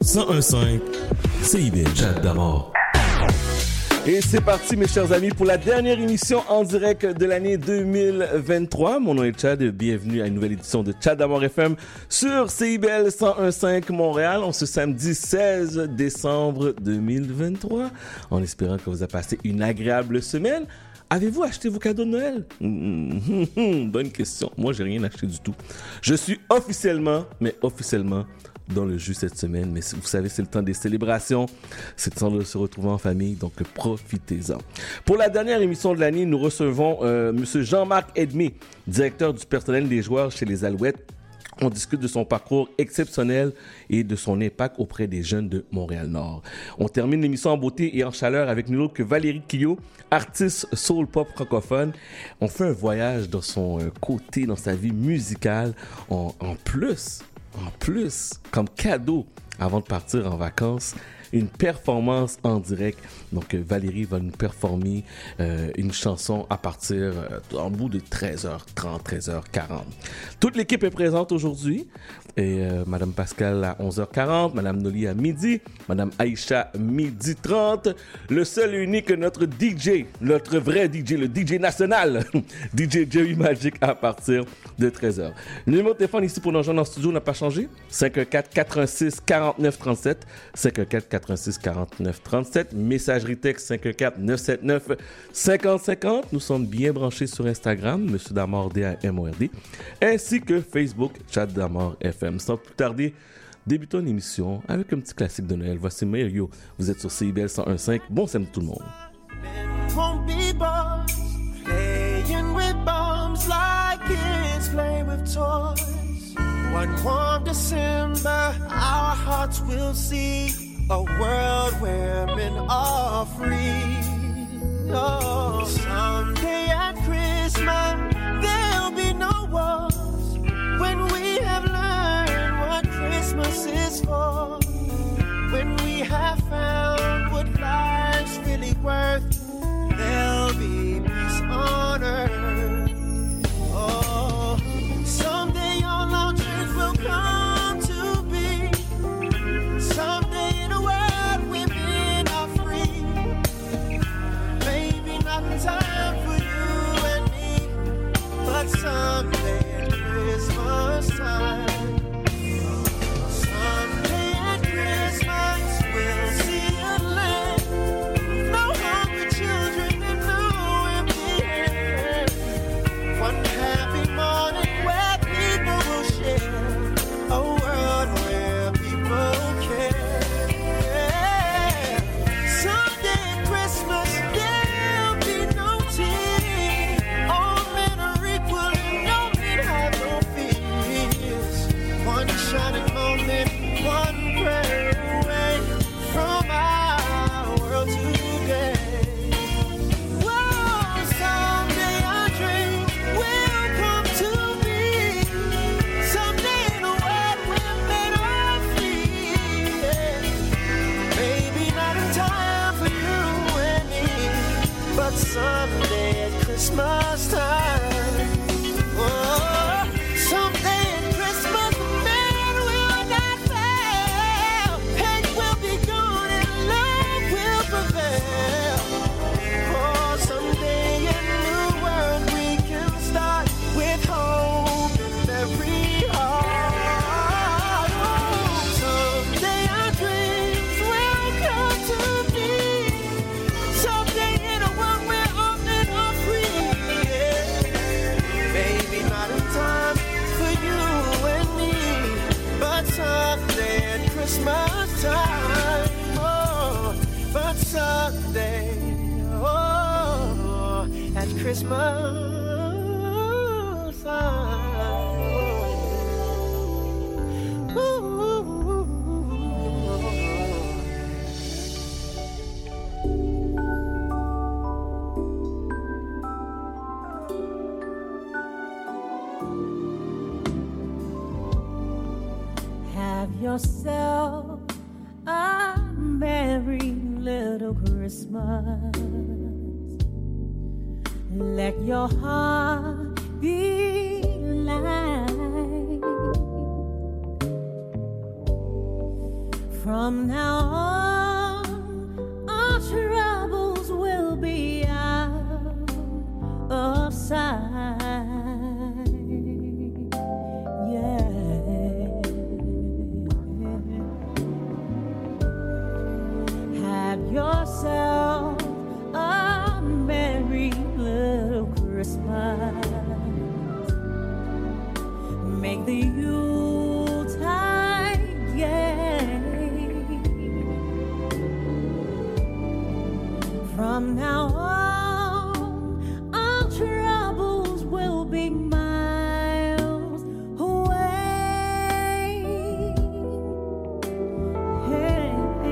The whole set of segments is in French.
101.5 CIBL Chat d'Amour. Et c'est parti, mes chers amis, pour la dernière émission en direct de l'année 2023. Mon nom est Chad et bienvenue à une nouvelle édition de Chat d'Amour FM sur CIBL 101.5 Montréal en ce samedi 16 décembre 2023. En espérant que vous avez passé une agréable semaine. Avez-vous acheté vos cadeaux de Noël? Bonne question. Moi, j'ai rien acheté du tout. Je suis officiellement dans le jus cette semaine, mais vous savez, c'est le temps des célébrations, c'est le temps de se retrouver en famille, donc profitez-en. Pour la dernière émission de l'année, nous recevons Monsieur Jean-Marc Edmé, directeur du personnel des joueurs chez les Alouettes. On discute de son parcours exceptionnel et de son impact auprès des jeunes de Montréal-Nord. On termine l'émission en beauté et en chaleur avec nul autre que Valérie Quillot, artiste soul-pop francophone. On fait un voyage dans son côté, dans sa vie musicale. En plus, comme cadeau, avant de partir en vacances, une performance en direct. Donc, Valérie va nous performer une chanson à partir en bout de 13h30, 13h40. Toute l'équipe est présente aujourd'hui. Et Madame Pascal à 11h40, Madame Noli à midi, Madame Aïcha midi 30. Le seul et unique, notre DJ, notre vrai DJ, le DJ national, DJ Jerry Magic à partir de 13h. Le numéro de téléphone ici pour nos gens en studio n'a pas changé. 514-86-49-37. 514-86-49-37. Messagerie texte 514-979-5050. Nous sommes bien branchés sur Instagram, Monsieur Damord D-A-M-O-R-D, ainsi que Facebook, Chat Damord FM. Sans plus tarder, débutons l'émission avec un petit classique de Noël. Voici Mario. Vous êtes sur CIBL 101.5. Bon samedi tout le monde. Playing with bombs like kids play with toys. One warm December, our hearts will see a world where men are free. Oh, someday at Christmas, there'll be no wars when we have learned what Christmas is for. When we have found what life's really worth, there'll be peace on earth. Oh, someday all our dreams will come to be. Someday in a world women are free. Maybe not in time for you and me, but someday at Christmas time. Someday at Christmas we'll see a land. No hungry children and no empty hands. One happy morning where people will share. A world where people care. Someday at Christmas there'll be no tears. All men are equal and no men have no fears. One shining moment, one prayer away from our world today. Whoa, someday our dreams will come to be. Someday in a world where men are free. Yeah. Maybe not in time for you and me, but someday at Christmas time. Oh, someday at Christmas, men will not fail. Hate will be gone and love will prevail. Oh, someday in a new world we can start with hope in every heart. Oh, someday our dreams will come to be. Someday in a world where all men are free. Yeah. Maybe not in time for you and me, but someday at Christmas time. Oh, but someday, oh, at Christmas time. Ooh. Have yourself a merry little Christmas. Let your heart be light. From From now on, our troubles will be out of sight. Yeah. Have yourself a merry little Christmas. Make the Yuletide gay. From now on, our troubles will be miles away. Hey,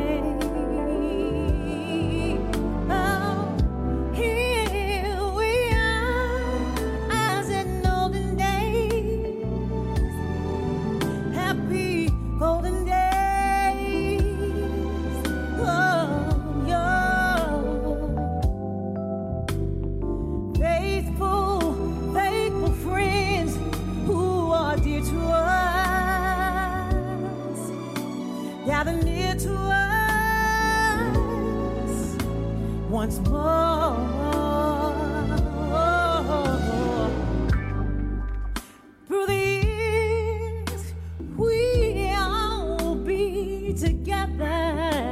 oh, here we are, as in olden days. Happy golden days. Oh, yeah. Faithful, faithful friends who are dear to us, gather near to us once more. Through the years, we all will be together.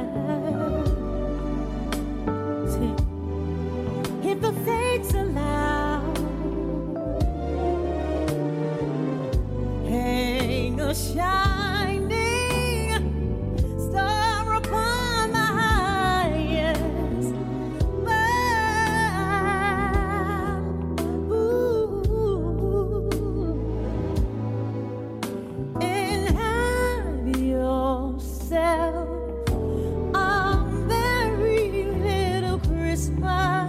If the fates allow, hang a shining star upon the highest bough. Ooh. And have yourself a merry little Christmas.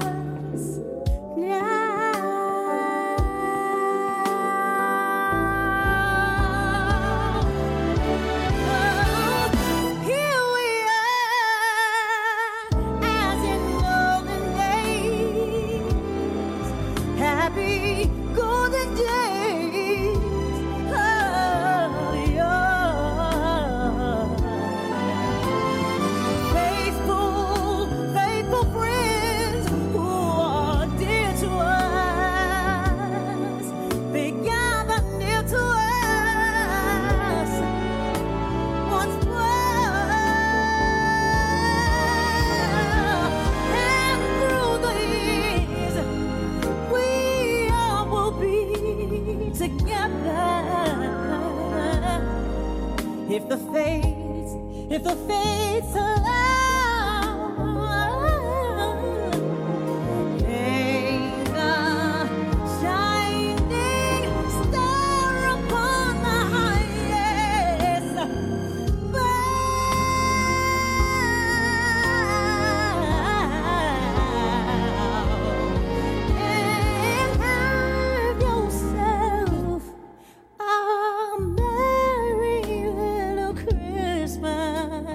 Happy golden days. Oh, yeah. Faithful, faithful friends who are dear to us, they gather near to us once more. And through the years, we all will be together. If the fates allow, hang a shining star upon the highest bough. And have yourself a merry little Christmas.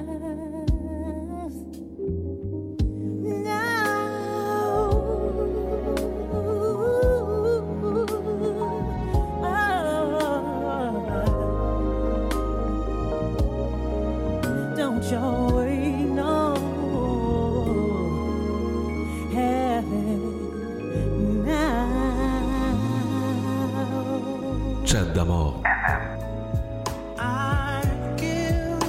Now, don't you worry, no. Heaven now. Chat d'amour. I'd give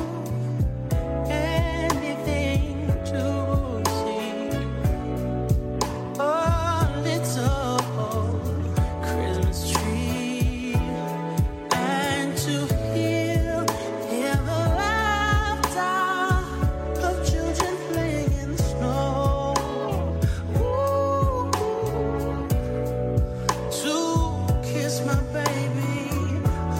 anything to see a little Christmas tree and to hear the laughter of children playing in the snow. Ooh, to kiss my baby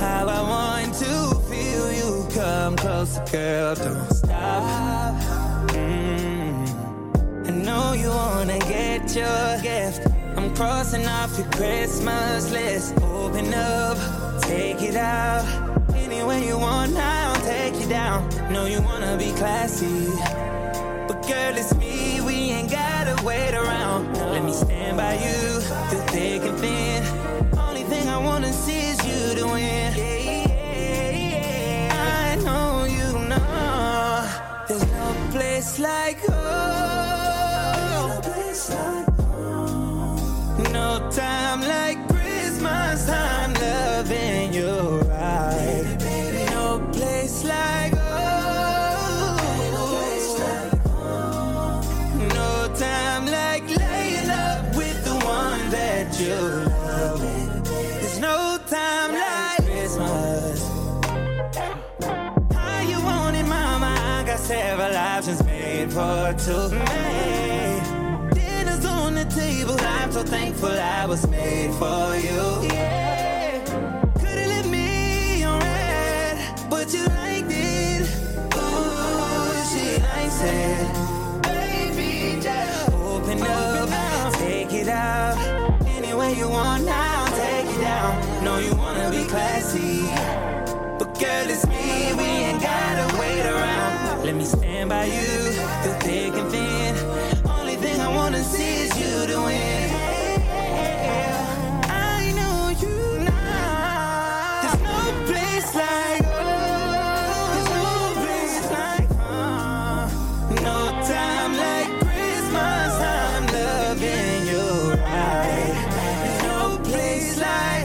how I want to feel you come closer, girl. Don't stop. I know you wanna get your gift. I'm crossing off your Christmas list. Open up, take it out. Any way you want, I'll take you down. Know you wanna be classy, but girl, it's me. We ain't gotta wait around. Let me stand by you through thick and thin. Only thing I wanna see is you to win. I know you know there's no place like home. No time like Christmas time, loving you right. No place like home. No time like laying up with the one that you love. There's no time like Christmas. How you want it, mama? I got several options made for two. Dinner's on the table. I'm so thankful I was made for you. Yeah. Could've left me on red, but you liked it. Ooh, she likes it. Baby, just open up, take it out. Any way you want now, take it down. Know you wanna be classy, but girl, it's me. We ain't gotta wait around. Let me stand by you through thick and thin. Only thing I wanna see is you to win. I know you now. There's no place like home. There's no place like home. No time like Christmas. I'm loving you right. There's no place like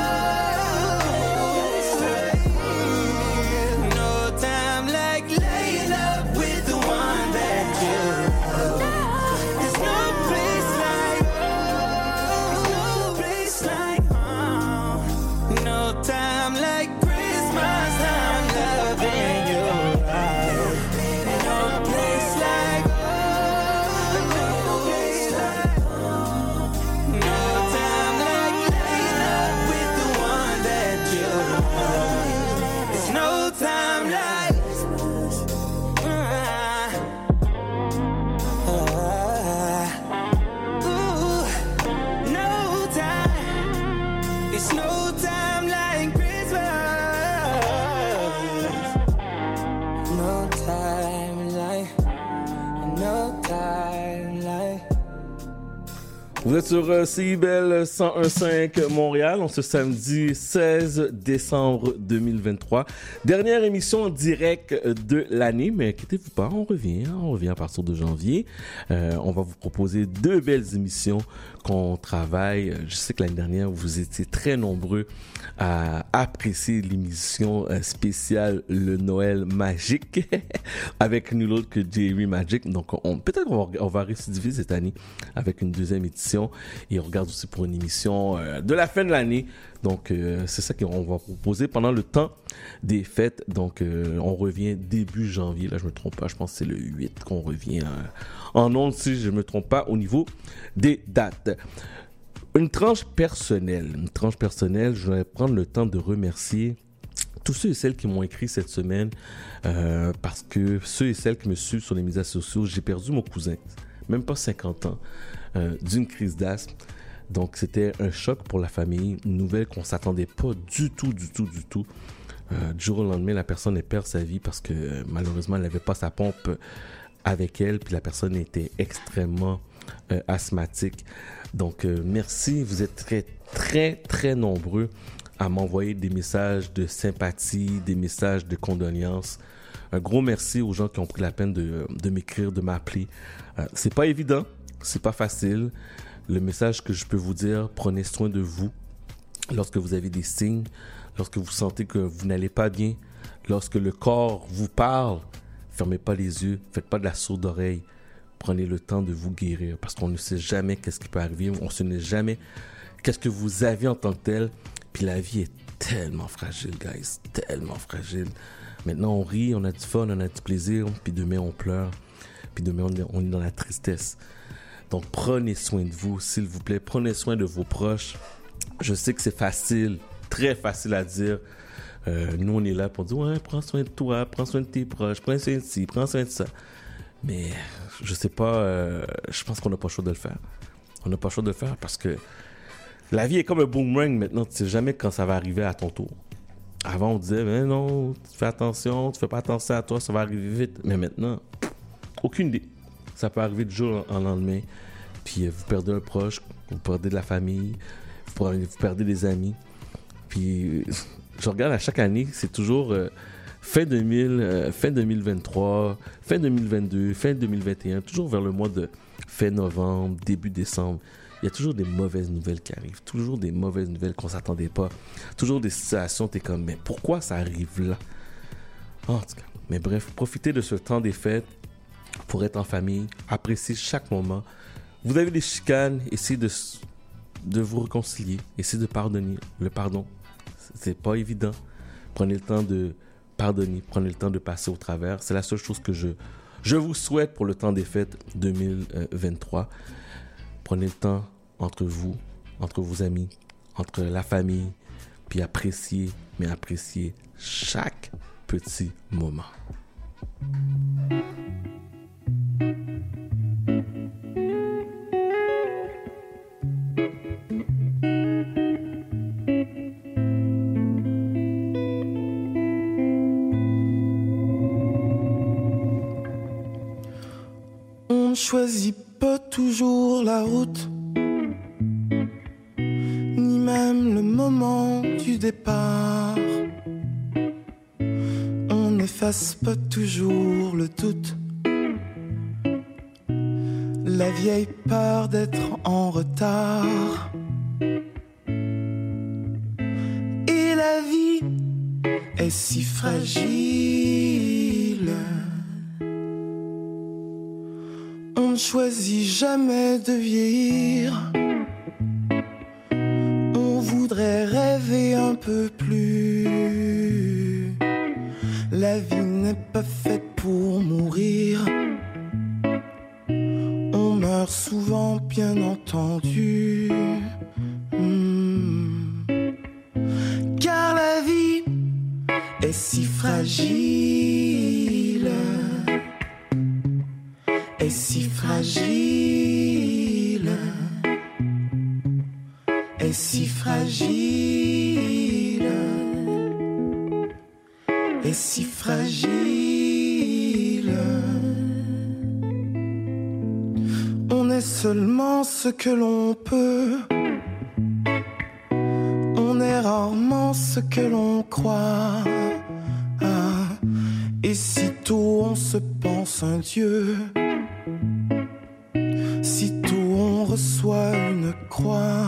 home. No time like laying up with the one that you love. There's no place like home. There's no place like home. No time like Christmas. I'm loving you right. No place like home. No place like home. No time like laying up with the one that you love. There's no time like ooh, no time. It's no time like Christmas. No time like, no time like. Vous êtes sur CIBEL 101.5 Montréal, en ce samedi 16 décembre 2023. Dernière émission en direct de l'année, mais inquiétez-vous pas, on revient à partir de janvier. On va vous proposer 2 belles émissions qu'on travaille. Je sais que l'année dernière, vous étiez très nombreux à apprécier l'émission spéciale Le Noël Magique avec nul autre que Jerry Magic. Donc, peut-être on va récidiver cette année avec une deuxième édition. Et on regarde aussi pour une émission de la fin de l'année. Donc, c'est ça qu'on va proposer pendant le temps des fêtes. Donc, on revient début janvier. Là, je me trompe pas. Je pense que c'est le 8 qu'on revient en ondes, si je me trompe pas, au niveau des dates. Une tranche personnelle, je vais prendre le temps de remercier tous ceux et celles qui m'ont écrit cette semaine, parce que ceux et celles qui me suivent sur les médias sociaux, j'ai perdu mon cousin, même pas 50 ans, d'une crise d'asthme. Donc c'était un choc pour la famille, une nouvelle qu'on s'attendait pas du tout. Du jour au lendemain, la personne perd sa vie parce que malheureusement elle n'avait pas sa pompe avec elle, puis la personne était extrêmement asthmatique. Donc merci, vous êtes très nombreux à m'envoyer des messages de sympathie, des messages de condoléances. Un gros merci aux gens qui ont pris la peine de m'écrire, de m'appeler. C'est pas évident, c'est pas facile. Le message que je peux vous dire, prenez soin de vous. Lorsque vous avez des signes, lorsque vous sentez que vous n'allez pas bien, lorsque le corps vous parle, fermez pas les yeux, faites pas de la sourde oreille. Prenez le temps de vous guérir parce qu'on ne sait jamais qu'est-ce qui peut arriver. On ne sait jamais qu'est-ce que vous avez en tant que tel. Puis la vie est tellement fragile, guys, tellement fragile. Maintenant, on rit, on a du fun, on a du plaisir, puis demain, on pleure. Puis demain, on est dans la tristesse. Donc, prenez soin de vous, s'il vous plaît. Prenez soin de vos proches. Je sais que c'est facile très facile à dire. Nous, on est là pour dire, ouais, prends soin de toi, prends soin de tes proches, prends soin de ci, prends soin de ça. Mais je sais pas, je pense qu'on n'a pas le choix de le faire. On n'a pas le choix de le faire parce que la vie est comme un boomerang maintenant. Tu sais jamais quand ça va arriver à ton tour. Avant, on disait, mais non, tu fais attention, tu fais pas attention à toi, ça va arriver vite. Mais maintenant, aucune idée. Ça peut arriver du jour au lendemain. Puis vous perdez un proche, vous perdez de la famille, vous perdez des amis. Puis je regarde à chaque année, c'est toujours fin 2023, fin 2022, fin 2021, toujours vers le mois de fin novembre, début décembre. Il y a toujours des mauvaises nouvelles qui arrivent, toujours des mauvaises nouvelles qu'on ne s'attendait pas, toujours des situations, tu es comme, mais pourquoi ça arrive là? En tout cas, mais bref, profitez de ce temps des fêtes pour être en famille, appréciez chaque moment. Vous avez des chicanes, essayez de vous réconcilier, essayez de pardonner. Le pardon, c'est pas évident. Prenez le temps de pardonner, prenez le temps de passer au travers. C'est la seule chose que je vous souhaite pour le temps des fêtes 2023. Prenez le temps entre vous, entre vos amis, entre la famille, puis appréciez chaque petit moment. On ne choisit pas toujours la route, ni même le moment du départ. On n'efface pas toujours le doute, la vieille peur d'être en retard. Et la vie est si fragile. On ne choisit jamais de vieillir. On voudrait rêver un peu plus. La vie n'est pas faite pour mourir. On meurt souvent, bien entendu. Car la vie est si fragile. Est si fragile, est si fragile, est si fragile. On est seulement ce que l'on peut, on est rarement ce que l'on croit. Et sitôt on se pense un Dieu, sitôt on reçoit une croix.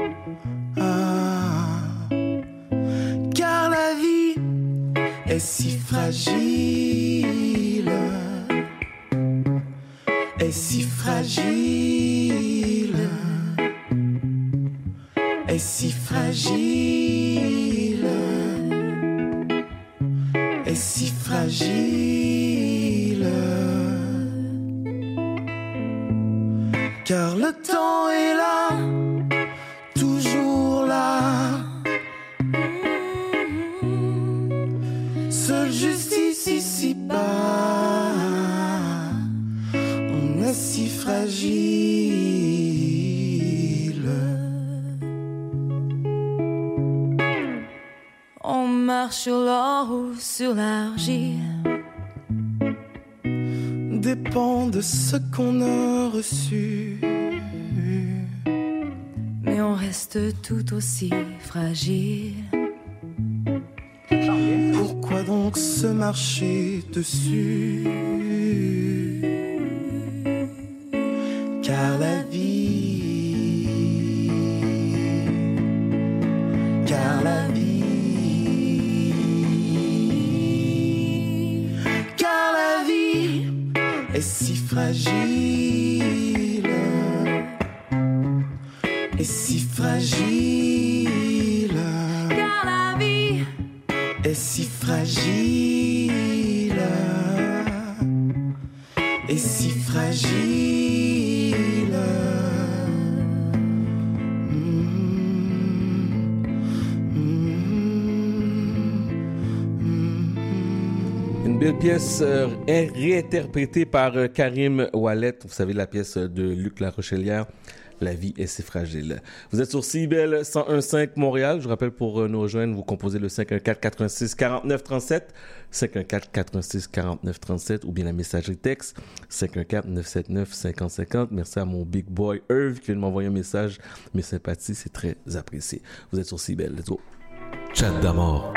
Car la vie est si fragile, est si fragile, est si fragile, est si fragile. Car le temps est là, toujours là. Seule justice ici-bas. On est si fragile. On marche sur l'or ou sur l'argile. Dépend de ce qu'on a reçu. Mais on reste tout aussi fragile. Pourquoi donc se marcher dessus? Car la vie, car la vie, car la vie est si fragile, est si fragile. Car la vie est si fragile, est si fragile. Belle pièce réinterprétée par Karim Ouellet. Vous savez, la pièce de Luc Larochelière, La vie est si fragile. Vous êtes sur CIBEL 101.5 Montréal. Je vous rappelle, pour nous rejoindre, vous composez le 514-86-49-37, 514-86-49-37 ou bien la messagerie texte 514-979-5050. Merci à mon big boy Irv qui vient de m'envoyer un message. Mes sympathies, c'est très apprécié. Vous êtes sur CIBEL. Let's go. Chat d'amour.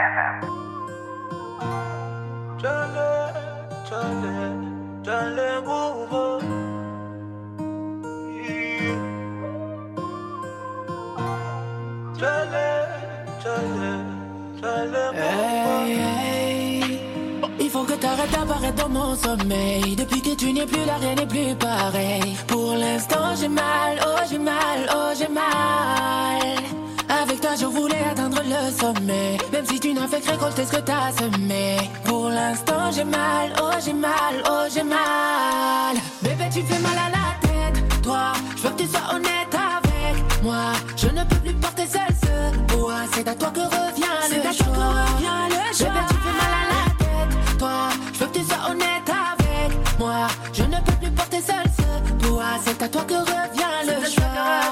Hey, hey. Il faut que t'arrêtes d'apparaître dans mon sommeil. Depuis que tu n'es plus là, rien n'est plus pareil. Pour l'instant j'ai mal, oh j'ai mal, oh j'ai mal. Avec toi je voulais atteindre le sommet. Même si tu n'as fait que récolter ce que t'as semé. Pour l'instant j'ai mal, oh j'ai mal, oh j'ai mal. Bébé tu fais mal à la tête. Toi, je veux que tu sois honnête avec moi. Je ne peux plus porter seul ce poids. C'est à toi que revient le choix. Bébé tu fais mal à la tête. Toi, je veux que tu sois honnête avec moi. Je ne peux plus porter seul ce poids. C'est à toi que revient le choix.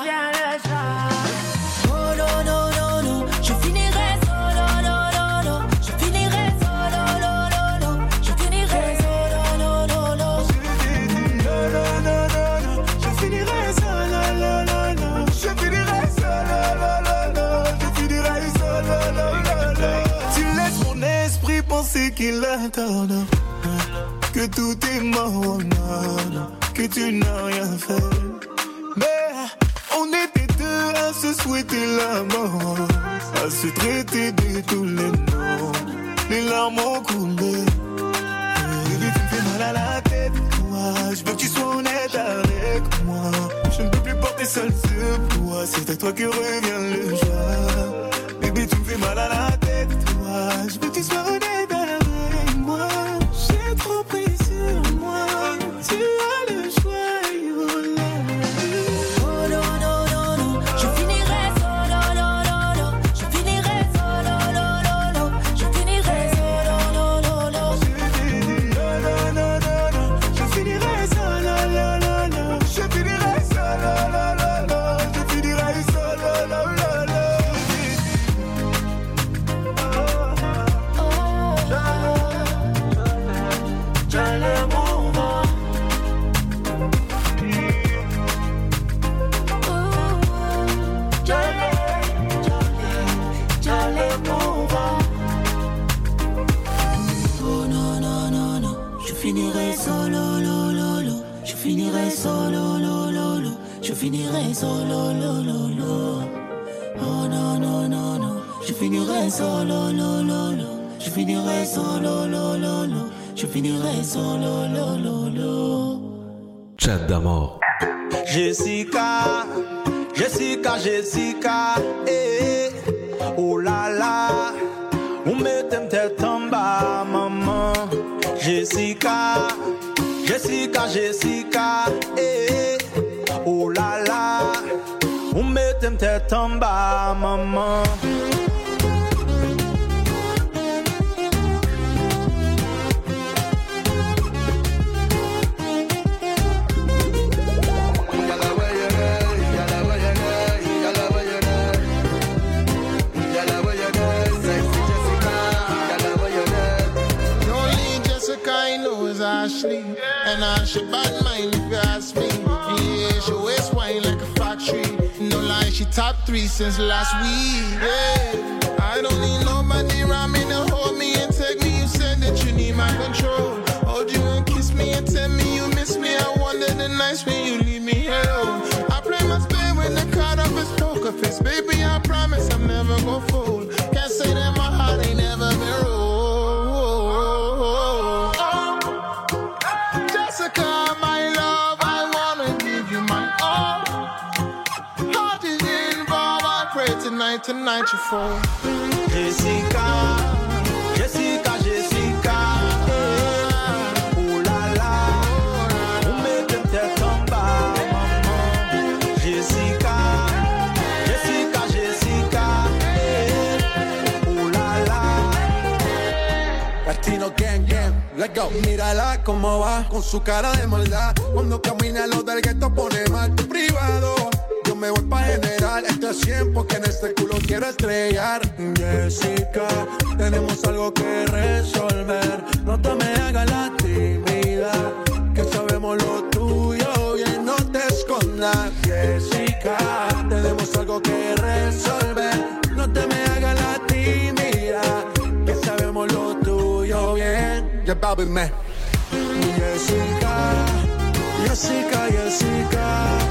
Oh non non non non, je finirai solo no no no. Je finirai solo no no no. Je finirai solo no no no. Je finirai solo, la, la, la. Je finirai solo, la, la, la. Je finirai solo, la, la, la. Tu laisses mon esprit penser qu'il attend, que tout est mort, que tu n'as rien fait. Mais on était deux à se souhaiter la mort, à se traiter de tous les noms. Les larmes ont coulé. Baby, tu me fais mal à la tête. Je veux que tu sois honnête avec moi. Je ne peux plus porter seul ce poids. C'est à toi que revient le joie. Baby, tu me fais mal à la tête. Je veux que tu sois honnête avec moi. J'ai trop pris sur moi. Tu as le choix. Oh non non non non, je finirai solo no no no. Je finirai solo no no no. Je finirai solo no no no. Je finirai solo, la, la, la. Je finirai solo, la, la, la. Je finirai solo, la, la, la. Oh non non non non, je finirai solo lo lo lo. Je finirai solo lo lo lo. Je finirai solo lo lo lo. Oh non non non non, je finirai solo lo lo lo. Je finirai solo lo lo lo. Je finirai solo lo lo lo. Chat d'amour. Jessica, Jessica, Jessica, eh, oh la la, on met tête en bas, maman. Jessica, Jessica, Jessica, eh, oh la la, on met tête en bas, maman. Ashley, and I should bad mind if you ask me. Yeah, she waist wine like a factory. No lie, she top 3 since last week. Yeah, I don't need nobody around me to hold me and take me. You said that you need my control. Hold you and kiss me and tell me you miss me. I wonder the nights when you leave me here alone. I play my spin when the card up is poker face. Baby, I promise I'm never gonna fold. Can't say that my heart ain't never been rolled. Jessica, my love, I wanna give you my all. Heart is involved, I pray tonight you fall. Jessica, Jessica, Jessica, eh, oh la la, on met tête en bas, maman. Jessica, Jessica, Jessica, eh, oh la la. Latino gang gang, Let's go. Mírala cómo va, con su cara de maldad. Cuando camina lo del gueto pone mal tu privado. Yo me voy pa' general, esto es 100 porque en este culo quiero estrellar. Jessica, tenemos algo que resolver. No te me hagas la tímida, que sabemos lo tuyo bien, no te escondas. Jessica, tenemos algo que resolver. No te me hagas la tímida, que sabemos lo tuyo bien. Ya baby me. Jessica, Jessica, Jessica,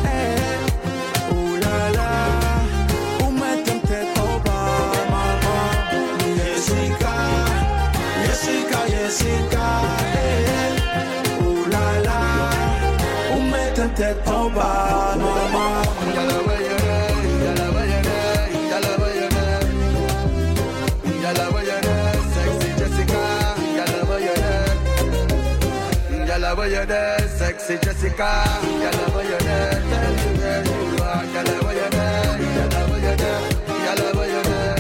la la, métete topa, mamá. Jessica, Jessica, Jessica, la la, métete topa, mamá. Ya la voy a ver, ya la voy a ver, ya la voy a ver, ya la voy a ver, sexy Jessica, ya la voy a ver, ya la voy a ver, sexy Jessica, ya la voy a ver, ya la voy a ver, ya la voy a ver, ya la voy a ver.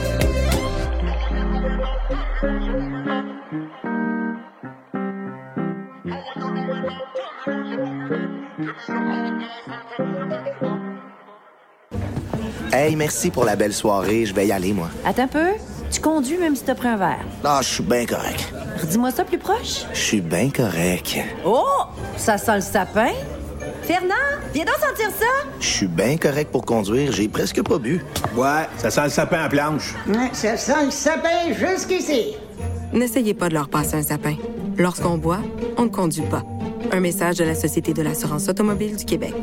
Hey, merci pour la belle soirée. Je vais y aller, moi. Attends un peu. Tu conduis même si t'as pris un verre. Ah, je suis bien correct. Redis-moi ça plus proche. Je suis bien correct. Oh! Ça sent le sapin. Fernand, viens donc sentir ça. Je suis bien correct pour conduire. J'ai presque pas bu. Ouais, ça sent le sapin à planche. Ouais, ça sent le sapin jusqu'ici. N'essayez pas de leur passer un sapin. Lorsqu'on boit, on ne conduit pas. Un message de la Société de l'assurance automobile du Québec.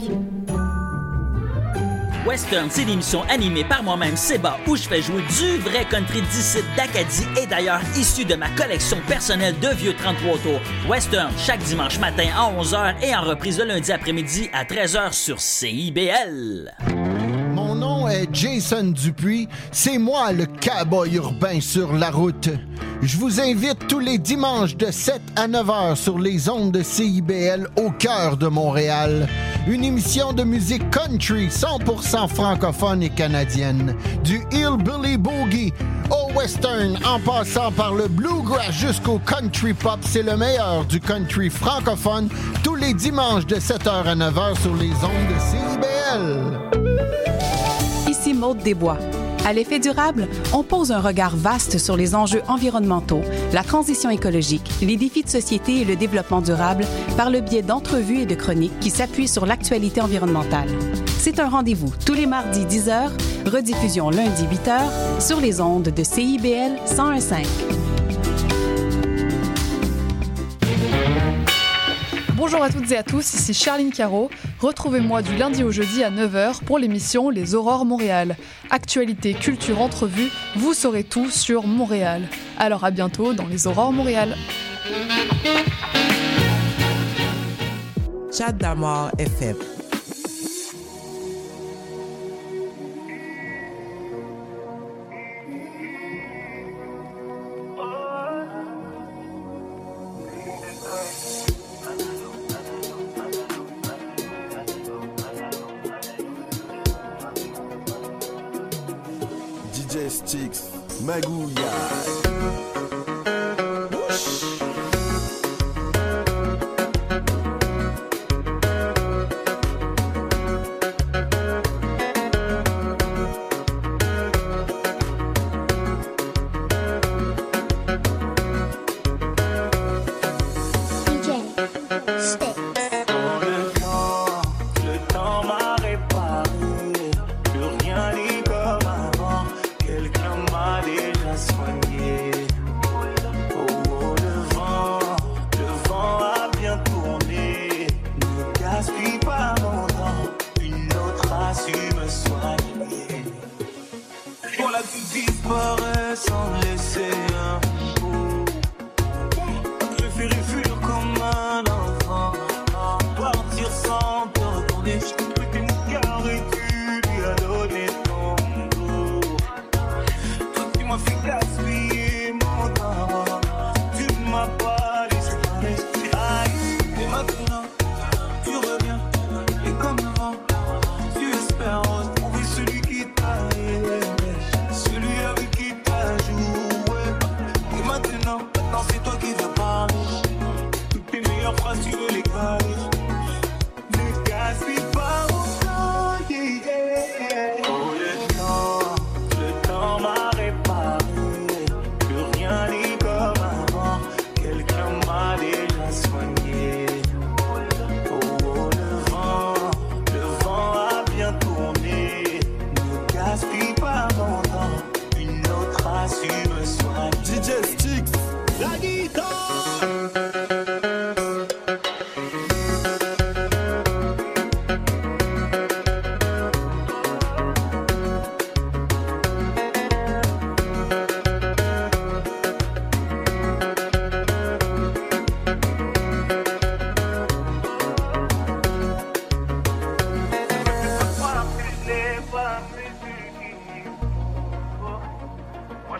Western, c'est l'émission animée par moi-même, Seba, où je fais jouer du vrai country d'ici d'Acadie et d'ailleurs issu de ma collection personnelle de vieux 33 tours. Western, chaque dimanche matin à 11h et en reprise le lundi après-midi à 13h sur CIBL. Mon nom est Jason Dupuis. C'est moi le cowboy urbain sur la route. Je vous invite tous les dimanches de 7 à 9 heures sur les ondes de CIBL au cœur de Montréal. Une émission de musique country 100% francophone et canadienne. Du hillbilly boogie au western en passant par le bluegrass jusqu'au country pop. C'est le meilleur du country francophone tous les dimanches de 7h à 9h sur les ondes de CIBL. Ici Maude Desbois. À l'effet durable, on pose un regard vaste sur les enjeux environnementaux, la transition écologique, les défis de société et le développement durable par le biais d'entrevues et de chroniques qui s'appuient sur l'actualité environnementale. C'est un rendez-vous tous les mardis 10h, rediffusion lundi 8h sur les ondes de CIBL 101.5. Bonjour à toutes et à tous, ici Charline Caro. Retrouvez-moi du lundi au jeudi à 9h pour l'émission Les Aurores Montréal. Actualité, culture, entrevue, vous saurez tout sur Montréal. Alors à bientôt dans Les Aurores Montréal. Tchad-Damas FM. Sticks, Magouilla. Celui avec qui t'as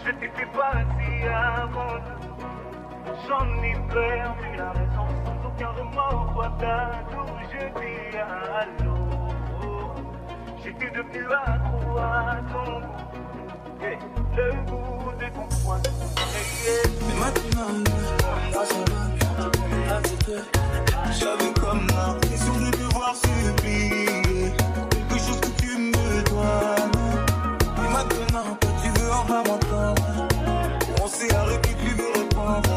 Je t'étais parti avant. J'en ai perdu la raison. Sans aucun remords, toi t'as tout. Je dis allô. J'étais devenu accro à ton goût. Yeah. Le goût de ton poison. Mais maintenant, moi ça va bien avec toi. J'avais comme l'impression de devoir supplier quelque chose que tu me dois. Et maintenant, toi tu veux enfin m'entendre. On s'est arrêté, tu veux répondre.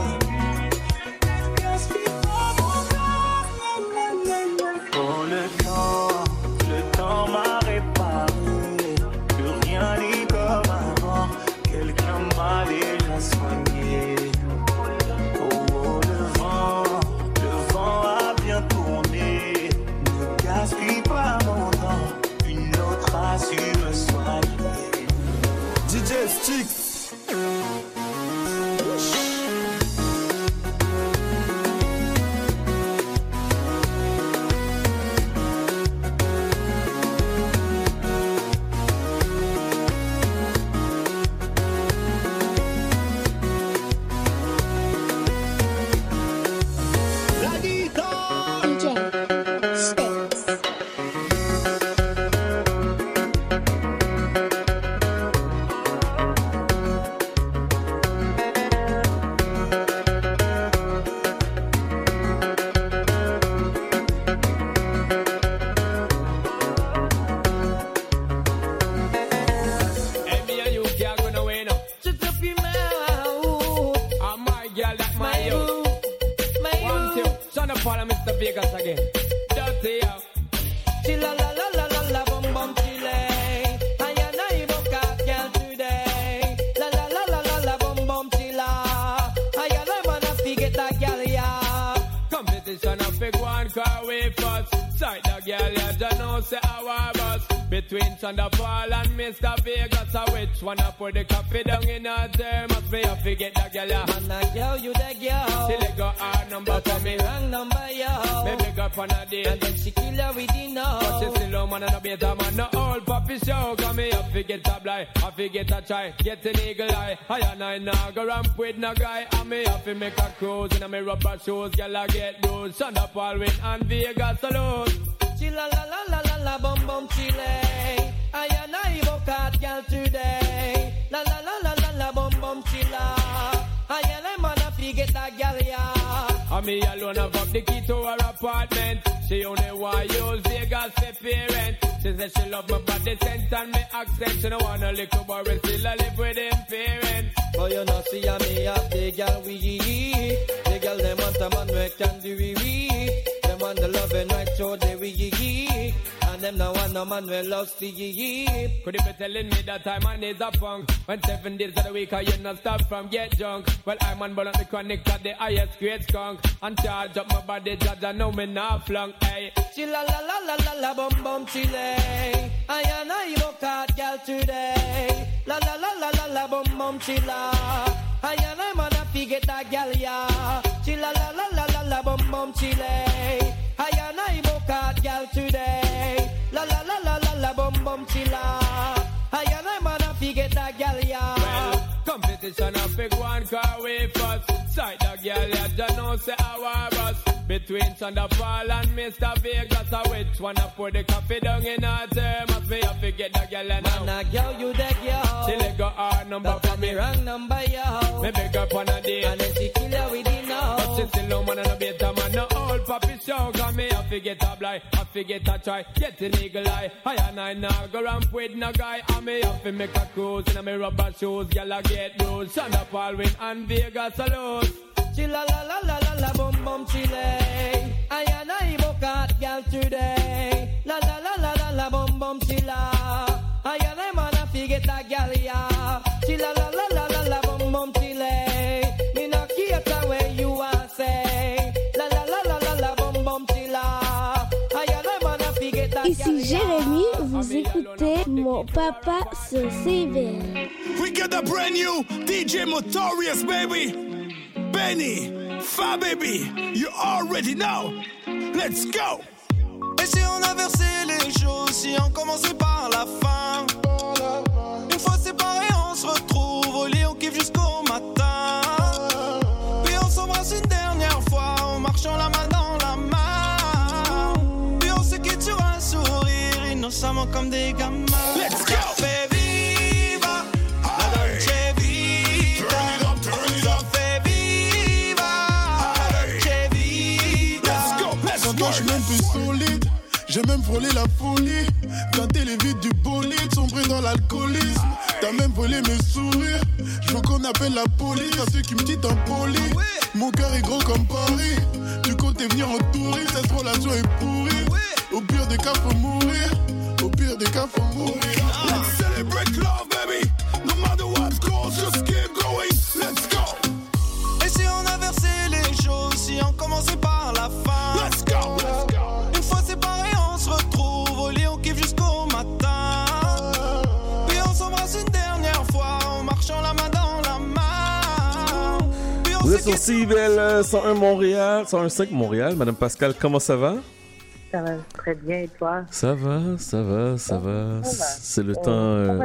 Oh le temps m'a réparé. Plus rien n'est comme avant. Quelqu'un m'a déjà soigné. Oh le vent a bien tourné. Ne gaspille pas mon temps. Une autre a su me soigner. DJ Sticks. Between Thunderfall and Mr. Vegas, I which one I put the coffee down in her there? Must be I forget that girl. Man, I girl, you the girl. She let go her number for me. Wrong number, yo. Me big up on a day. And then she kill her with the no. But she still a man and a better man. No old puppy show. Cause me I forget a blind. I forget a try. Get an eagle eye. I and I now go ramp with no guy. And me have to make a cruise. In a me rubber shoes. Girl, I get those. Thunderfall win and Vegas alone. Chilla la la la la la bum bum chile. I and I evoke hot girl today. La la la la la la bum bum chilla. I and I man a forget that girl yeah. And me alone have up the key to her apartment. She only want use Vegas for parent. She said she love my body sense and me accent. She don't want a little boy but still I live with him parents. But you know see a me have the girl we the girl them want a man we can do we. Them want the love and right so they we and them no want no man we love see. Could you be telling me that time man is a punk? When 7 days of the week I you not stop from get drunk. Well I'm on but the chronic at the highest grade skunk. And charge up my body judge I know me not flunk. Hey. Chilla la la la la la bum bum chile. I and I evoke hot girl today. La la la la la la bum bum chilla. I and I man a forget that girl yeah. Chilla la la la la la bum bum chile. I and I evoke hot girl today. La la la la la la bum bum chilla. I and I man a forget that girl yeah. Well, competition a big one car we first. Sight the girl ya just know say our boss. Between Thunderfall and Mr. Vegas, I which one I put the coffee down in her term. Must be I forget the girl and now. Man a girl you the girl. She let go her number for me. Wrong number yo. Me big up on a day. And then she kill her with the no. But she still no man and a better man. No old puppy show. Cause me I forget a blind. I forget a try. Get an eagle eye. I and I now go ramp with no guy. And me have to make a cruise. In a me rubber shoes. Girl I get those. Thunderfall win and Vegas alone. Chilla la la la la la bum bum chile. I and I evoke hot girl today. La la la la la la bum bum chilla. I and I man a forget that girl yeah. Chilla la la la la la bum bum chile. Me no care where you are say. La la la la la la bum bum chilla. I and I man a forget that girl. Ici Jérémy, vous écoutez mon papa sur CIBL. We got a brand new DJ Motorious, baby. Benny, Fa baby, you already know. Let's go. Et si on inversait les choses, si on commençait par la fin. Une fois séparés, on se retrouve au lit, on kiffe comme des gamins. Let's go! Fait viva, la Dolce Vita. Ça fait viva, la Dolce Vita. Let's go, let's go. Je suis même plus solide, j'ai même frôlé la folie. Tenter les vides du bolide, sombrer dans l'alcoolisme. T'as même volé mes sourires, je veux qu'on appelle la police. À ceux qui me disent impoli, mon cœur est gros comme Paris. Du côté venir en touriste, cette relation est pourrie. Au pire des cas faut mourir, au pire des cas faut mourir. Let's celebrate love, baby. No matter what goes, just keep going. Let's go. Et si on inversait les choses, si on commençait par la fin. Let's go. Une fois séparés, on se retrouve au lit, on kiffe jusqu'au matin. Puis on s'embrasse une dernière fois, en marchant la main dans la main. Puis on Vous êtes sur CIBL 101 Montréal, 101.5 Montréal. Madame Pascal, comment ça va? Ça va très bien, et toi? Ça va. C'est le temps.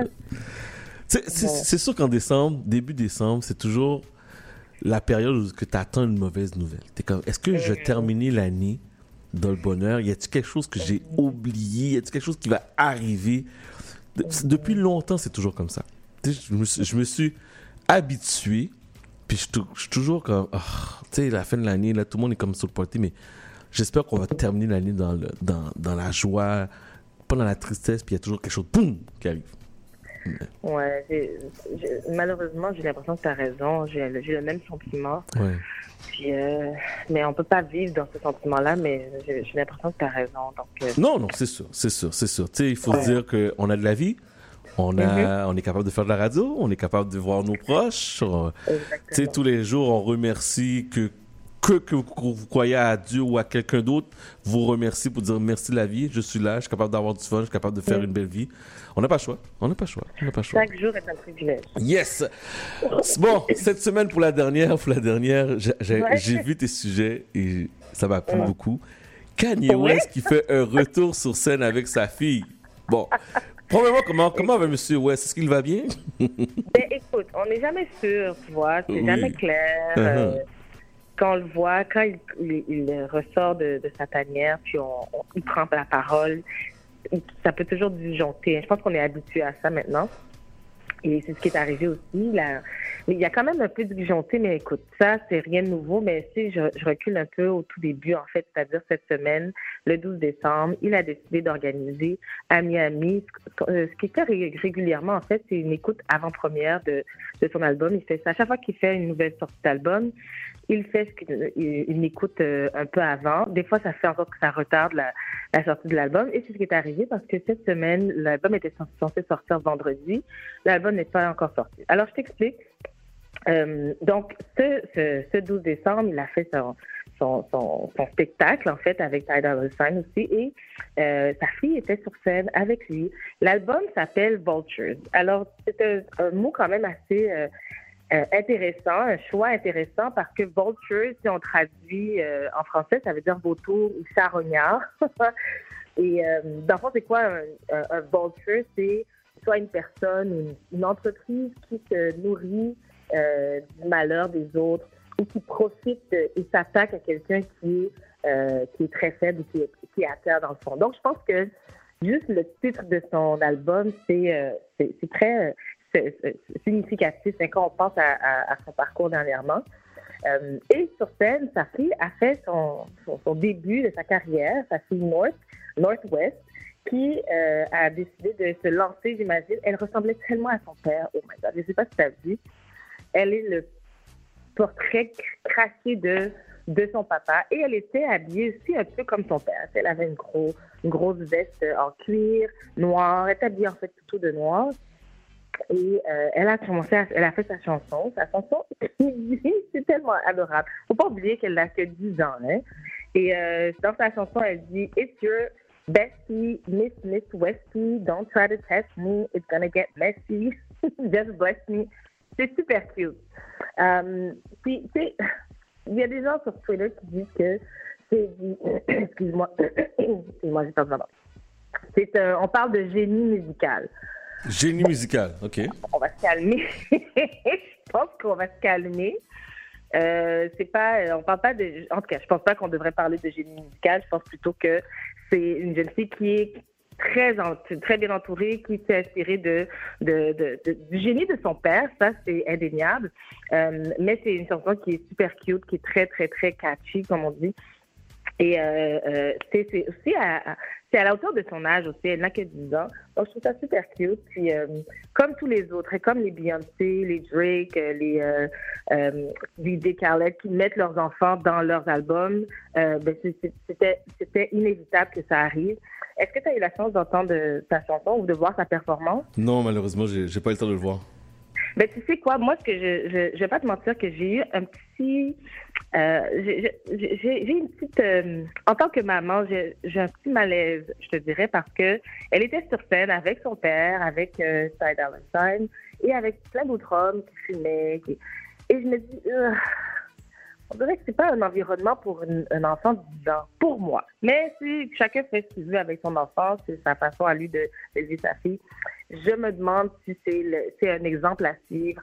C'est sûr qu'en décembre, début décembre, c'est toujours la période où tu attends une mauvaise nouvelle. T'es comme, est-ce que je vais terminer l'année dans le bonheur? Y a-t-il quelque chose que j'ai oublié? Y a-t-il quelque chose qui va arriver? Depuis longtemps, c'est toujours comme ça. Je me suis habitué, puis je suis toujours comme, tu sais, la fin de l'année, là, tout le monde est comme sur le party, mais j'espère qu'on va terminer l'année dans la joie, pas dans la tristesse, puis il y a toujours quelque chose, boum, qui arrive. Ouais, malheureusement, j'ai l'impression que tu as raison. J'ai le même sentiment. Ouais. Puis, mais on peut pas vivre dans ce sentiment-là, mais j'ai l'impression que tu as raison. Donc, Non, c'est sûr. Tu sais, il faut se dire qu'on a de la vie. On est capable de faire de la radio, on est capable de voir nos proches. Tu sais, tous les jours, on remercie que vous croyez à Dieu ou à quelqu'un d'autre, vous remercie pour dire merci de la vie, je suis là, je suis capable d'avoir du fun, je suis capable de faire une belle vie. On n'a pas le choix. Chaque jour est un privilège. Yes! Bon, cette semaine pour la dernière, j'ai vu tes sujets et ça m'a plu beaucoup. Kanye West qui fait un retour sur scène avec sa fille. Bon, premièrement, comment va Monsieur West? Est-ce qu'il va bien? Ben, écoute, on n'est jamais sûr, tu vois, c'est jamais clair. Quand on le voit, quand il ressort de sa tanière, puis il prend la parole, ça peut toujours disjoncter. Je pense qu'on est habitué à ça maintenant. Et c'est ce qui est arrivé aussi. Mais il y a quand même un peu disjoncté, mais écoute, ça, c'est rien de nouveau. Mais si je recule un peu au tout début, en fait, c'est-à-dire cette semaine, le 12 décembre, il a décidé d'organiser à Miami, ce qu'il fait régulièrement, en fait, c'est une écoute avant-première de son album. Il fait ça à chaque fois qu'il fait une nouvelle sortie d'album. Il fait une écoute un peu avant. Des fois, ça fait encore que ça retarde la sortie de l'album. Et c'est ce qui est arrivé parce que cette semaine, l'album était censé sortir vendredi. L'album n'est pas encore sorti. Alors, je t'explique. Donc, ce 12 décembre, il a fait son spectacle, en fait, avec Ty Dolla $ign aussi. Et sa fille était sur scène avec lui. L'album s'appelle Vultures. Alors, c'est un mot quand même assez... intéressant, un choix intéressant parce que vulture, si on traduit en français, ça veut dire vautour ou charognard. Et dans le fond, c'est quoi un vulture? C'est soit une personne ou une entreprise qui se nourrit du malheur des autres ou qui profite et s'attaque à quelqu'un qui est très faible ou qui est à terre dans le fond. Donc, je pense que juste le titre de son album, c'est très... significatif, c'est quand on pense à son parcours dernièrement. Et sur scène, sa fille a fait son début de sa carrière, sa fille Northwest, qui a décidé de se lancer, j'imagine. Elle ressemblait tellement à son père. Oh my God, je ne sais pas si tu as vu. Elle est le portrait craché de son papa et elle était habillée aussi un peu comme son père. Elle avait une grosse veste en cuir, noire. Elle était habillée en fait tout de noir. Et elle a fait sa chanson. Sa chanson, c'est tellement adorable. Faut pas oublier qu'elle n'a que 10 ans. Hein? Et dans sa chanson, elle dit « It's your bestie, Miss Westie. Don't try to test me. It's gonna get messy. Just bless me. » C'est super cute. Puis, tu sais, il y a des gens sur Twitter qui disent que c'est du... Excuse-moi, j'ai perdu ma voix. On parle de génie musical. Génie musical, OK. On va se calmer. Je pense qu'on va se calmer. On parle pas de... En tout cas, je pense pas qu'on devrait parler de génie musical. Je pense plutôt que c'est une jeune fille qui est très bien entouré, qui s'est inspiré du génie de son père, ça c'est indéniable. Mais c'est une chanson qui est super cute, qui est très, très, très catchy, comme on dit. Et c'est aussi c'est à la hauteur de son âge aussi, elle n'a que 10 ans. Donc je trouve ça super cute. Puis comme tous les autres, et comme les Beyoncé, les Drake, les DJ Khaled qui mettent leurs enfants dans leurs albums, c'était inévitable que ça arrive. Est-ce que tu as eu la chance d'entendre sa chanson ou de voir sa performance? Non, malheureusement, j'ai pas eu le temps de le voir. Ben, tu sais quoi, moi, ce que je vais pas te mentir que j'ai eu un petit... j'ai une petite... en tant que maman, j'ai un petit malaise, je te dirais, parce que elle était sur scène avec son père, avec Ty Dolla $ign et avec plein d'autres hommes qui fumaient. Et je me dis... on dirait que c'est pas un environnement pour un enfant de 10 ans, pour moi. Mais si chacun fait ce qu'il veut avec son enfant, c'est sa façon à lui d'élever sa fille. Je me demande si c'est un exemple à suivre.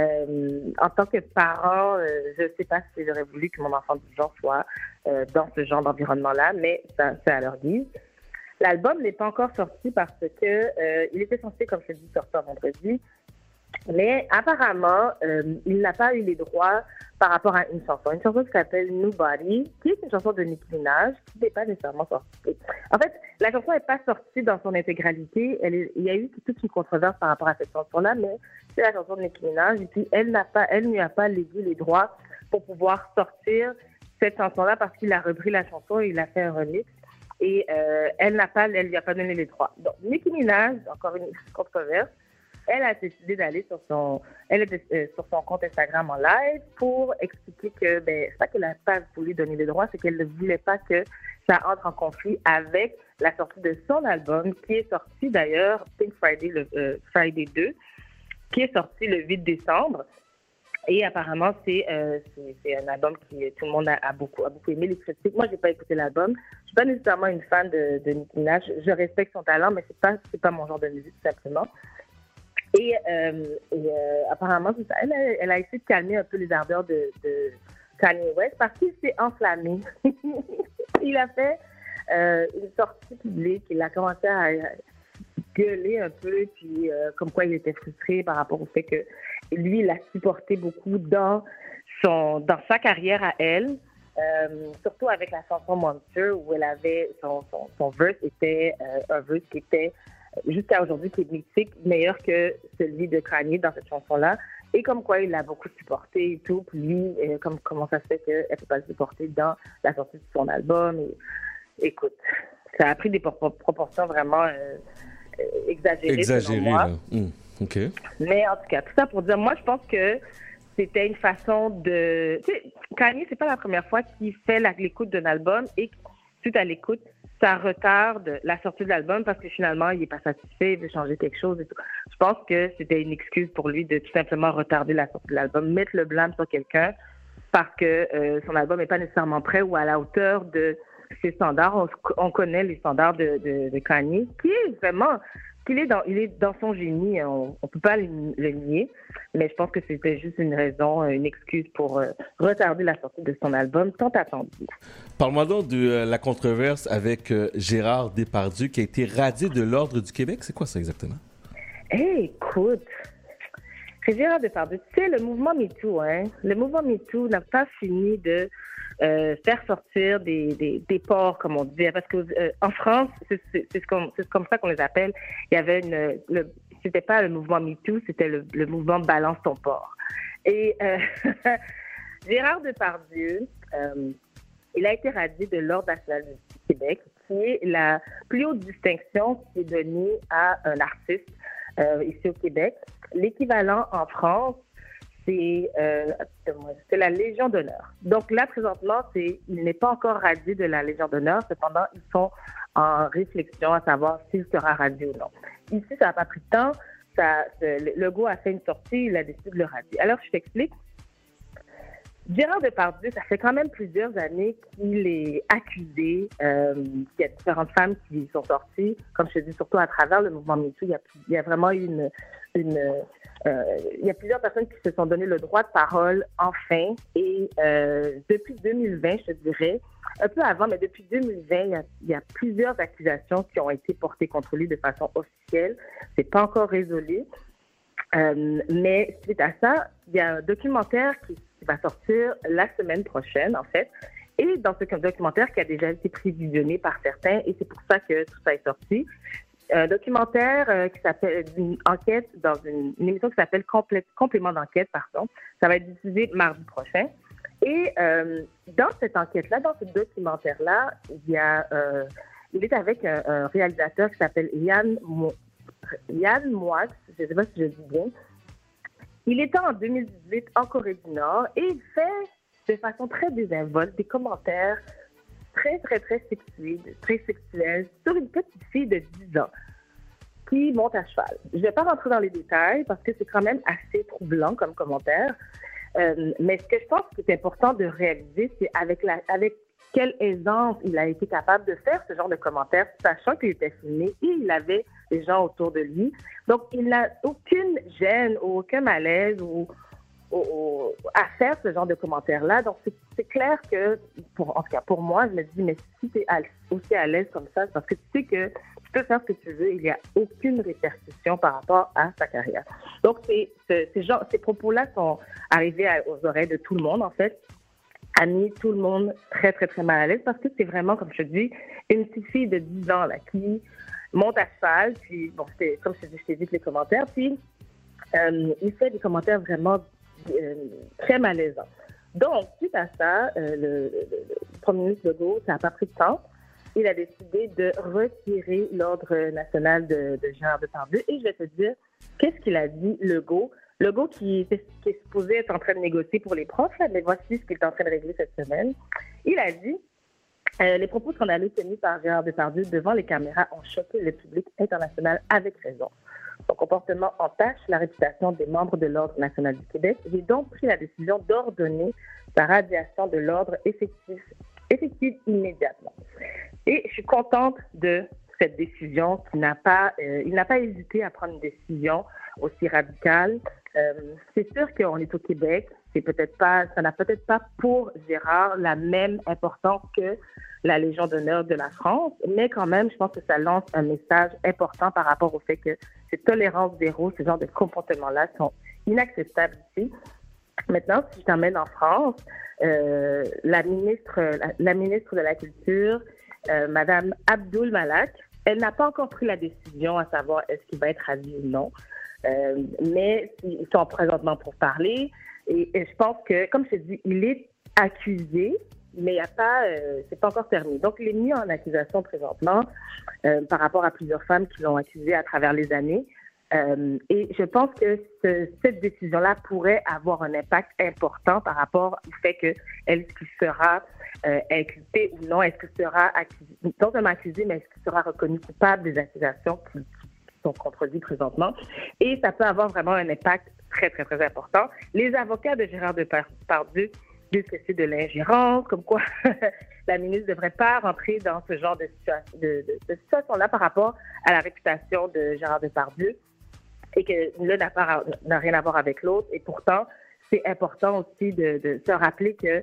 En tant que parent, je sais pas si j'aurais voulu que mon enfant de 10 ans soit dans ce genre d'environnement-là, mais ça, c'est à leur guise. L'album n'est pas encore sorti parce que il était censé, comme je te dis, sortir vendredi. Mais apparemment, il n'a pas eu les droits par rapport à une chanson qui s'appelle Nobody, qui est une chanson de Nicki Minaj, qui n'est pas nécessairement sortie. En fait, la chanson n'est pas sortie dans son intégralité. Il y a eu toute une controverse par rapport à cette chanson-là, mais c'est la chanson de Nicki Minaj, et puis elle ne lui a pas légué les droits pour pouvoir sortir cette chanson-là parce qu'il a repris la chanson et il a fait un remix. Et elle lui a pas donné les droits. Donc, Nicki Minaj, encore une controverse, elle a décidé d'aller sur son compte Instagram en live pour expliquer que, c'est pas qu'elle n'a pas voulu donner les droits, c'est qu'elle ne voulait pas que ça entre en conflit avec la sortie de son album, qui est sorti d'ailleurs, Pink Friday, Friday 2, qui est sorti le 8 décembre. Et apparemment, c'est un album qui tout le monde a beaucoup aimé, les critiques. Moi, j'ai pas écouté l'album. Je suis pas nécessairement une fan de Nicki Minaj. Je respecte son talent, mais c'est pas mon genre de musique, tout simplement. Et apparemment, c'est ça. Elle a essayé de calmer un peu les ardeurs de Kanye West parce qu'il s'est enflammé. Il a fait une sortie publique. Il a commencé à gueuler un peu, puis comme quoi il était frustré par rapport au fait que lui, il a supporté beaucoup dans sa carrière à elle, surtout avec la chanson Monster, où elle avait son verse était un verse qui était jusqu'à aujourd'hui, qui est mythique, meilleur que celui de Kanye dans cette chanson-là. Et comme quoi, il l'a beaucoup supporté et tout. Puis lui, comment ça se fait qu'elle ne peut pas le supporter dans la sortie de son album. Et, écoute, ça a pris des proportions vraiment exagérées selon moi. OK. Mais en tout cas, tout ça pour dire, moi, je pense que c'était une façon de... Tu sais, Kanye, c'est pas la première fois qu'il fait l'écoute d'un album et suite à l'écoute, ça retarde la sortie de l'album parce que finalement, il n'est pas satisfait, il veut changer quelque chose et tout. Je pense que c'était une excuse pour lui de tout simplement retarder la sortie de l'album, mettre le blâme sur quelqu'un parce que son album n'est pas nécessairement prêt ou à la hauteur de ses standards. On connaît les standards de Kanye, qui est vraiment... Il est dans son génie, on ne peut pas le nier, mais je pense que c'était juste une raison, une excuse pour retarder la sortie de son album tant attendu. Parle-moi donc de la controverse avec Gérard Depardieu qui a été radié de l'Ordre du Québec. C'est quoi ça exactement? Écoute, c'est Gérard Depardieu. Tu sais, le mouvement MeToo, le mouvement MeToo n'a pas fini de faire sortir des porcs, comme on dit. Parce que en France, c'est comme ça qu'on les appelle. Il y avait c'était pas le mouvement MeToo, c'était le mouvement Balance ton porc. Et Gérard Depardieu, il a été radié de l'Ordre national du Québec, qui est la plus haute distinction qui est donnée à un artiste ici au Québec. L'équivalent en France, c'est la Légion d'honneur. Donc là, présentement, il n'est pas encore radié de la Légion d'honneur. Cependant, ils sont en réflexion à savoir s'il sera radié ou non. Ici, ça n'a pas pris de temps. Legault a fait une sortie, il a décidé de le radier. Alors, je t'explique. Gérard Depardieu, ça fait quand même plusieurs années qu'il est accusé. Il y a différentes femmes qui sont sorties, comme je te dis, surtout à travers le mouvement MeToo. Il y a vraiment eu il y a plusieurs personnes qui se sont donné le droit de parole, enfin. Et depuis 2020, je te dirais, un peu avant, mais depuis 2020, il y a plusieurs accusations qui ont été portées contre lui de façon officielle. C'est pas encore résolu. Mais suite à ça, il y a un documentaire qui va sortir la semaine prochaine, en fait. Et dans ce documentaire qui a déjà été prévisionné par certains, et c'est pour ça que tout ça est sorti, un documentaire qui s'appelle une enquête dans une émission qui s'appelle Complément d'enquête, pardon. Ça va être diffusé mardi prochain. Et dans cette enquête-là, dans ce documentaire-là, il est avec un réalisateur qui s'appelle Yann Moix, je ne sais pas si je dis bien. Il était en 2018 en Corée du Nord et il fait de façon très désinvolte des commentaires très, très, très sexuels sur une petite fille de 10 ans qui monte à cheval. Je ne vais pas rentrer dans les détails parce que c'est quand même assez troublant comme commentaire. Mais ce que je pense qui est important de réaliser, c'est avec quelle aisance il a été capable de faire ce genre de commentaires, sachant qu'il était filmé et il avait des gens autour de lui. Donc, il n'a aucune gêne ou aucun malaise à faire ce genre de commentaires-là. Donc, c'est clair que, en tout cas pour moi, je me dis, mais si tu es aussi à l'aise comme ça, c'est parce que tu sais que tu peux faire ce que tu veux, il n'y a aucune répercussion par rapport à sa carrière. Donc, ces propos-là sont arrivés aux oreilles de tout le monde, en fait, a mis tout le monde très, très, très mal à l'aise parce que c'est vraiment, comme je te dis, une petite fille de 10 ans là, qui monte à cheval, puis, bon, comme je t'ai dit les commentaires, puis il fait des commentaires vraiment très malaisants. Donc, suite à ça, le premier ministre Legault, ça n'a pas pris de temps. Il a décidé de retirer l'Ordre national de Gérard Depardieu. Et je vais te dire, qu'est-ce qu'il a dit, Legault? Legault qui est supposé être en train de négocier pour les profs, là, mais voici ce qu'il est en train de régler cette semaine. Il a dit les propos scandaleux tenus par Gérard Depardieu devant les caméras ont choqué le public international avec raison. Son comportement entache la réputation des membres de l'Ordre national du Québec. J'ai donc pris la décision d'ordonner sa radiation de l'Ordre effective immédiatement. Et je suis contente de cette décision il n'a pas hésité à prendre une décision aussi radicale. C'est sûr qu'on est au Québec, ça n'a peut-être pas pour Gérard la même importance que la Légion d'honneur de la France, mais quand même, je pense que ça lance un message important par rapport au fait que ces tolérances zéro, ce genre de comportements-là sont inacceptables ici. Maintenant, si je t'emmène en France, la ministre de la Culture, Madame Abdul Malak, elle n'a pas encore pris la décision à savoir est-ce qu'il va être radié ou non. Mais ils sont présentement pour parler. Et je pense que, comme je te dis, il est accusé, mais c'est pas encore terminé. Donc, il est mis en accusation présentement par rapport à plusieurs femmes qui l'ont accusé à travers les années. Et je pense que cette décision-là pourrait avoir un impact important par rapport au fait qu'elle sera inculpée ou non, est-ce qu'elle sera non seulement accusée, mais est-ce qu'elle sera reconnue coupable des accusations qui sont contre lui présentement. Et ça peut avoir vraiment un impact très, très, très important. Les avocats de Gérard Depardieu disent que c'est de l'ingérence, comme quoi la ministre ne devrait pas rentrer dans ce genre de situation-là par rapport à la réputation de Gérard Depardieu et que l'un n'a rien à voir avec l'autre. Et pourtant, c'est important aussi de se rappeler que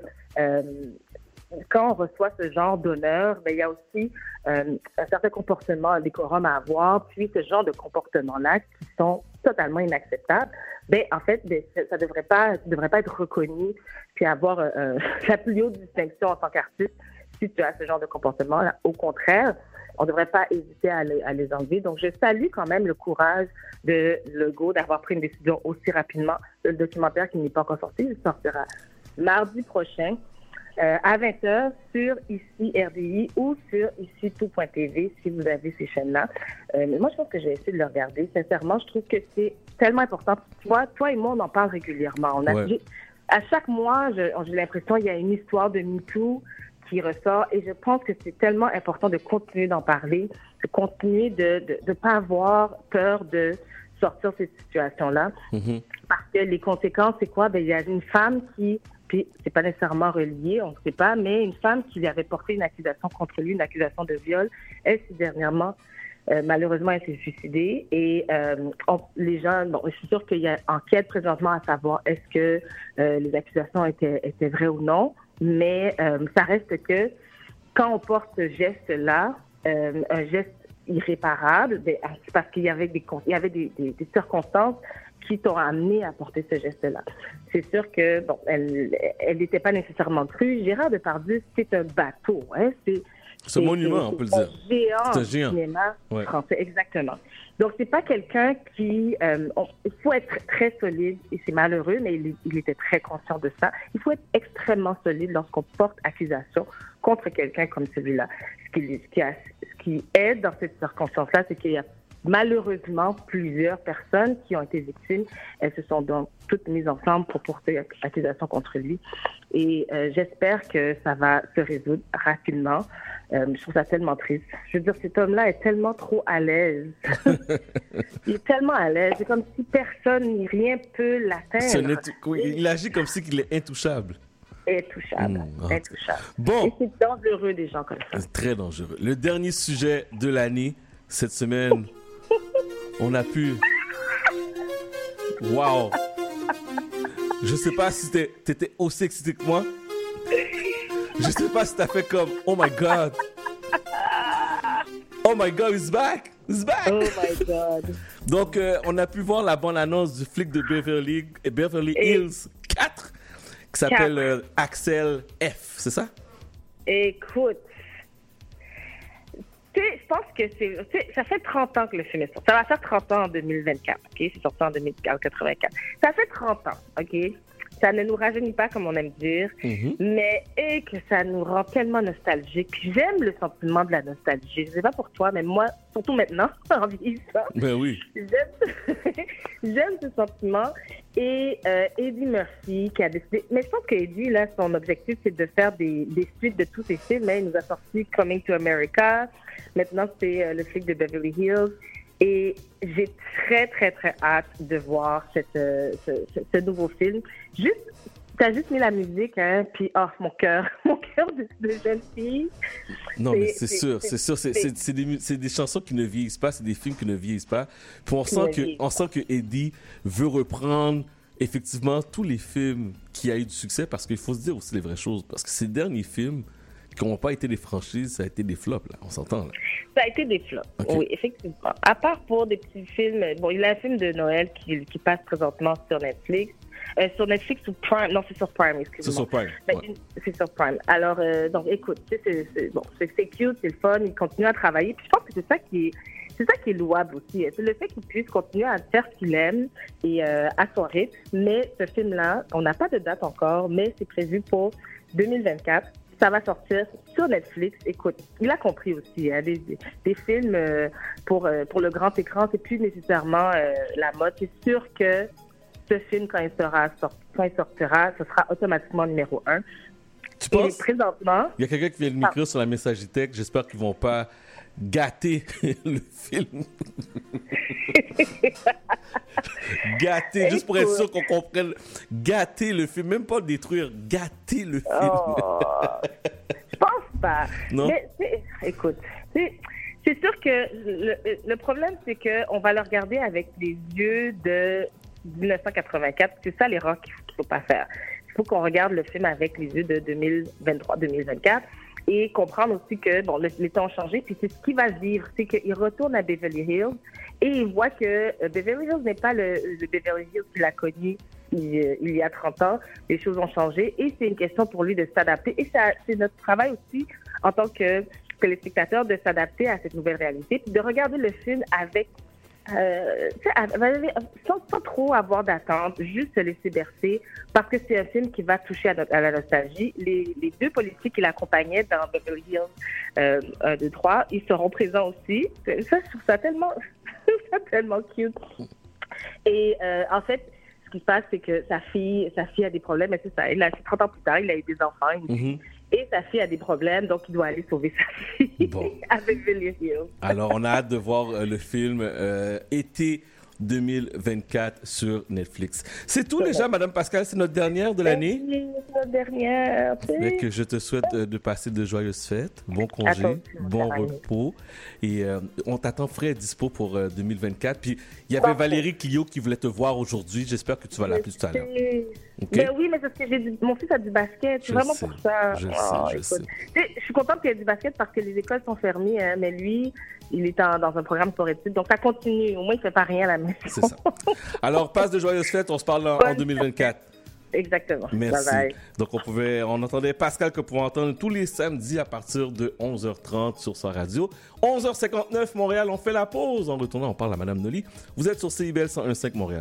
quand on reçoit ce genre d'honneur, il y a aussi un certain comportement, un décorum à avoir, puis ce genre de comportements-là qui sont totalement inacceptables, en fait, ça devrait pas être reconnu puis avoir la plus haute distinction en tant qu'artiste si tu as ce genre de comportement-là. Au contraire, on ne devrait pas hésiter à les enlever. Donc, je salue quand même le courage de Legault d'avoir pris une décision aussi rapidement. Le documentaire qui n'est pas encore sorti, il sortira mardi prochain. À 20h sur ici RDI ou sur ici tout.tv si vous avez ces chaînes-là. Mais moi, je pense que je vais essayer de le regarder. Sincèrement, je trouve que c'est tellement important. Toi et moi, on en parle régulièrement. À chaque mois, j'ai l'impression qu'il y a une histoire de MeToo qui ressort et je pense que c'est tellement important de continuer d'en parler, de continuer de ne pas avoir peur de sortir cette situation-là. Mm-hmm. Parce que les conséquences, c'est quoi? Il y a une femme qui... Puis, c'est pas nécessairement relié, on ne sait pas, mais une femme qui lui avait porté une accusation contre lui, une accusation de viol, elle, dernièrement, malheureusement, elle s'est suicidée. Et les gens, je suis sûre qu'il y a enquête présentement à savoir est-ce que les accusations étaient vraies ou non, mais ça reste que quand on porte ce geste-là, un geste irréparable, c'est parce qu'il y avait des circonstances qui t'ont amené à porter ce geste-là. C'est sûr que, bon, elle n'était pas nécessairement crue. Gérard Depardieu, c'est un bateau, hein. C'est un monument, on peut le dire. C'est un géant. Cinéma français, exactement. Donc, c'est pas quelqu'un qui... il faut être très solide, et c'est malheureux, mais il était très conscient de ça. Il faut être extrêmement solide lorsqu'on porte accusation contre quelqu'un comme celui-là. Ce qui aide dans cette circonstance-là, c'est qu'il y a malheureusement plusieurs personnes qui ont été victimes. Elles se sont donc toutes mises ensemble pour porter accusation contre lui. Et j'espère que ça va se résoudre rapidement. Je trouve ça tellement triste. Je veux dire, cet homme-là est tellement trop à l'aise. Il est tellement à l'aise. C'est comme si personne ni rien peut l'atteindre. Il agit comme si il est intouchable. Intouchable. Bon. Et c'est dangereux, des gens comme ça. C'est très dangereux. Le dernier sujet de l'année, cette semaine, on a pu... Wow! Je sais pas si t'étais aussi excité que moi. Je sais pas si t'as fait comme oh my god, he's back, Oh my god. Donc on a pu voir la bande-annonce du flic de Beverly Hills 4 qui s'appelle Axel F, c'est ça? Écoute, je pense que ça fait 30 ans que le film est sorti. Ça va faire 30 ans en 2024, ok? C'est sorti en 1984. Ça fait 30 ans, ok? Ça ne nous rajeunit pas, comme on aime dire, mais que ça nous rend tellement nostalgiques. Puis j'aime le sentiment de la nostalgie. Je sais pas pour toi, mais moi, surtout maintenant, en vieillissant, ben oui. J'aime ce sentiment. Et Eddie Murphy qui a décidé... Mais je pense qu'Eddie, là, son objectif, c'est de faire des suites de tous ses films. Il nous a sorti Coming to America. Maintenant, c'est le flic de Beverly Hills. Et j'ai très, très, très hâte de voir ce nouveau film. T'as juste mis la musique, hein, puis mon cœur de jeune fille. Non, mais c'est sûr. C'est des chansons qui ne vieillissent pas, c'est des films qui ne vieillissent pas. Puis on sent que Eddie veut reprendre effectivement tous les films qui a eu du succès, parce qu'il faut se dire aussi les vraies choses. Parce que ces derniers films qui n'ont pas été des franchises, ça a été des flops, là. On s'entend, là. Ça a été des flops, oui, effectivement. À part pour des petits films... Bon, il y a un film de Noël qui passe présentement sur Netflix. Sur Netflix ou Prime? Non, c'est sur Prime, excuse-moi. C'est sur Prime. C'est sur Prime. Alors, donc, écoute, c'est cute, c'est le fun, il continue à travailler. Puis je pense que c'est ça qui est louable aussi. C'est le fait qu'il puisse continuer à faire ce qu'il aime et à son rythme. Mais ce film-là, on n'a pas de date encore, mais c'est prévu pour 2024. Ça va sortir sur Netflix. Écoute, il a compris aussi, hein, des films pour le grand écran, c'est plus nécessairement la mode. C'est sûr que ce film, quand il sortira, ce sera automatiquement numéro 1. Tu penses? Présentement... Il y a quelqu'un qui vient de m'écrire sur la messagerie texte. J'espère qu'ils vont pas gâter le film. Gâter, juste pour être sûr qu'on comprenne. Gâter le film, même pas le détruire, gâter le film. Je pense pas. Non? Mais, écoute, c'est sûr que le problème, c'est qu'on va le regarder avec les yeux de 1984. C'est ça l'erreur qu'il faut pas faire. Il faut qu'on regarde le film avec les yeux de 2023-2024 et comprendre aussi que bon, les temps ont changé. Puis c'est ce qu'il va vivre, c'est qu'il retourne à Beverly Hills et il voit que Beverly Hills n'est pas le Beverly Hills qu'il a connu il y a 30 ans. Les choses ont changé et c'est une question pour lui de s'adapter. Et c'est notre travail aussi en tant que téléspectateur de s'adapter à cette nouvelle réalité puis de regarder le film avec sans trop avoir d'attente, juste se laisser bercer, parce que c'est un film qui va toucher à la nostalgie. Les deux policiers qui l'accompagnaient dans Beverly Hills 1, 2, 3, ils seront présents aussi. Ça, je trouve ça tellement cute. Et en fait, ce qui se passe, c'est que sa fille a des problèmes, mais c'est ça. C'est 30 ans plus tard, il a eu des enfants, et sa fille a des problèmes, donc il doit aller sauver sa fille avec Beverly Hills. Alors, on a hâte de voir le film été 2024 sur Netflix. C'est tout déjà, Madame Pascal, c'est notre dernière de l'année. Oui, c'est notre dernière. Fait que je te souhaite de passer de joyeuses fêtes, bon congé, bon repos. Et on t'attend frais et dispo pour 2024. Puis il y avait Valérie Clio qui voulait te voir aujourd'hui. J'espère que tu vas l'appeler tout à l'heure. OK? Ben oui, mais c'est parce que mon fils a du basket. C'est vraiment pour ça. Je sais. Tu sais, je suis contente qu'il y ait du basket parce que les écoles sont fermées, hein, mais lui, il est dans un programme sport-études. Donc, ça continue. Au moins, il ne fait pas rien à la maison. C'est ça. Alors, passe de joyeuses fêtes. On se parle en 2024. Exactement. Merci. Bye bye. Donc, on entendait Pascal que pouvait entendre tous les samedis à partir de 11h30 sur sa radio. 11h59, Montréal, on fait la pause. En retournant, on parle à Mme Noli. Vous êtes sur CIBL 101.5 Montréal.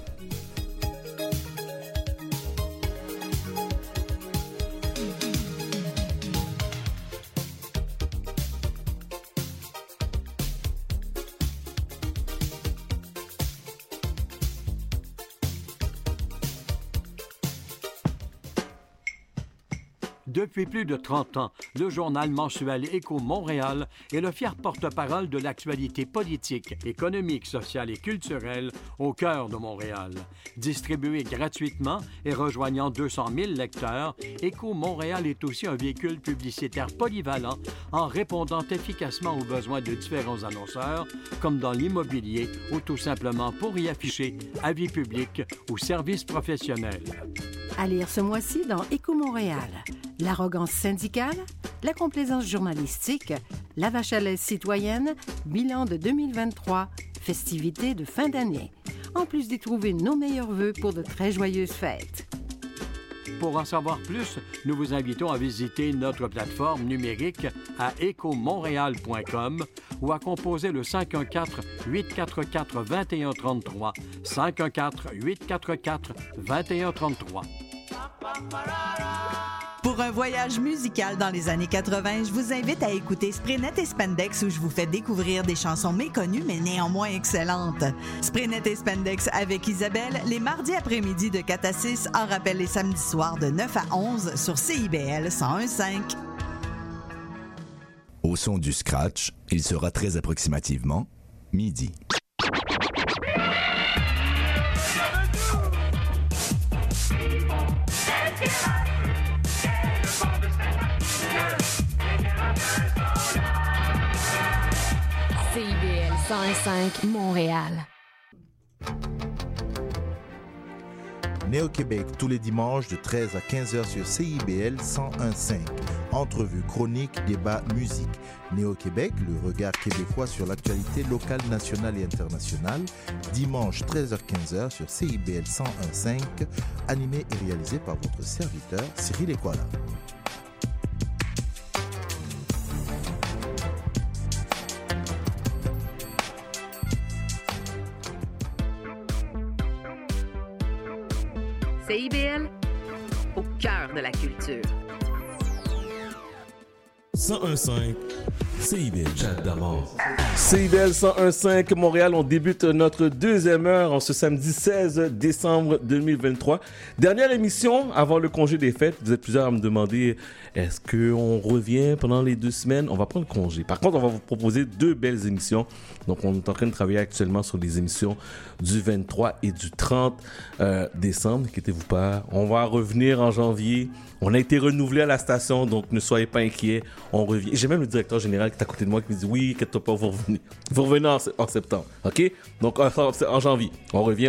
Depuis plus de 30 ans, le journal mensuel Écho Montréal est le fier porte-parole de l'actualité politique, économique, sociale et culturelle au cœur de Montréal. Distribué gratuitement et rejoignant 200 000 lecteurs, Écho Montréal est aussi un véhicule publicitaire polyvalent en répondant efficacement aux besoins de différents annonceurs, comme dans l'immobilier ou tout simplement pour y afficher avis publics ou services professionnels. À lire ce mois-ci dans Écho Montréal. L'arrogance syndicale, la complaisance journalistique, la vache à lait citoyenne, bilan de 2023, festivités de fin d'année. En plus d'y trouver nos meilleurs vœux pour de très joyeuses fêtes. Pour en savoir plus, nous vous invitons à visiter notre plateforme numérique à ecomontréal.com ou à composer le 514-844-2133, 514-844-2133. Pour un voyage musical dans les années 80, je vous invite à écouter Spraynet et Spandex où je vous fais découvrir des chansons méconnues mais néanmoins excellentes. Spraynet et Spandex avec Isabelle, les mardis après-midi de 4 à 6, en rappel les samedis soirs de 9 à 11 sur CIBL 101.5. Au son du scratch, il sera très approximativement midi. CIBL 101.5 Montréal. Né au Québec tous les dimanches de 13 à 15h sur CIBL 101.5. Entrevues, chroniques, débats, musique. Né au Québec, le regard québécois sur l'actualité locale, nationale et internationale. Dimanche 13h-15h sur CIBL 101.5. Animé et réalisé par votre serviteur Cyril Ekwala. CIBL, au cœur de la culture. 101.5 CIBL Chat d'amour. CIBL 101.5 Montréal, on débute notre deuxième heure en ce samedi 16 décembre 2023. Dernière émission avant le congé des fêtes. Vous êtes plusieurs à me demander, est-ce qu'on revient pendant les 2 semaines? On va prendre congé. Par contre, on va vous proposer 2 belles émissions. Donc, on est en train de travailler actuellement sur les émissions du 23 et du 30 décembre. N'inquiétez-vous pas. On va revenir en janvier. On a été renouvelé à la station, donc ne soyez pas inquiets. On revient. J'ai même le directeur général qui est à côté de moi qui me dit, oui, inquiète-toi pas, vous revenez. Vous revenez en septembre. OK? Donc, en janvier. On revient.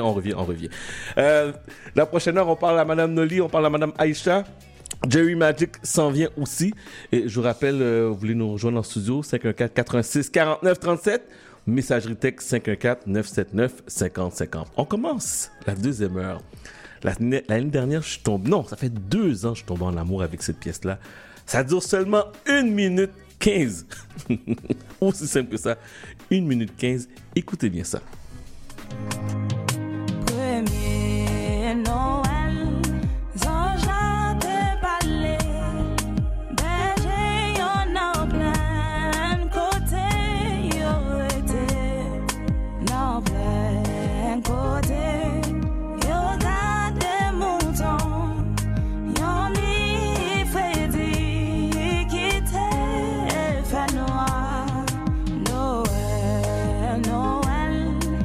La prochaine heure, on parle à Mme Noli, on parle à Mme Aïcha. Jerry Magic s'en vient aussi. Et je vous rappelle, vous voulez nous rejoindre en studio, 514-86-49-37. Messagerie texte 514-979-5050. On commence la deuxième heure. L'année dernière, je suis tombé... Non, ça fait 2 ans que je suis tombé en amour avec cette pièce-là. Ça dure seulement 1 minute 15. Aussi simple que ça. 1 minute 15. Écoutez bien ça. Premier Noël, sans jamais parler, berger y'en a plein côté, y'en été, dans plein côté. Noël,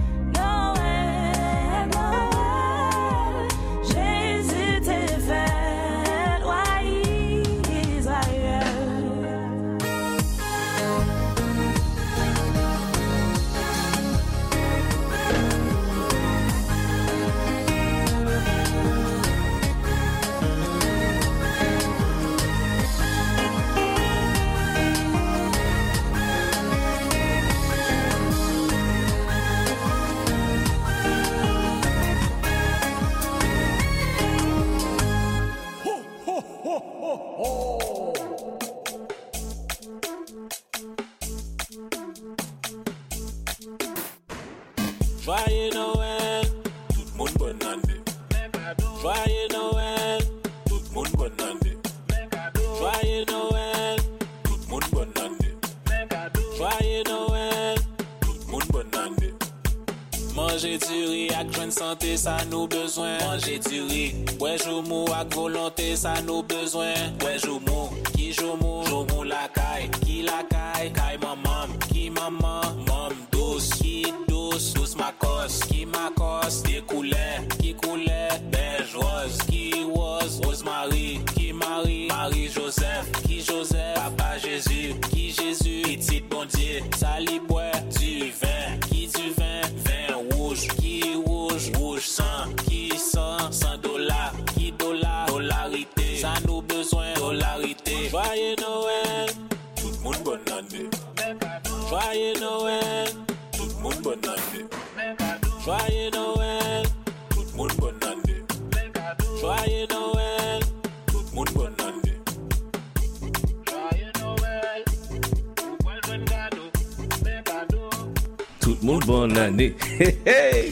Manger du riz ak joine santé, ça nous besoin. Manger du riz, ouais joumou ak volonté, ça nous besoin. Ouais joumou, qui joumou la caille, qui la caille, caille maman, qui maman, mam douce, qui douce, douce ma cos, qui ma cos, des couleurs, qui couleur, beige rose, qui rose, Rosemary, qui Marie, Marie Joseph, qui Joseph, Papa Jésus, qui Jésus, petit bon Dieu, sali bois du vin, qui du vin, vin rouge, qui rouge, rouge sang, qui sang, $100, qui dollar, dollarité, ça nous besoin, dollarité. Joyeux Noël, tout le monde bonne année. Joyeux Noël, tout le monde bonne année. Joyeux Noël, tout le monde bonne année. Joyeux Noël, tout le monde bonne année. Joyeux Noël, bon cadeau, Tout le monde, bonne année. Hey, hey.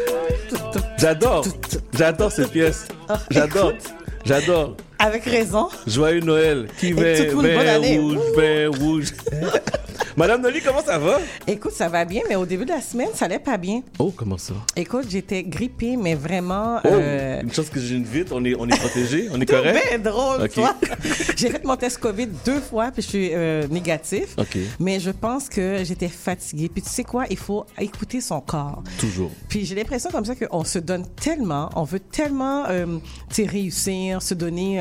J'adore cette pièce. J'adore. Avec raison. Joyeux Noël. Qui Et tout le monde, bonne année. vin rouge. Madame Noli, comment ça va? Écoute, ça va bien, mais au début de la semaine, ça allait pas bien. Oh, comment ça? Écoute, j'étais grippée, mais vraiment... Oh, une chance que je viens vite, on est protégé, on est correct? C'est bien drôle, Okay. toi. J'ai fait mon test COVID 2 fois, puis je suis négatif. OK. Mais je pense que j'étais fatiguée. Puis tu sais quoi? Il faut écouter son corps. Toujours. Puis j'ai l'impression comme ça qu'on se donne tellement, on veut tellement tu sais, réussir, se donner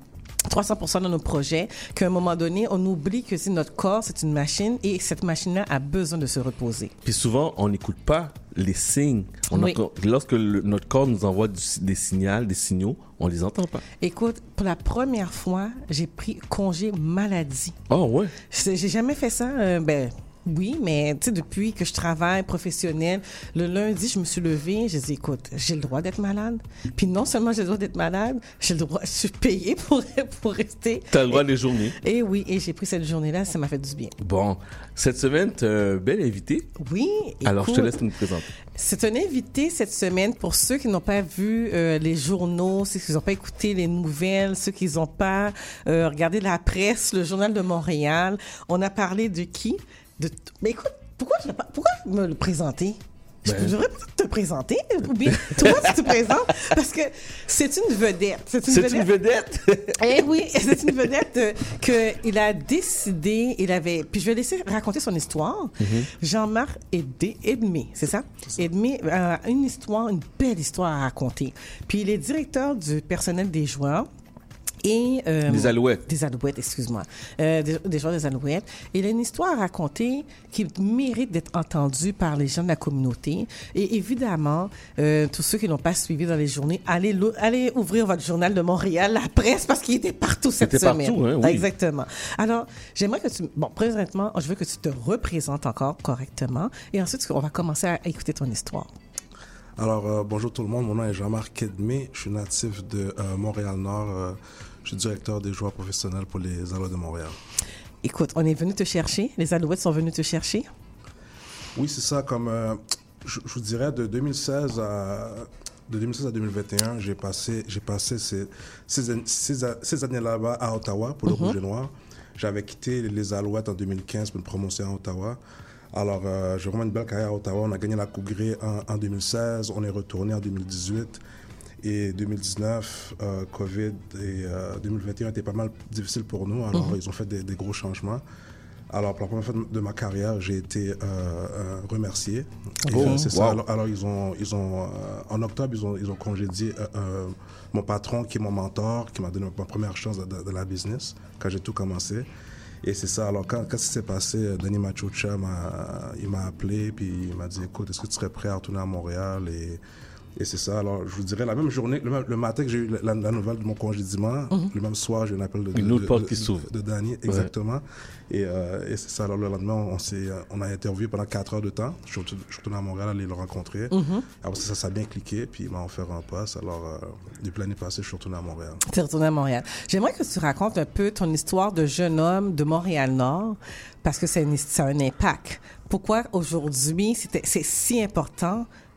300% dans nos projets, qu'à un moment donné, on oublie que c'est notre corps, c'est une machine et cette machine-là a besoin de se reposer. Puis souvent, on n'écoute pas les signes. Oui. Lorsque notre corps nous envoie des signaux, on les entend pas. Écoute, pour la première fois, j'ai pris congé maladie. Oh ouais? J'ai jamais fait ça, oui, mais tu sais, depuis que je travaille professionnel, le lundi, je me suis levée, j'ai dit, écoute, j'ai le droit d'être malade. Puis non seulement j'ai le droit d'être malade, j'ai le droit, je suis payée pour rester. T'as le droit des journées. Et oui, et j'ai pris cette journée-là, ça m'a fait du bien. Bon, cette semaine, t'as un bel invité. Oui, Alors, je te écoute, laisse nous présenter. c'est un invité cette semaine pour ceux qui n'ont pas vu les journaux, ceux qui n'ont pas écouté les nouvelles, ceux qui n'ont pas regardé la presse, le Journal de Montréal. On a parlé de qui? Mais écoute, pourquoi me le présenter? Je devrais peut-être te présenter, ou bien toi, tu te présentes, parce que c'est une vedette. C'est une vedette? Eh oui, c'est une vedette qu'il a décidé, puis je vais laisser raconter son histoire. Jean-Marc Edmé, c'est ça? Edmé a une belle histoire à raconter. Puis il est directeur du personnel des joueurs. Et, des Alouettes. Des Alouettes, excuse-moi. Des joueurs des Alouettes. Il a une histoire à raconter qui mérite d'être entendue par les gens de la communauté. Et évidemment, tous ceux qui n'ont pas suivi dans les journées, allez ouvrir votre Journal de Montréal, la presse, parce qu'il était partout cette semaine. Partout, hein, oui. Exactement. Alors, j'aimerais que présentement, je veux que tu te représentes encore correctement. Et ensuite, on va commencer à écouter ton histoire. Alors, bonjour tout le monde. Mon nom est Jean-Marc Edmé. Je suis natif de Montréal-Nord. Je suis directeur des joueurs professionnels pour les Alouettes de Montréal. Écoute, on est venu te chercher. Les Alouettes sont venus te chercher. Oui, c'est ça. Comme je vous dirais, de 2016 à 2021, j'ai passé ces années là-bas à Ottawa pour le Rouge et Noir. J'avais quitté les Alouettes en 2015 pour une promotion à Ottawa. Alors, j'ai vraiment une belle carrière à Ottawa. On a gagné la Coupe Grey en 2016. On est retourné en 2018. Et 2019, COVID et 2021 étaient pas mal difficiles pour nous. Alors, ils ont fait des gros changements. Alors, pour la première fois de ma carrière, j'ai été remercié. C'est ça. Alors, ils ont en octobre, ils ont congédié mon patron, qui est mon mentor, qui m'a donné ma première chance de la business quand j'ai tout commencé. Et c'est ça. Alors, quand ça s'est passé, Denis Machucha il m'a appelé, puis il m'a dit, écoute, est-ce que tu serais prêt à retourner à Montréal? Et c'est ça. Alors, je vous dirais, la même journée, le matin que j'ai eu la nouvelle de mon congédiement, le même soir, j'ai eu un appel de Danny, exactement. Ouais. Et c'est ça. Alors, le lendemain, on a interviewé pendant 4 heures de temps. Je suis retourné à Montréal, aller le rencontrer. Après ça a bien cliqué, puis il m'a offert un poste. Alors, depuis l'année passée, je suis retourné à Montréal. Tu es retourné à Montréal. J'aimerais que tu racontes un peu ton histoire de jeune homme de Montréal-Nord, parce que ça a un impact. Pourquoi aujourd'hui, c'est si important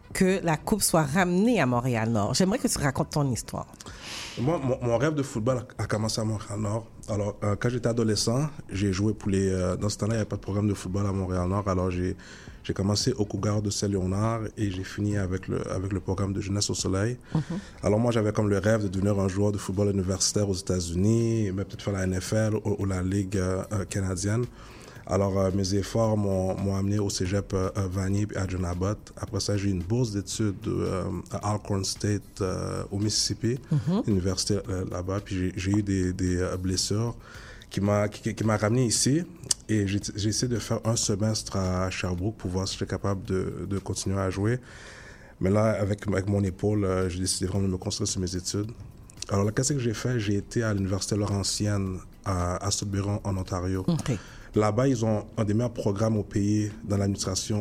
que la Coupe soit ramenée à Montréal-Nord. J'aimerais que tu racontes ton histoire. Moi, mon rêve de football a commencé à Montréal-Nord. Alors, quand j'étais adolescent, j'ai joué pour les... dans ce temps-là, il n'y avait pas de programme de football à Montréal-Nord. Alors, j'ai commencé au Cougar de Saint-Léonard et j'ai fini avec le programme de Jeunesse au Soleil. Alors, moi, j'avais comme le rêve de devenir un joueur de football universitaire aux États-Unis, mais peut-être faire la NFL ou la Ligue canadienne. Alors, mes efforts m'ont amené au cégep Vanier et à John Abbott. Après ça, j'ai eu une bourse d'études à Alcorn State au Mississippi, université là-bas. Puis j'ai eu des blessures qui m'a ramené ici. Et j'ai essayé de faire un semestre à Sherbrooke pour voir si j'étais capable de continuer à jouer. Mais là, avec mon épaule, j'ai décidé vraiment de me concentrer sur mes études. Alors, là, qu'est-ce que j'ai fait? J'ai été à l'Université Laurentienne à Sudbury, en Ontario. Là-bas, ils ont un des meilleurs programmes au pays dans l'administration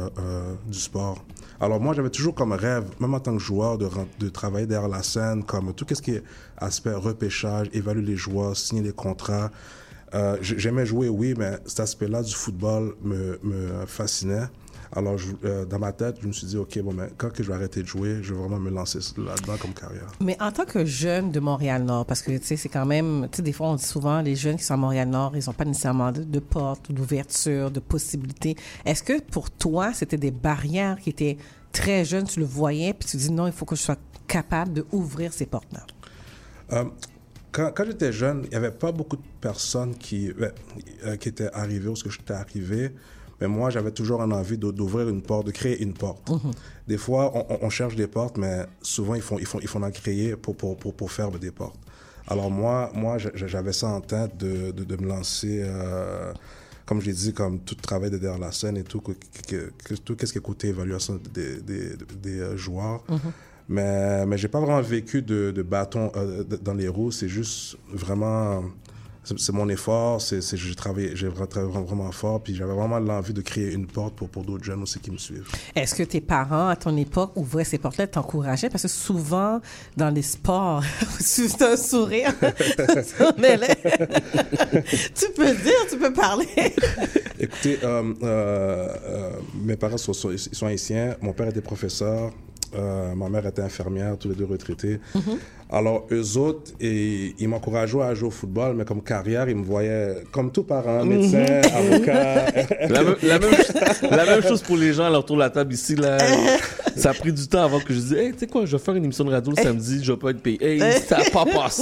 du sport. Alors moi, j'avais toujours comme rêve, même en tant que joueur, de travailler derrière la scène, comme tout ce qui est aspect repêchage, évaluer les joueurs, signer des contrats. J'aimais jouer, oui, mais cet aspect-là du football me fascinait. Alors, dans ma tête, je me suis dit, OK, bon, mais quand que je vais arrêter de jouer, je vais vraiment me lancer là-dedans comme carrière. Mais en tant que jeune de Montréal-Nord, parce que, tu sais, c'est quand même... Tu sais, des fois, on dit souvent, les jeunes qui sont à Montréal-Nord, ils n'ont pas nécessairement de porte, d'ouverture, de possibilités. Est-ce que, pour toi, c'était des barrières qui étaient très jeunes, tu le voyais, puis tu dis, non, il faut que je sois capable d'ouvrir ces portes-là? Quand j'étais jeune, il n'y avait pas beaucoup de personnes qui étaient arrivées où ce que j'étais arrivé. Mais moi, j'avais toujours une envie d'ouvrir une porte, de créer une porte. Des fois, on cherche des portes, mais souvent, il faut en créer pour faire des portes. Alors moi j'avais ça en tête de me lancer, comme je l'ai dit, comme tout travail de derrière la scène et tout qu'est-ce qui est côté évaluation des joueurs. Mais j'ai pas vraiment vécu de bâton dans les roues. C'est juste vraiment... C'est mon effort, j'ai travaillé vraiment fort, puis j'avais vraiment l'envie de créer une porte pour d'autres jeunes aussi qui me suivent. Est-ce que tes parents, à ton époque, ouvraient ces portes-là et t'encourageaient? Parce que souvent, dans les sports, c'est un sourire. Tu peux dire, tu peux parler. Écoutez, mes parents ils sont haïtiens. Mon père était professeur. Ma mère était infirmière, tous les deux retraités. Alors, eux autres, ils m'encourageaient à jouer au football, mais comme carrière, ils me voyaient comme tout parent, médecin, avocat. La même chose pour les gens autour de la table ici. Là. Ça a pris du temps avant que je dise, hey, tu sais quoi, je vais faire une émission de radio le samedi, je vais pas être payé. Hey, ça n'a pas passé.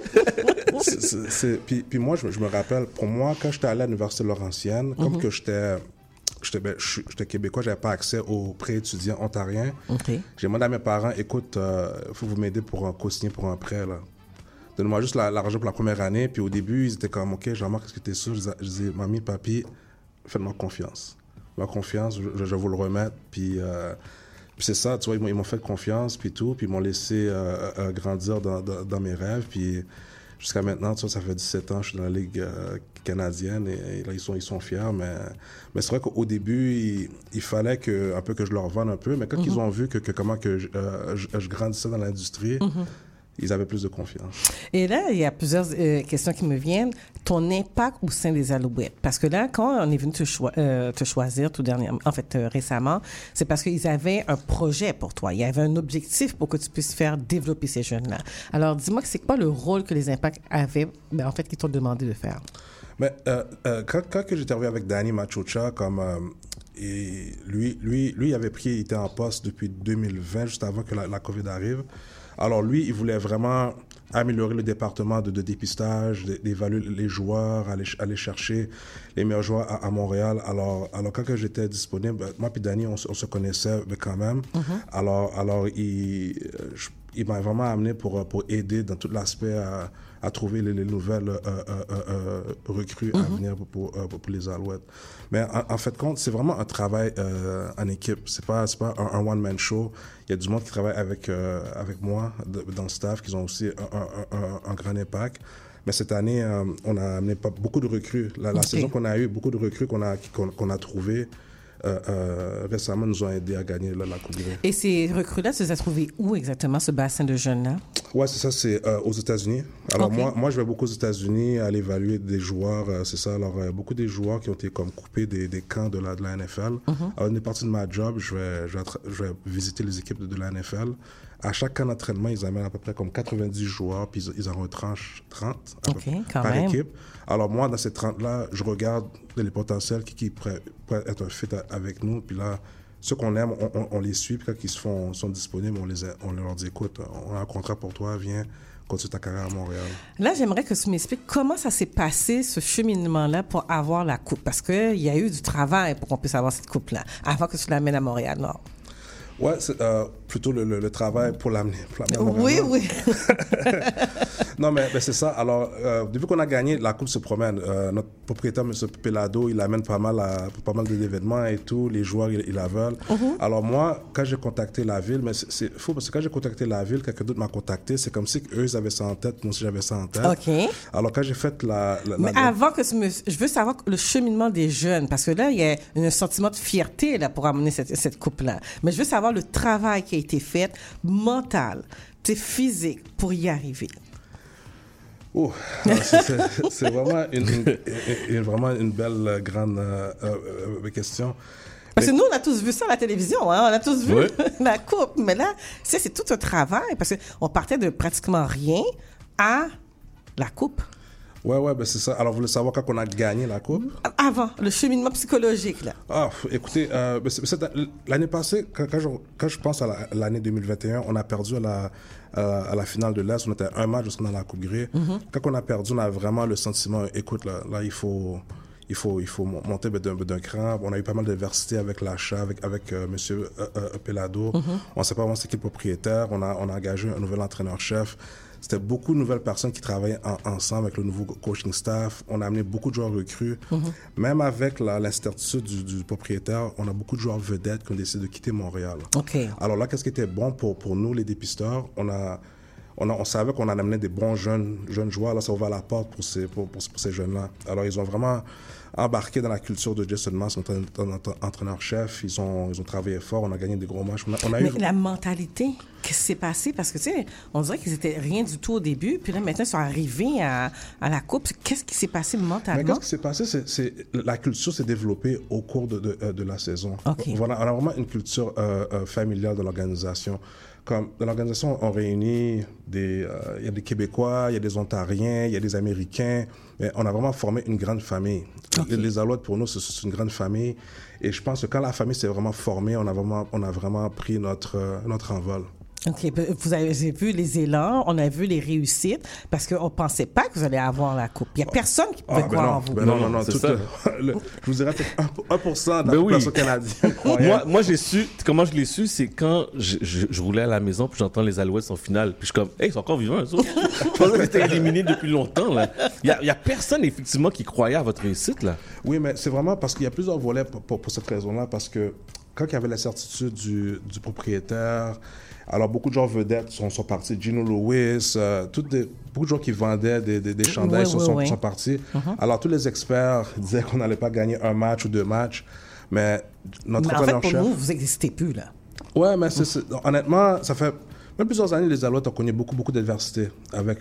Puis moi, je me rappelle, pour moi, quand j'étais allé à l'Université Laurentienne, comme que j'étais québécois, j'avais pas accès aux prêts étudiants ontariens. J'ai demandé à mes parents, écoute, faut vous m'aider pour co-signer pour un prêt, là. Donne-moi juste l'argent pour la première année. Puis au début, ils étaient comme, OK, Jean-Marc, est-ce que tu es sûr? Je disais, mamie, papi, faites-moi confiance. Faites-moi confiance, je vais vous le remettre. Puis c'est ça, tu vois, ils m'ont fait confiance, puis tout. Puis ils m'ont laissé grandir dans mes rêves. Puis jusqu'à maintenant, tu vois, ça fait 17 ans que je suis dans la Ligue canadienne et là, ils sont fiers. Mais c'est vrai qu'au début, il fallait un peu que je leur vende un peu. Mais quand ils ont vu comment je grandissais dans l'industrie, ils avaient plus de confiance. Et là, il y a plusieurs questions qui me viennent. Ton impact au sein des Alouettes. Parce que là, quand on est venu te choisir récemment, c'est parce qu'ils avaient un projet pour toi. Il y avait un objectif pour que tu puisses faire développer ces jeunes-là. Alors, dis-moi, c'est quoi le rôle que les impacts avaient, qu'ils t'ont demandé de faire? Mais quand j'étais arrivé avec Danny Machocha, et lui, il était en poste depuis 2020, juste avant que la COVID arrive. Alors lui, il voulait vraiment améliorer le département de dépistage, d'évaluer les joueurs, aller chercher les meilleurs joueurs à Montréal. Alors quand j'étais disponible, moi et Danny, on se connaissait quand même. Alors il m'a vraiment amené pour aider dans tout l'aspect à trouver les nouvelles recrues à venir pour les Alouettes. Mais en fait compte, c'est vraiment un travail en équipe. C'est pas un one-man show. Il y a du monde qui travaille avec moi dans le staff, qui ont aussi un grand impact. Mais cette année, on a amené beaucoup de recrues. La saison qu'on a eue, beaucoup de recrues qu'on a trouvées. récemment nous ont aidés à gagner la Coupe Grey. Et ces recrues-là, tu les as trouvées où exactement, ce bassin de jeunes-là? Ouais, c'est ça, c'est aux États-Unis. Alors Okay. moi, je vais beaucoup aux États-Unis à évaluer des joueurs, c'est ça. Alors, beaucoup des joueurs qui ont été comme coupés des camps de la NFL. Alors, une partie de ma job, je vais visiter les équipes de la NFL. À chaque camp d'entraînement, ils amènent à peu près comme 90 joueurs, puis ils en retranchent 30 à peu près, quand par même. équipe. Alors moi, dans ces 30-là, je regarde les potentiels qui pourraient être un fit avec nous. Puis là, ceux qu'on aime, on les suit. Puis quand ils sont disponibles, on leur dit, écoute, on a un contrat pour toi, viens, continue ta carrière à Montréal. Là, j'aimerais que tu m'expliques comment ça s'est passé, ce cheminement-là, pour avoir la coupe. Parce qu'il y a eu du travail pour qu'on puisse avoir cette coupe-là, avant que tu l'amènes à Montréal-Nord. Ouais, c'est plutôt le travail pour l'amener. Oui, oui. Non, mais c'est ça. Alors, depuis qu'on a gagné, la Coupe se promène. Notre propriétaire, M. Pelado, il amène pas mal d'événements et tout. Les joueurs, ils la veulent. Alors moi, quand j'ai contacté la ville, mais c'est faux parce que quand j'ai contacté la ville, quelqu'un d'autre m'a contacté. C'est comme si eux, ils avaient ça en tête, moi aussi, j'avais ça en tête. OK. Alors, quand j'ai fait Mais avant que je veux savoir le cheminement des jeunes, parce que là, il y a un sentiment de fierté là, pour amener cette coupe-là. Mais je veux savoir le travail qui a été fait, mental, physique, pour y arriver. Oh, c'est vraiment une belle grande question. Parce que nous, on a tous vu ça à la télévision, hein? On a tous vu la coupe. Mais là, c'est tout un travail, parce qu'on partait de pratiquement rien à la coupe. Ouais, ben c'est ça. Alors, vous voulez savoir quand on a gagné la Coupe? Avant, le cheminement psychologique, là. Ah, écoutez, l'année passée, quand je pense à l'année 2021, on a perdu à la finale de l'Est. On était un match jusqu'à dans la Coupe Grey. Quand on a perdu, on a vraiment le sentiment, écoute, là il faut monter d'un cran. On a eu pas mal d'adversité avec l'achat, avec M. Pelado. On ne sait pas vraiment c'est qui le propriétaire. On a engagé un nouvel entraîneur-chef. C'était beaucoup de nouvelles personnes qui travaillaient ensemble avec le nouveau coaching staff. On a amené beaucoup de joueurs recrues. Même avec l'incertitude du propriétaire, on a beaucoup de joueurs vedettes qui ont décidé de quitter Montréal. Alors là, qu'est-ce qui était bon pour nous, les dépisteurs? On savait qu'on en amenait des bons jeunes joueurs. Là, ça ouvre la porte pour ces jeunes-là. Alors, ils ont vraiment embarqué dans la culture de Jason Maas, notre entraîneur-chef. Ils ont travaillé fort. On a gagné des gros matchs. Mais la mentalité, qu'est-ce qui s'est passé? Parce que, tu sais, on dirait qu'ils étaient rien du tout au début. Puis là, maintenant, ils sont arrivés à la Coupe. Qu'est-ce qui s'est passé mentalement? Mais qu'est-ce qui s'est passé? La culture s'est développée au cours de la saison. Voilà, on a vraiment une culture familiale de l'organisation. Comme dans l'organisation, on réunit il y a des Québécois, il y a des Ontariens, il y a des Américains. Mais on a vraiment formé une grande famille. Les Alouettes, pour nous, c'est une grande famille. Et je pense que quand la famille s'est vraiment formée, on a vraiment pris notre envol. OK. Vous avez vu les élans, on a vu les réussites, parce qu'on ne pensait pas que vous alliez avoir la Coupe. Il n'y a personne qui pouvait croire en vous. Non, c'est ça. Je vous dirais peut-être 1% de la population canadienne croyait. Moi, j'ai su, comment je l'ai su, c'est quand je roulais à la maison, puis j'entends les Alouettes en finale, puis je suis comme, hey, ils sont encore vivants, eux autres. Je pensais qu'ils étaient éliminés depuis longtemps, là. Il y a personne, effectivement, qui croyait à votre réussite, là. Oui, mais c'est vraiment parce qu'il y a plusieurs volets pour cette raison-là, parce que quand il y avait la certitude du propriétaire, alors beaucoup de gens vedettes sont partis. Gino Lewis, beaucoup de gens qui vendaient des chandails sont partis. Alors tous les experts disaient qu'on n'allait pas gagner un match ou deux matchs, mais notre entraîneur-chef... En fait, pour nous, vous n'existez plus, là. Ouais, mais honnêtement, ça fait même plusieurs années, les Alouettes ont connu beaucoup d'adversité avec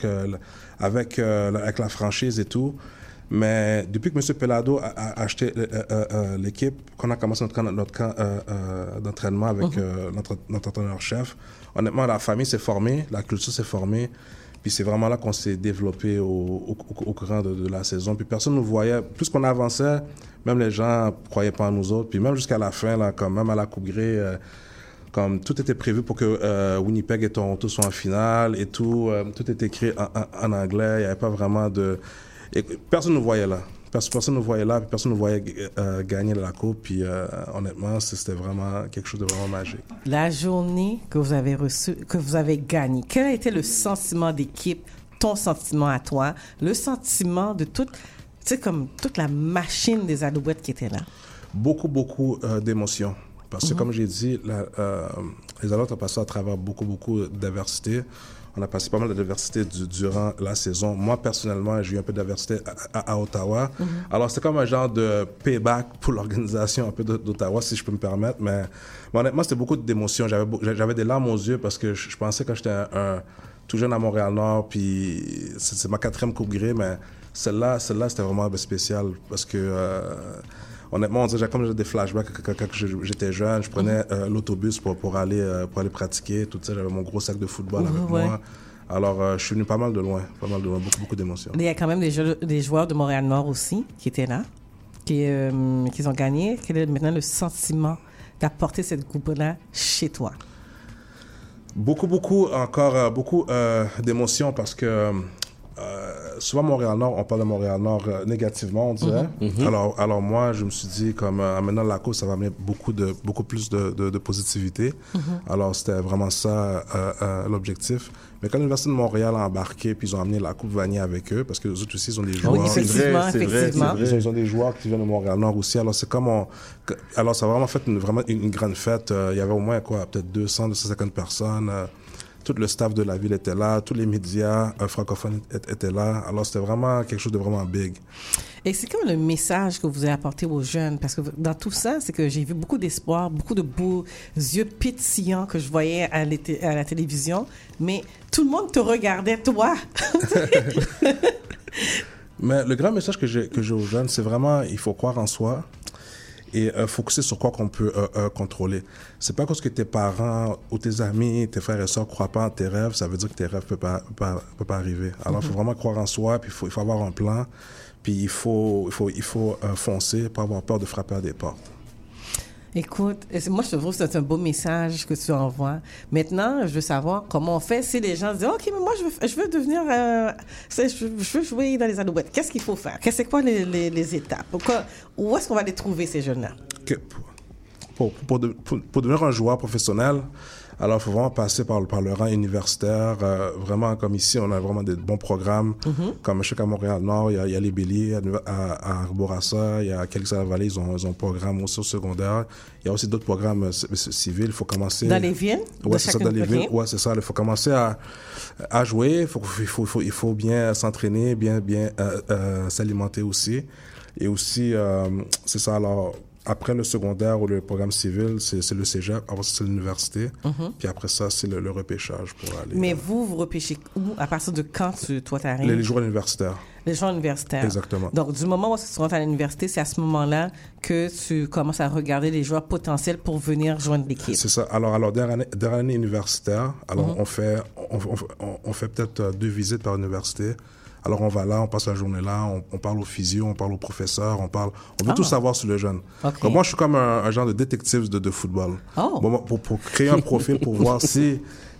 la franchise et tout. Mais depuis que M. Pelado a acheté l'équipe, qu'on a commencé notre camp d'entraînement avec notre entraîneur-chef, honnêtement, la famille s'est formée, la culture s'est formée, puis c'est vraiment là qu'on s'est développé au courant de la saison. Puis personne ne nous voyait. Plus qu'on avançait, même les gens ne croyaient pas en nous autres. Puis même jusqu'à la fin, là, quand même à la Coupe Grey, comme tout était prévu pour que Winnipeg et Toronto soient en finale et tout. Tout était écrit en anglais. Il n'y avait pas vraiment de... Et personne ne nous voyait là. Personne ne nous voyait là, puis personne ne nous voyait gagner la Coupe. Puis honnêtement, c'était vraiment quelque chose de vraiment magique. La journée que vous avez reçue, que vous avez gagné, quel a été le sentiment d'équipe, ton sentiment à toi, le sentiment de toute la machine des Alouettes qui était là? Beaucoup d'émotions. Parce que comme j'ai dit, les Alouettes ont passé à travers beaucoup d'adversité. On a passé pas mal d'adversité durant la saison. Moi, personnellement, j'ai eu un peu d'adversité à Ottawa. Alors, c'était comme un genre de payback pour l'organisation un peu d'Ottawa, si je peux me permettre. Mais honnêtement, c'était beaucoup d'émotions. J'avais des larmes aux yeux parce que je pensais quand j'étais tout jeune à Montréal-Nord, puis c'est ma 4e Coupe Grey, mais celle-là, c'était vraiment spécial parce que... honnêtement, on dirait comme j'ai des flashbacks quand j'étais jeune. Je prenais l'autobus pour aller pratiquer. Tout ça, j'avais mon gros sac de football avec moi. Alors, je suis venu pas mal de loin, beaucoup d'émotions. Il y a quand même des joueurs de Montréal-Nord aussi qui étaient là, qui ont gagné. Quel est maintenant le sentiment d'apporter cette coupe-là chez toi? Beaucoup d'émotions parce que... souvent Montréal-Nord, on parle de Montréal-Nord négativement, on dirait. Alors moi, je me suis dit, comme maintenant la coupe, ça va amener beaucoup plus de positivité. Alors c'était vraiment ça l'objectif. Mais quand l'Université de Montréal a embarqué, puis ils ont amené la Coupe Vanier avec eux, parce que les autres aussi, ils ont des joueurs. Oui, effectivement. Ils ont des joueurs qui viennent de Montréal-Nord aussi. Alors c'est comme alors ça a vraiment fait une grande fête. Il y avait au moins peut-être 250 personnes. Tout le staff de la ville était là, tous les médias francophones étaient là. Alors, c'était vraiment quelque chose de vraiment big. Et c'est comme le message que vous avez apporté aux jeunes? Parce que dans tout ça, c'est que j'ai vu beaucoup d'espoir, beaucoup de beaux yeux pétillants que je voyais à la télévision. Mais tout le monde te regardait, toi! Mais le grand message que j'ai aux jeunes, c'est vraiment, il faut croire en soi. Et focuser sur quoi qu'on peut contrôler. C'est pas parce que tes parents ou tes amis, tes frères et sœurs croient pas en tes rêves, ça veut dire que tes rêves peuvent pas arriver. Alors, il faut vraiment croire en soi, puis il faut avoir un plan, puis il faut foncer, pas avoir peur de frapper à des portes. Écoute, moi, je trouve que c'est un beau message que tu envoies. Maintenant, je veux savoir comment on fait si les gens disent « OK, mais moi, je veux devenir... je veux jouer dans les Alouettes. » Qu'est-ce qu'il faut faire? C'est quoi les étapes? Où est-ce qu'on va les trouver, ces jeunes-là? Pour devenir un joueur professionnel, alors il faut vraiment passer par le rang universitaire. Vraiment, comme ici, on a vraiment des bons programmes. Comme je sais qu'à Montréal-Nord, il y a les Béliers, à Arbourassa, il y a Calix-à-la-Vallée, ils ont un programme aussi au secondaire. Il y a aussi d'autres programmes civils. Il faut commencer... Dans les villes? Oui, c'est ça, dans les villes. Oui, c'est ça. Il faut commencer à jouer. Il faut bien s'entraîner, bien s'alimenter aussi. Et aussi, c'est ça, alors... Après le secondaire ou le programme civil, c'est le cégep, après c'est l'université, puis après ça, c'est le repêchage pour aller... Mais vous repêchez où? À partir de quand toi t'arrives? Les joueurs universitaires. Les joueurs universitaires. Exactement. Donc, du moment où tu rentres à l'université, c'est à ce moment-là que tu commences à regarder les joueurs potentiels pour venir joindre l'équipe. C'est ça. Alors dernière année universitaire, alors on fait peut-être 2 visites par université. Alors, on va là, on passe la journée là, on parle aux physio, on parle aux professeurs, on veut tout savoir sur le jeune. Okay. Donc, moi, je suis comme un genre de détective de football. Bon, pour créer un profil, pour voir si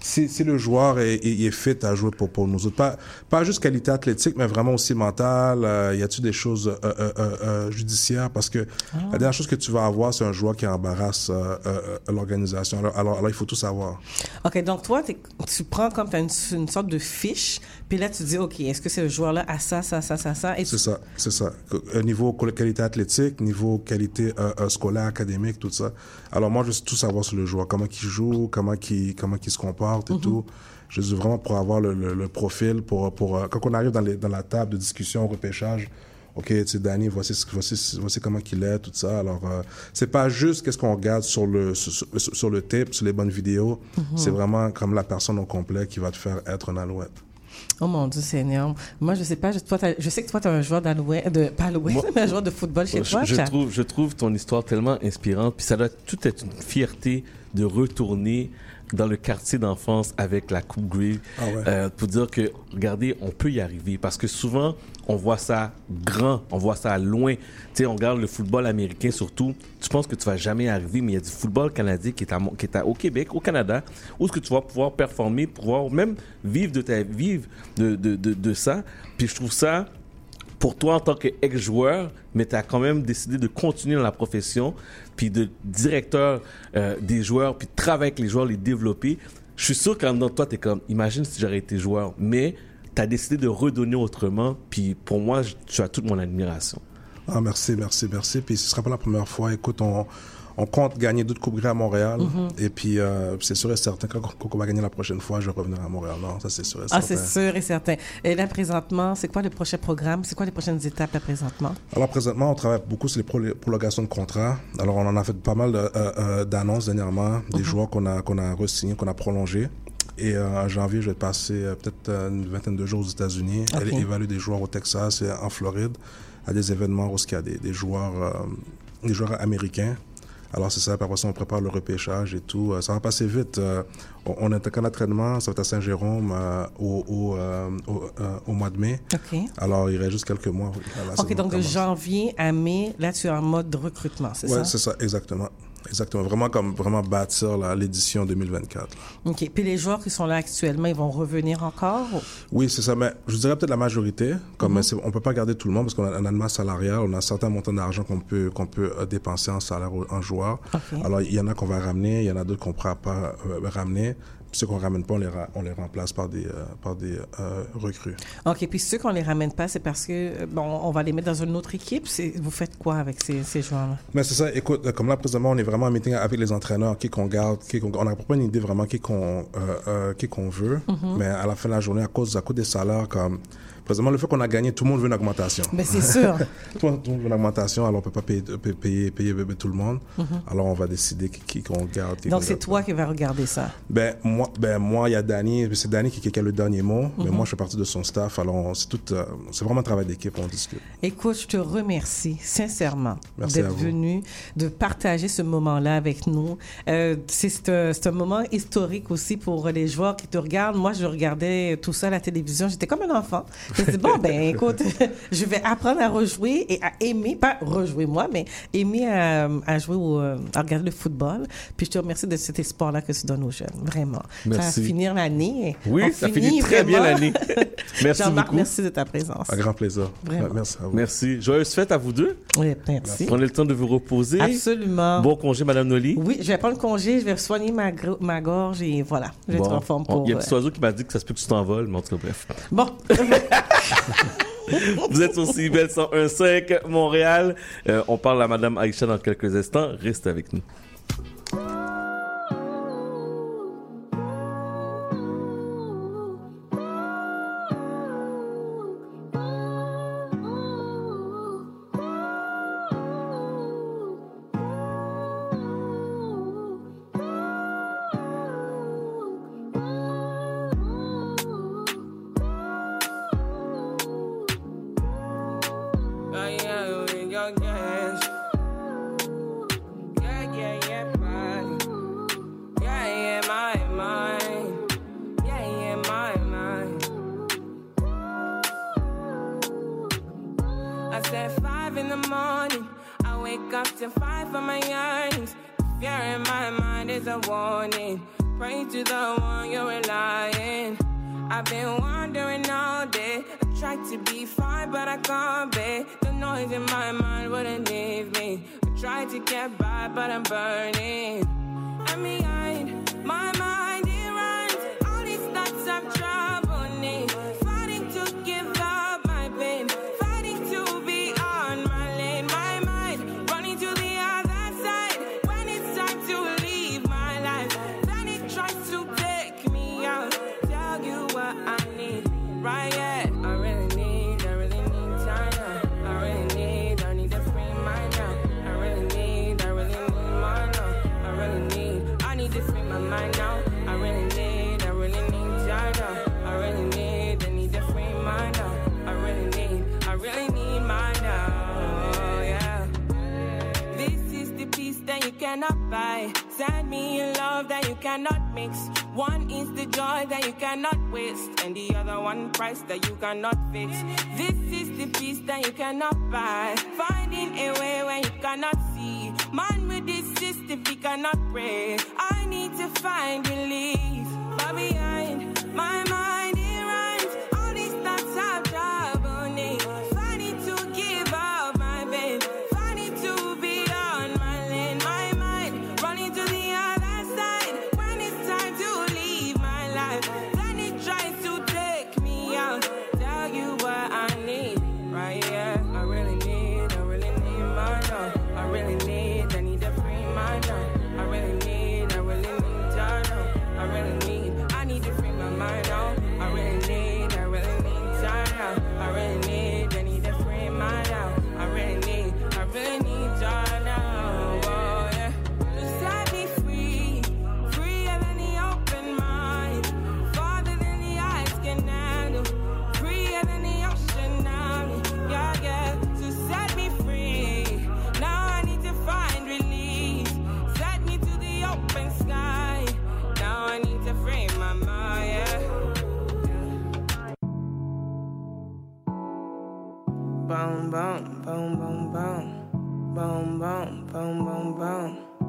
le joueur est fit à jouer pour nous autres. Pas juste qualité athlétique, mais vraiment aussi mentale. Y a-t-il des choses judiciaires? Parce que la dernière chose que tu vas avoir, c'est un joueur qui embarrasse l'organisation. Alors, il faut tout savoir. OK, donc toi, tu prends comme une sorte de fiche, puis là, tu dis, OK, est-ce que ce joueur-là a ça? Et c'est ça. Niveau qualité athlétique, niveau qualité scolaire, académique, tout ça. Alors, moi, je veux tout savoir sur le joueur. Comment il joue, comment il se comporte et tout. Je veux vraiment pour avoir le profil, pour quand on arrive dans la table de discussion, repêchage, OK, tu sais, Danny, voici comment il est, tout ça. Alors, c'est pas juste qu'est-ce qu'on regarde sur le tape, sur les bonnes vidéos. C'est vraiment comme la personne au complet qui va te faire être un Alouette. Oh mon Dieu Seigneur. Moi, je sais pas, je sais que toi, tu es un joueur pas Alouette, mais un joueur de football chez toi. Je trouve ton histoire tellement inspirante, puis ça doit tout être une fierté de retourner dans le quartier d'enfance avec la Coupe Grey pour dire que, regardez, on peut y arriver. Parce que souvent, on voit ça grand, on voit ça loin. Tu sais, on regarde le football américain surtout. Tu penses que tu vas jamais y arriver, mais il y a du football canadien qui est au Québec, au Canada, où est-ce que tu vas pouvoir performer, pouvoir même vivre de ça. Puis je trouve ça, pour toi en tant qu'ex-joueur, mais tu as quand même décidé de continuer dans la profession, puis de directeur des joueurs, puis de travailler avec les joueurs, les développer. Je suis sûr qu'en dedans de toi, tu es comme, imagine si j'aurais été joueur, mais tu as décidé de redonner autrement, puis pour moi, tu as toute mon admiration. Ah, merci. Puis ce ne sera pas la première fois. Écoute, on compte gagner d'autres Coupes Grey à Montréal. Et puis, c'est sûr et certain, quand on va gagner la prochaine fois, je reviendrai à Montréal. Non, ça, c'est sûr et certain. Ah, c'est sûr et certain. Et là, présentement, c'est quoi le prochain programme? C'est quoi les prochaines étapes, là, présentement? Alors, présentement, on travaille beaucoup sur les prolongations de contrats. Alors, on en a fait pas mal d'annonces dernièrement, des joueurs qu'on a re-signés, qu'on a prolongés. Et en janvier, je vais passer peut-être une vingtaine de jours aux États-Unis, aller évaluer des joueurs au Texas et en Floride, à des événements où il y a des joueurs américains. Alors, c'est ça. Après ça, on prépare le repêchage et tout. Ça va passer vite. On est en camp d'entraînement. Ça va être à Saint-Jérôme au mois de mai. Alors, il reste juste quelques mois. OK, donc de janvier à mai, là, tu es en mode recrutement, c'est ça? Oui, c'est ça, exactement. Exactement. Vraiment bâtir l'édition 2024. Là. OK. Puis les joueurs qui sont là actuellement, ils vont revenir encore? Oui, c'est ça. Mais je dirais peut-être la majorité. On ne peut pas garder tout le monde parce qu'on a une masse salariale. On a un certain montant d'argent qu'on peut dépenser en salaire en joueur. Alors, il y en a qu'on va ramener. Il y en a d'autres qu'on ne pourra pas ramener. Ceux qu'on ne ramène pas, on les remplace par des recrues. OK. Puis ceux qu'on ne les ramène pas, c'est parce que, on va les mettre dans une autre équipe. Vous faites quoi avec ces joueurs-là? Mais c'est ça. Écoute, comme là, présentement, on est vraiment en meeting avec les entraîneurs, qui qu'on garde, on n'a pas une idée vraiment qui qu'on veut. Mais à la fin de la journée, à cause des salaires, comme... Présentement, le fait qu'on a gagné, tout le monde veut une augmentation. Mais c'est sûr. Tout le monde veut une augmentation, alors on ne peut pas payer tout le monde. Alors, on va décider qui qu'on garde. Donc, c'est toi qui vas regarder ça? Moi, il y a Danny. C'est Danny qui a le dernier mot. Mais moi, je fais partie de son staff. Alors, c'est vraiment un travail d'équipe, on discute. Écoute, je te remercie sincèrement d'être venu, de partager ce moment-là avec nous. C'est un moment historique aussi pour les joueurs qui te regardent. Moi, je regardais tout ça à la télévision. J'étais comme un enfant. Je me dis, écoute, je vais apprendre à rejouer et à aimer, pas rejouer moi, mais aimer à jouer à regarder le football. Puis je te remercie de cet espoir-là que tu donnes aux jeunes, vraiment. Merci. Ça va finir l'année. Oui, ça finit très bien l'année. Merci Jean-Marc, beaucoup. Merci de ta présence. Un grand plaisir. Vraiment. Merci à vous. Merci. Joyeuse fête à vous deux. Oui, merci. Prenez le temps de vous reposer. Absolument. Bon congé, Madame Noli. Oui, je vais prendre congé, je vais soigner ma gorge et voilà, je vais être en forme pour... Il y a un petit oiseau qui m'a dit que ça se peut que tu t'envoles, mais en tout cas, bref. Bon. Vous êtes au CIBEL 101.5 Montréal. On parle à Madame Aïcha dans quelques instants. Reste avec nous. Send me a love that you cannot mix. One is the joy that you cannot waste, and the other one price that you cannot fix. This is the peace that you cannot buy. Finding a way where you cannot see. Man with this system, he cannot pray. I need to find relief. But behind my mind, it runs. All these thoughts have trouble me. Finding to give up my pain. Finding to be on my lane. My mind running to the other side. When it's time to leave my life, then it tries to take me out. Tell you what I need, right? Yeah, I really need my love. I need to free my Boom, boom, boom, boom, boom. Boom, boom, boom, boom, boom.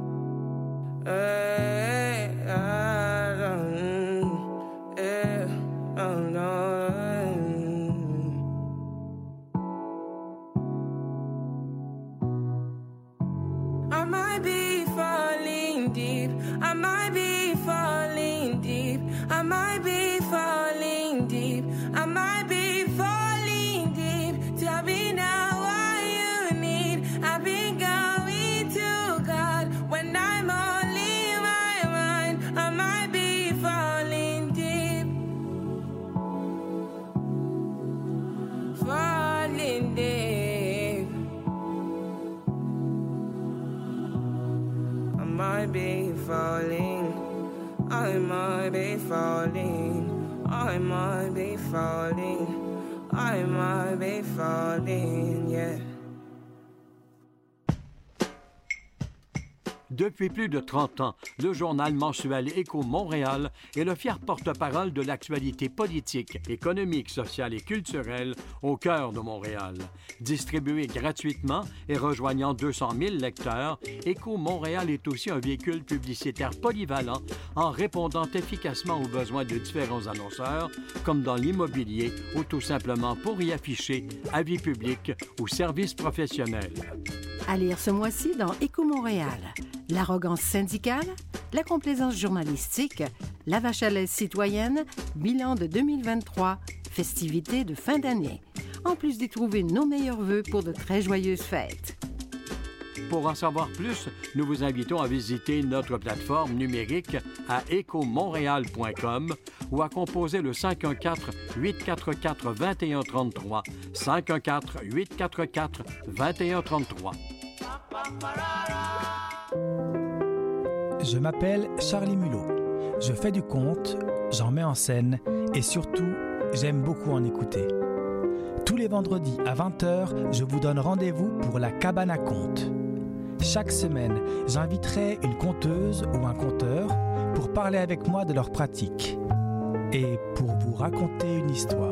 Hey, I don't, yeah, oh no. I might be falling deep. I might be falling deep. I might be falling deep. I might be falling deep. Tell me now what you need. I've been going to God when I'm only in my mind. I might be falling deep. Falling deep. I might be falling. I might be falling. I might be falling. I might be falling, yeah. Depuis plus de 30 ans, le journal mensuel Écho Montréal est le fier porte-parole de l'actualité politique, économique, sociale et culturelle au cœur de Montréal. Distribué gratuitement et rejoignant 200 000 lecteurs, Écho Montréal est aussi un véhicule publicitaire polyvalent en répondant efficacement aux besoins de différents annonceurs, comme dans l'immobilier ou tout simplement pour y afficher avis publics ou services professionnels. À lire ce mois-ci dans Écho Montréal. L'arrogance syndicale, la complaisance journalistique, la vache à lait citoyenne, bilan de 2023, festivités de fin d'année. En plus d'y trouver nos meilleurs vœux pour de très joyeuses fêtes. Pour en savoir plus, nous vous invitons à visiter notre plateforme numérique à ecomontréal.com ou à composer le 514-844-2133, 514-844-2133. Je m'appelle Charlie Mulot. Je fais du conte, j'en mets en scène et surtout, j'aime beaucoup en écouter. Tous les vendredis à 20h, je vous donne rendez-vous pour la cabane à contes. Chaque semaine, j'inviterai une conteuse ou un conteur pour parler avec moi de leur pratique et pour vous raconter une histoire.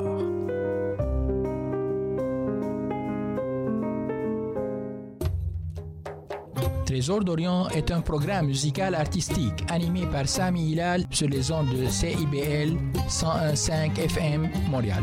Trésor d'Orient est un programme musical artistique animé par Sami Hilal sur les ondes de CIBL 101.5 FM Montréal.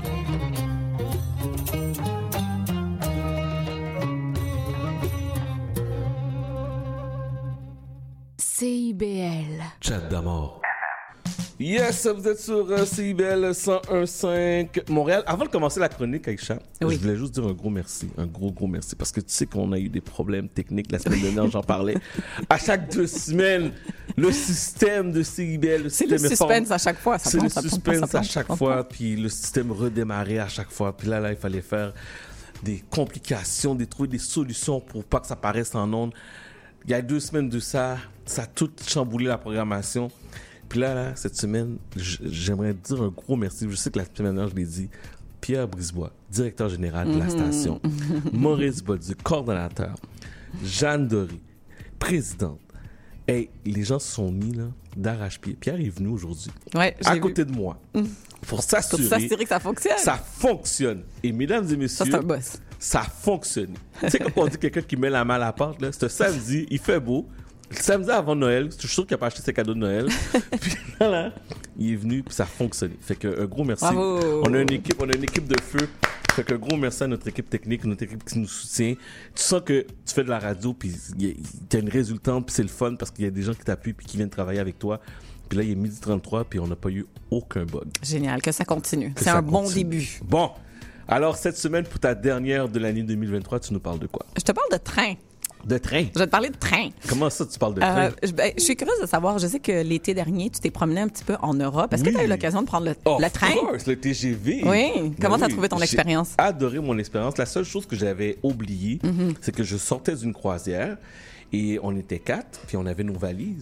CIBL. Chat d'amour. Yes, vous êtes sur CIBL 101.5 Montréal. Avant de commencer la chronique, Aïcha, je voulais juste dire un gros merci. Un gros merci. Parce que tu sais qu'on a eu des problèmes techniques la semaine dernière, j'en parlais. À chaque 2 semaines, le système de CIBL... C'est le suspense à chaque fois. C'est le suspense à chaque fois. Puis le système redémarrait à chaque fois. Puis là, il fallait faire des complications, trouver des solutions pour pas que ça paraisse en ondes. Il y a 2 semaines de ça, ça a tout chamboulé la programmation. Puis là, cette semaine, j'aimerais dire un gros merci. Je sais que la semaine dernière, je l'ai dit. Pierre Brisebois, directeur général de la station. Maurice Bolduc, coordonnateur. Jeanne Doré, présidente. Hey, les gens se sont mis là, d'arrache-pied. Pierre est venu aujourd'hui, à côté de moi, pour s'assurer que ça fonctionne. Ça fonctionne. Et mesdames et messieurs, ça, c'est un boss. Ça fonctionne. Tu sais, quand on dit quelqu'un qui met la main à la porte, là, ce samedi, il fait beau. Le samedi avant Noël, je suis sûr qu'il n'a pas acheté ses cadeaux de Noël. Puis là, il est venu, puis ça a fonctionné. Fait que un gros merci. Bravo. On a une équipe de feu. Fait que un gros merci à notre équipe technique, notre équipe qui nous soutient. Tu sens que tu fais de la radio, puis il y a une résultante, puis c'est le fun parce qu'il y a des gens qui t'appuient puis qui viennent travailler avec toi. Puis là, il est 12h33, puis on n'a pas eu aucun bug. Génial, que ça continue. C'est un bon début. Bon. Alors, cette semaine, pour ta dernière de l'année 2023, tu nous parles de quoi? Je te parle de train. De train? Je vais te parler de train. Comment ça, tu parles de train? Je suis curieuse de savoir, je sais que l'été dernier, tu t'es promené un petit peu en Europe. Est-ce que tu as eu l'occasion de prendre le train? Of course, le TGV. Oui. Comment tu as trouvé ton expérience? J'ai adoré mon expérience. La seule chose que j'avais oubliée, c'est que je sortais d'une croisière et on était 4, puis on avait nos valises.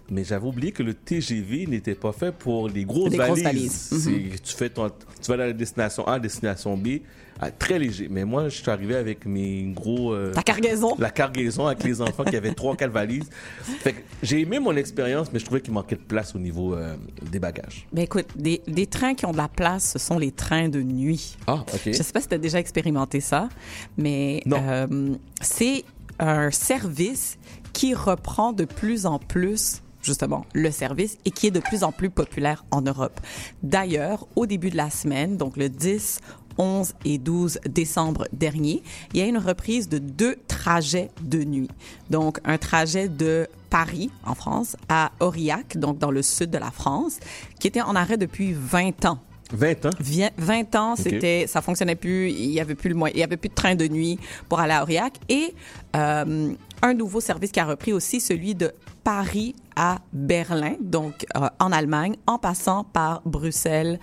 Mais j'avais oublié que le TGV n'était pas fait pour les grosses valises. Tu vas dans la destination A, destination B, très léger. Mais moi, je suis arrivé avec mes gros... Ta cargaison. La cargaison avec les enfants qui avaient 3-4 valises. Fait que j'ai aimé mon expérience, mais je trouvais qu'il manquait de place au niveau des bagages. Ben écoute, des trains qui ont de la place, ce sont les trains de nuit. Ah, OK. Je sais pas si tu as déjà expérimenté ça, mais c'est un service qui reprend de plus en plus justement le service et qui est de plus en plus populaire en Europe. D'ailleurs, au début de la semaine, donc le 10, 11 et 12 décembre dernier, il y a une reprise de 2 trajets de nuit. Donc, un trajet de Paris, en France, à Aurillac, donc dans le sud de la France, qui était en arrêt depuis 20 ans. 20 ans? 20 ans, Okay. ça fonctionnait plus, il y avait plus de train de nuit pour aller à Aurillac. Et un nouveau service qui a repris aussi, celui de Paris à Berlin, donc en Allemagne, en passant par Bruxelles,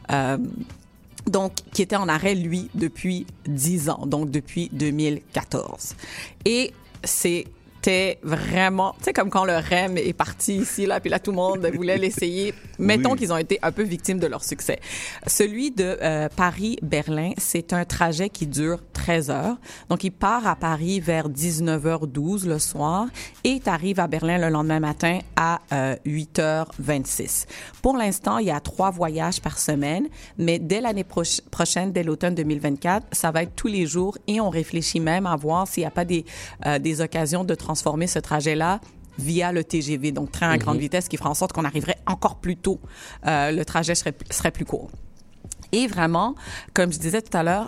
donc qui était en arrêt, lui, depuis 10 ans, donc depuis 2014. Et c'était vraiment, tu sais, comme quand le REM est parti ici, là, puis là, tout le monde voulait l'essayer. Mettons qu'ils ont été un peu victimes de leur succès. Celui de Paris-Berlin, c'est un trajet qui dure 13 heures. Donc, il part à Paris vers 19h12 le soir et t'arrives à Berlin le lendemain matin à 8h26. Pour l'instant, il y a 3 voyages par semaine, mais dès l'année prochaine, dès l'automne 2024, ça va être tous les jours et on réfléchit même à voir s'il n'y a pas des occasions de transformer ce trajet-là via le TGV, donc train à grande vitesse, qui fera en sorte qu'on arriverait encore plus tôt. Le trajet serait plus court. Et vraiment, comme je disais tout à l'heure,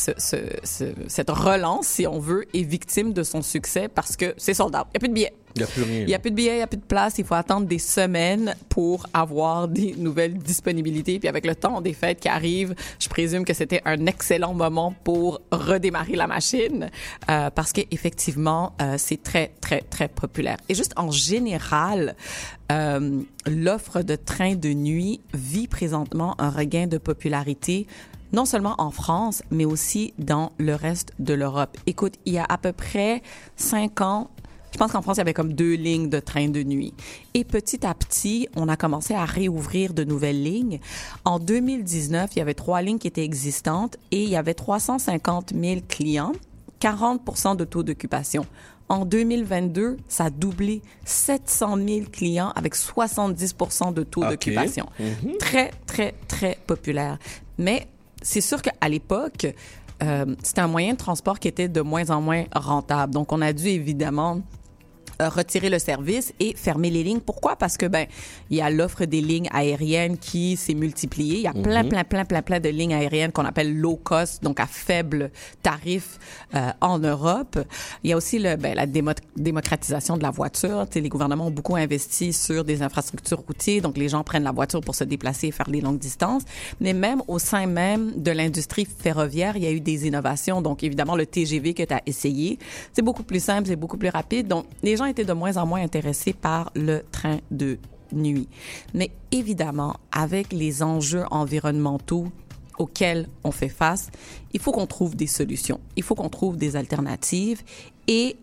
cette relance, si on veut, est victime de son succès parce que c'est sold out. Il n'y a plus de billets. Il n'y a plus rien. Il n'y a plus de billets, il n'y a plus de place. Il faut attendre des semaines pour avoir des nouvelles disponibilités. Puis avec le temps des fêtes qui arrivent, je présume que c'était un excellent moment pour redémarrer la machine parce qu'effectivement, c'est très, très, très populaire. Et juste en général, l'offre de train de nuit vit présentement un regain de popularité non seulement en France, mais aussi dans le reste de l'Europe. Écoute, il y a à peu près 5 ans, je pense qu'en France, il y avait comme 2 lignes de train de nuit. Et petit à petit, on a commencé à réouvrir de nouvelles lignes. En 2019, il y avait 3 lignes qui étaient existantes et il y avait 350 000 clients, 40% de taux d'occupation. En 2022, ça a doublé, 700 000 clients avec 70% de taux d'occupation. Très, très, très populaire. Mais c'est sûr qu'à l'époque, c'était un moyen de transport qui était de moins en moins rentable. Donc, on a dû évidemment retirer le service et fermer les lignes. Pourquoi? Parce que, il y a l'offre des lignes aériennes qui s'est multipliée. Il y a plein de lignes aériennes qu'on appelle low cost, donc à faible tarif en Europe. Il y a aussi la démocratisation de la voiture. Tu sais, les gouvernements ont beaucoup investi sur des infrastructures routières, donc les gens prennent la voiture pour se déplacer et faire des longues distances. Mais même au sein même de l'industrie ferroviaire, il y a eu des innovations. Donc, évidemment, le TGV que tu as essayé, c'est beaucoup plus simple, c'est beaucoup plus rapide. Donc, les gens étaient de moins en moins intéressés par le train de nuit. Mais évidemment, avec les enjeux environnementaux auxquels on fait face, il faut qu'on trouve des solutions. Il faut qu'on trouve des alternatives. Et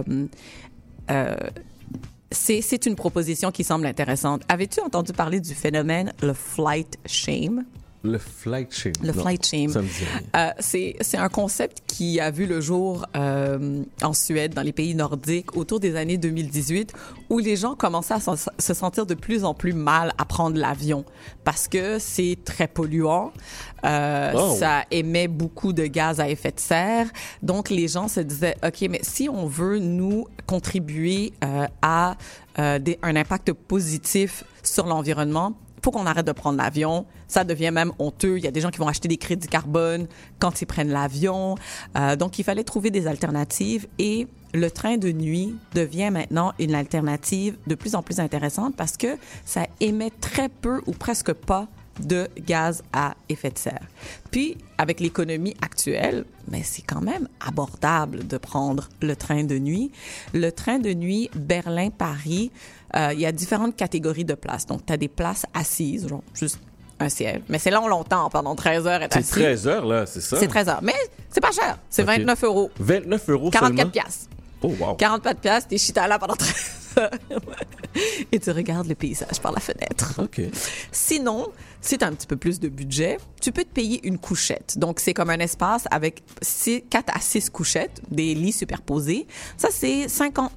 c'est une proposition qui semble intéressante. Avais-tu entendu parler du phénomène le flight shame? Le flight shame. Le flight shame. Ça me dit rien. C'est un concept qui a vu le jour en Suède, dans les pays nordiques, autour des années 2018, où les gens commençaient à se sentir de plus en plus mal à prendre l'avion parce que c'est très polluant, ça émet beaucoup de gaz à effet de serre. Donc, les gens se disaient, OK, mais si on veut, nous, contribuer à un impact positif sur l'environnement, faut qu'on arrête de prendre l'avion. Ça devient même honteux. Il y a des gens qui vont acheter des crédits carbone quand ils prennent l'avion. Donc, il fallait trouver des alternatives et le train de nuit devient maintenant une alternative de plus en plus intéressante parce que ça émet très peu ou presque pas de gaz à effet de serre. Puis, avec l'économie actuelle, c'est quand même abordable de prendre le train de nuit. Le train de nuit Berlin-Paris, il y a différentes catégories de places. Donc, tu as des places assises, genre juste un siège. Mais c'est longtemps, pendant 13 heures être assis. C'est 13 heures, là, c'est ça? C'est 13 heures. Mais c'est pas cher. C'est 29 €. 29 € 44 seulement? piastres. Oh, wow. 44 piastres, t'es chita là pendant 13 et tu regardes le paysage par la fenêtre. OK. Sinon, si tu as un petit peu plus de budget, tu peux te payer une couchette. Donc, c'est comme un espace avec 4 à 6 couchettes, des lits superposés. Ça, c'est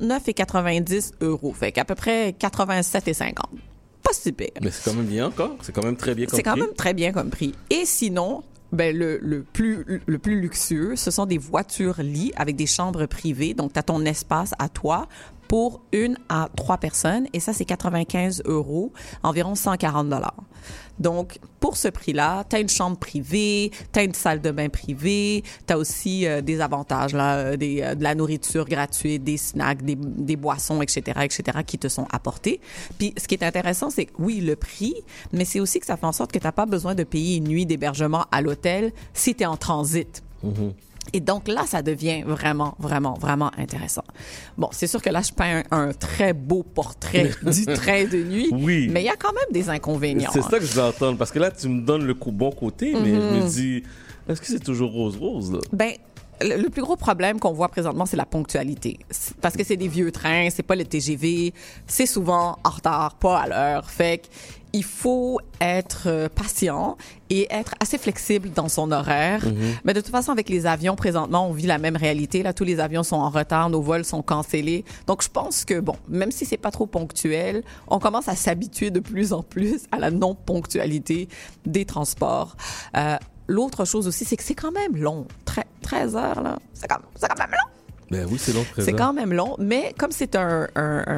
59,90 €. Fait qu'à peu près 87,50 €. Pas si pire. Mais c'est quand même bien encore. C'est quand même très bien comme C'est quand prix. même très bien comme prix. Et sinon, ben, le plus luxueux, ce sont des voitures-lits avec des chambres privées. Donc, tu as ton espace à toi pour 1 à 3 personnes. Et ça, c'est 95 €, environ 140 $. Donc, pour ce prix-là, tu as une chambre privée, tu as une salle de bain privée, tu as aussi des avantages, là, de la nourriture gratuite, des snacks, des boissons, etc., qui te sont apportés. Puis, ce qui est intéressant, c'est que oui, le prix, mais c'est aussi que ça fait en sorte que tu n'as pas besoin de payer une nuit d'hébergement à l'hôtel si tu es en transit. Mm-hmm. Et donc là, ça devient vraiment, vraiment, vraiment intéressant. Bon, c'est sûr que là, je peins un très beau portrait du train de nuit. Oui. Mais il y a quand même des inconvénients. C'est ça que je veux entendre. Parce que là, tu me donnes le bon côté, mais je me dis, est-ce que c'est toujours rose-rose, là? Ben, le plus gros problème qu'on voit présentement, c'est la ponctualité. Parce que c'est des vieux trains, c'est pas le TGV, c'est souvent en retard, pas à l'heure. Fait qu'il faut être patient et être assez flexible dans son horaire. Mais de toute façon, avec les avions, présentement, on vit la même réalité. Là, tous les avions sont en retard, nos vols sont cancellés. Donc, je pense que, bon, même si c'est pas trop ponctuel, on commence à s'habituer de plus en plus à la non-ponctualité des transports. L'autre chose aussi, c'est que c'est quand même long. 13 heures, là, c'est quand même long. Ben oui, c'est long. C'est quand même long, mais comme c'est un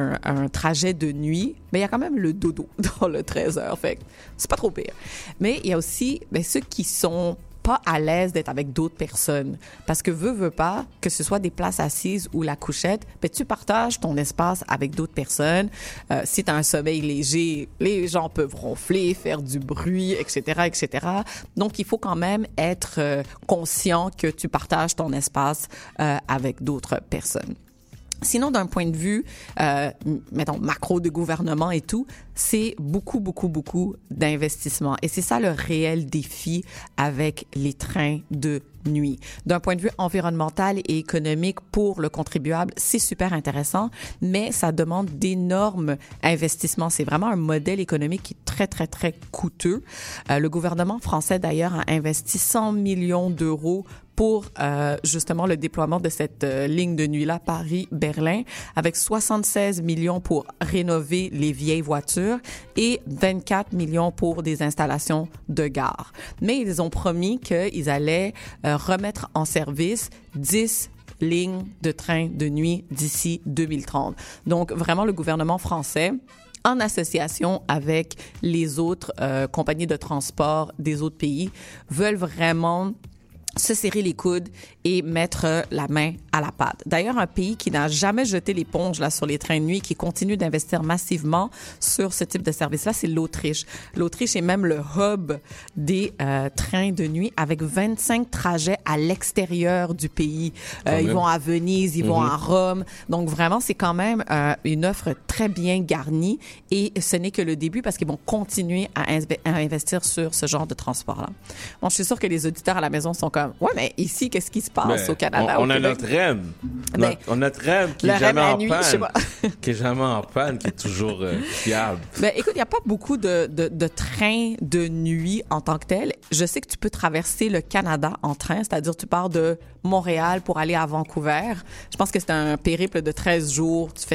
trajet de nuit, mais il y a quand même le dodo dans le 13 heures. Fait que c'est pas trop pire. Mais il y a aussi ceux qui sont pas à l'aise d'être avec d'autres personnes. Parce que veux pas, que ce soit des places assises ou la couchette, tu partages ton espace avec d'autres personnes. Si tu as un sommeil léger, les gens peuvent ronfler, faire du bruit, etc., etc. Donc, il faut quand même être conscient que tu partages ton espace avec d'autres personnes. Sinon, d'un point de vue, mettons, macro de gouvernement et tout, c'est beaucoup d'investissement. Et c'est ça le réel défi avec les trains de nuit. D'un point de vue environnemental et économique pour le contribuable, c'est super intéressant, mais ça demande d'énormes investissements. C'est vraiment un modèle économique qui est très, très, très coûteux. Le gouvernement français, d'ailleurs, a investi 100 millions d'euros pour justement le déploiement de cette ligne de nuit-là, Paris-Berlin, avec 76 millions pour rénover les vieilles voitures et 24 millions pour des installations de gare. Mais ils ont promis qu'ils allaient remettre en service 10 lignes de train de nuit d'ici 2030. Donc, vraiment, le gouvernement français, en association avec les autres compagnies de transport des autres pays, veulent vraiment se serrer les coudes et mettre la main à la pâte. D'ailleurs, un pays qui n'a jamais jeté l'éponge là sur les trains de nuit, qui continue d'investir massivement sur ce type de service-là, c'est l'Autriche. L'Autriche est même le hub des trains de nuit avec 25 trajets à l'extérieur du pays. Ils vont à Venise, ils vont à Rome. Donc vraiment, c'est quand même une offre très bien garnie et ce n'est que le début parce qu'ils vont continuer à investir sur ce genre de transport-là. Bon, je suis sûre que les auditeurs à la maison sont comme ouais, mais ici, qu'est-ce qui se passe au Canada? On a notre REM. On a notre REM qui est jamais en panne. Qui est jamais en panne, qui est toujours fiable. Ben, écoute, il n'y a pas beaucoup de trains de nuit en tant que tel. Je sais que tu peux traverser le Canada en train, c'est-à-dire tu pars de Montréal pour aller à Vancouver. Je pense que c'est un périple de 13 jours. Tu fais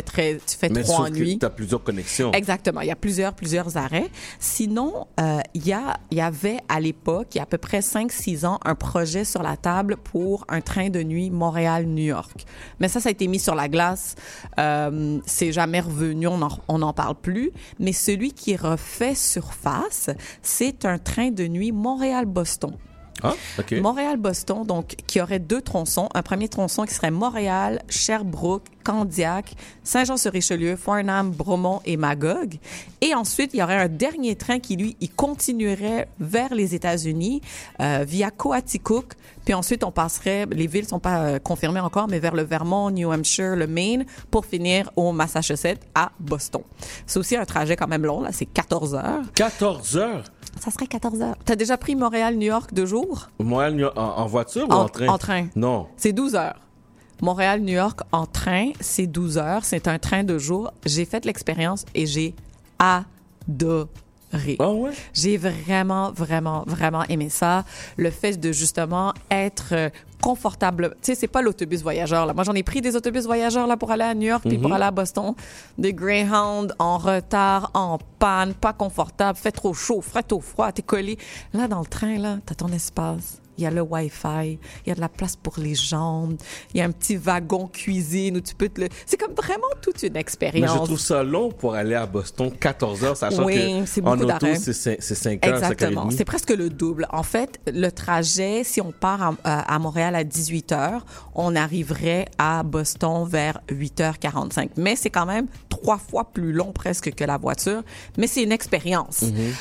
3 nuits. Mais tu as plusieurs connexions. Exactement. Il y a plusieurs arrêts. Sinon, il y avait à l'époque, il y a à peu près 5-6 ans, un projet sur la table pour un train de nuit Montréal-New York. Mais ça a été mis sur la glace. C'est jamais revenu. On n'en parle plus. Mais celui qui refait surface, c'est un train de nuit Montréal-Boston. Ah, OK. Montréal-Boston, donc, qui aurait 2 tronçons. Un premier tronçon qui serait Montréal, Sherbrooke, Candiac, Saint-Jean-sur-Richelieu, Farnham, Bromont et Magog. Et ensuite, il y aurait un dernier train qui, lui, il continuerait vers les États-Unis via Coaticook. Puis ensuite, on passerait, les villes sont pas confirmées encore, mais vers le Vermont, New Hampshire, le Maine, pour finir au Massachusetts, à Boston. C'est aussi un trajet quand même long, là, c'est 14 heures. 14 heures? Ça serait 14 heures. T'as déjà pris Montréal-New York 2 jours? Montréal-New York en voiture ou en train? En train. Non. C'est 12 heures. Montréal-New York en train, c'est 12 heures. C'est un train de jour. J'ai fait l'expérience et j'ai adoré. Oh ouais? J'ai vraiment, vraiment, vraiment aimé ça. Le fait de justement être confortable. Tu sais, c'est pas l'autobus voyageur, là. Moi, j'en ai pris des autobus voyageurs, là, pour aller à New York puis pour aller à Boston. Des Greyhound en retard, en panne, pas confortable, fait trop chaud, fait trop froid, t'es collé. Là, dans le train, là, t'as ton espace. Il y a le Wi-Fi, il y a de la place pour les jambes, il y a un petit wagon cuisine où tu peux te le... C'est comme vraiment toute une expérience. Mais je trouve ça long pour aller à Boston, 14 heures, sachant c'est qu'en beaucoup auto, d'arrêts. c'est 5 heures, 5 heures et Exactement. demie. C'est presque le double. En fait, le trajet, si on part à Montréal à 18 heures, on arriverait à Boston vers 8h45. Mais c'est quand même 3 fois plus long presque que la voiture. Mais c'est une expérience.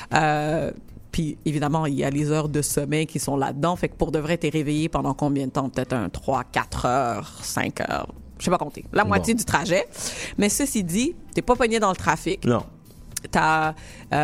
Puis, évidemment, il y a les heures de sommeil qui sont là-dedans. Fait que pour de vrai, t'es réveillé pendant combien de temps? Peut-être 3, 4 heures, 5 heures. Je sais pas compter. La moitié du trajet. Mais ceci dit, t'es pas pogné dans le trafic. Non. T'as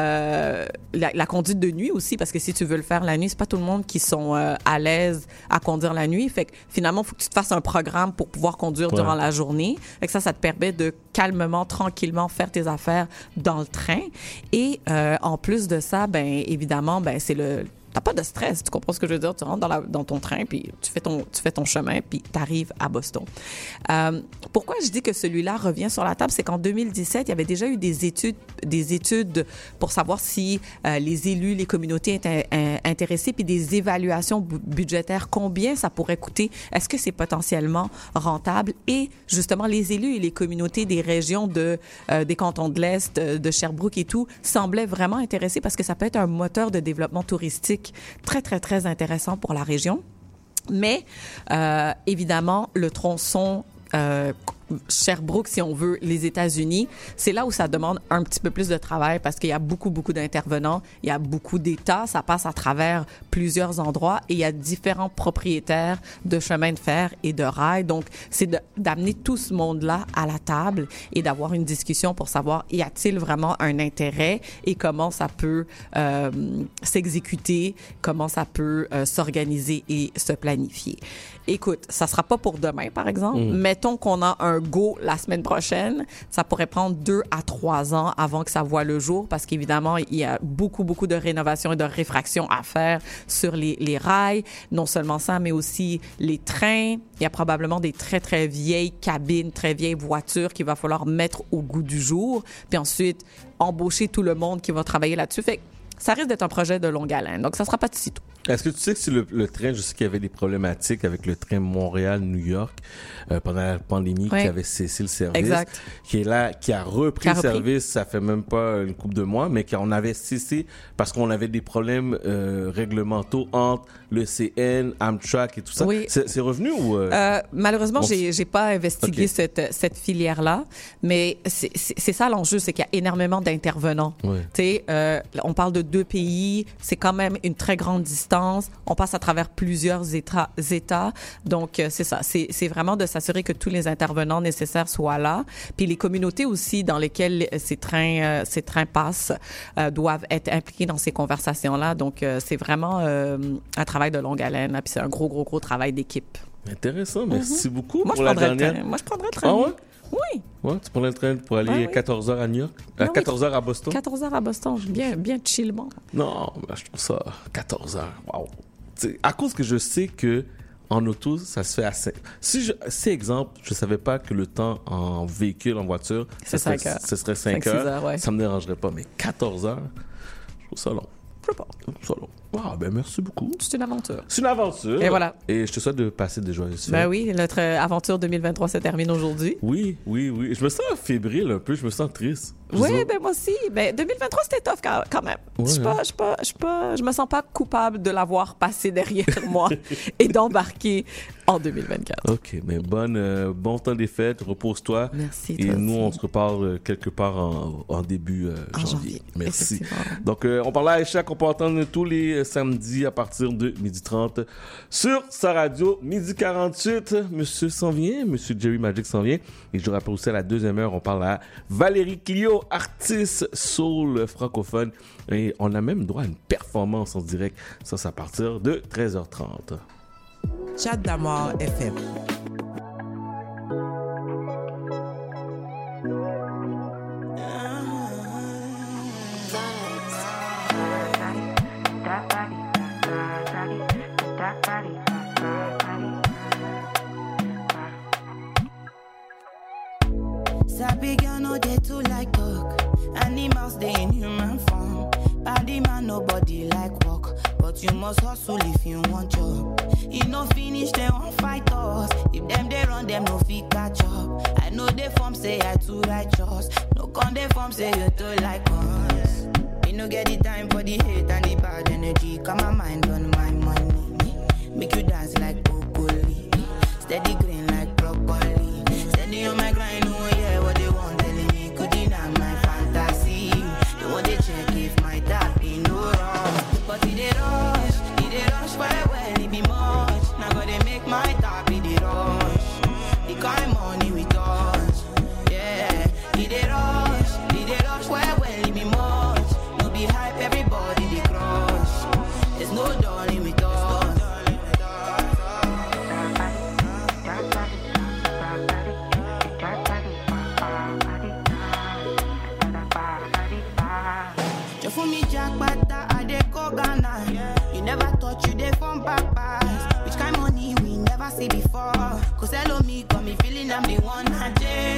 la conduite de nuit aussi, parce que si tu veux le faire la nuit, c'est pas tout le monde qui sont à l'aise à conduire la nuit. Fait que finalement, il faut que tu te fasses un programme pour pouvoir conduire durant la journée. Fait que ça te permet de calmement, tranquillement faire tes affaires dans le train. Et en plus de ça, ben évidemment, ben c'est le... T'as pas de stress, tu comprends ce que je veux dire? Tu rentres dans ton train, puis tu fais ton chemin, puis t'arrives à Boston. Pourquoi je dis que celui-là revient sur la table? C'est qu'en 2017, il y avait déjà eu des études pour savoir si les élus, les communautés étaient intéressés, puis des évaluations budgétaires, combien ça pourrait coûter, est-ce que c'est potentiellement rentable? Et justement, les élus et les communautés des régions des cantons de l'Est, de Sherbrooke et tout, semblaient vraiment intéressés parce que ça peut être un moteur de développement touristique très, très, très intéressant pour la région. Mais, évidemment, le tronçon Sherbrooke, si on veut, les États-Unis, c'est là où ça demande un petit peu plus de travail parce qu'il y a beaucoup, beaucoup d'intervenants, il y a beaucoup d'États, ça passe à travers plusieurs endroits et il y a différents propriétaires de chemins de fer et de rails. Donc, c'est d'amener tout ce monde-là à la table et d'avoir une discussion pour savoir y a-t-il vraiment un intérêt et comment ça peut s'exécuter, comment ça peut s'organiser et se planifier. Écoute, ça sera pas pour demain, par exemple. Mettons qu'on a un go la semaine prochaine. Ça pourrait prendre 2 à 3 ans avant que ça voie le jour parce qu'évidemment, il y a beaucoup, beaucoup de rénovations et de réfractions à faire sur les rails. Non seulement ça, mais aussi les trains. Il y a probablement des très, très vieilles cabines, très vieilles voitures qu'il va falloir mettre au goût du jour. Puis ensuite, embaucher tout le monde qui va travailler là-dessus. Fait que ça risque d'être un projet de longue haleine. Donc, ça sera pas de sitôt. Est-ce que tu sais que c'est le train, je sais qu'il y avait des problématiques avec le train Montréal-New York pendant la pandémie qui avait cessé le service. Exact. Qui est là, qui a repris le service, ça fait même pas une couple de mois, mais qu'on avait cessé parce qu'on avait des problèmes réglementaux entre le CN, Amtrak et tout ça. Oui. C'est revenu ou... Malheureusement, j'ai pas investigué cette filière-là, mais c'est ça l'enjeu, c'est qu'il y a énormément d'intervenants. Tu sais, on parle de 2 pays, c'est quand même une très grande distance. On passe à travers plusieurs États. Donc, c'est ça. C'est vraiment de s'assurer que tous les intervenants nécessaires soient là. Puis les communautés aussi dans lesquelles ces trains passent doivent être impliqués dans ces conversations-là. Donc, c'est vraiment un travail de longue haleine. Puis c'est un gros travail d'équipe. Intéressant. Merci beaucoup Moi, pour la dernière. Moi, je prendrais le train. Ah ouais? Oui. Ouais, tu prends le train pour aller 14 heures à New York? 14 heures à Boston? 14 heures à Boston, bien chillement. Non, ben, je trouve ça 14 heures. Wow. À cause que je sais que en auto, ça se fait assez. Si exemple, je savais pas que le temps en véhicule, en voiture, ce serait 5 heures. Ça me dérangerait pas. Mais 14 heures, je trouve ça long. Je sais pas. Ah, ben merci beaucoup. C'est une aventure. C'est une aventure. Et voilà. Et je te souhaite de passer des joyeuses fêtes. Ben oui, notre aventure 2023 se termine aujourd'hui. Oui. Je me sens fébrile un peu, je me sens triste. Oui, ben moi aussi. Ben 2023 c'était tough quand même. Ouais, Je me sens pas coupable de l'avoir passé derrière moi et d'embarquer en 2024. OK, mais bon temps des fêtes, repose-toi. Merci. Et nous, on se reparle quelque part en début janvier. Merci. Donc, on parlait à Aïcha qu'on peut entendre tous les samedis à partir de 12h30 sur sa radio. 12h48, Monsieur s'en vient, Monsieur Jerry Magic s'en vient. Et je rappelle aussi à la 2e heure, on parle à Valérie Clio, artiste soul francophone. Et on a même droit à une performance en direct. Ça, c'est à partir de 13h30. Chat d'Amour FM. Sabi girl no dey too like talk. Animals dey in human form. Body man nobody like work, but you must hustle if you want job. You no finish they won't fight us. If them they run them no fit catch up. I know they form say I too righteous. No con they form say you too like us. Me no get the time for the hate and the bad energy. Got my mind on my money. Make you dance like broccoli. Steady green like broccoli. Steady on my grind, oh yeah, what they want telling me. Could deny my fantasy. They want to check if my tap be no wrong. But it dey rush well, it be much. Now gotta make my tap be the rush. The kind money we touch, yeah. It dey rush well, it be much. No be hype, everybody they crush. There's no darling with us. You for me jackpata, I dey go Ghana. You never thought you dey from papas. Which kind money we never see before. Cause hello me, got me feeling I'm the one. Ajay.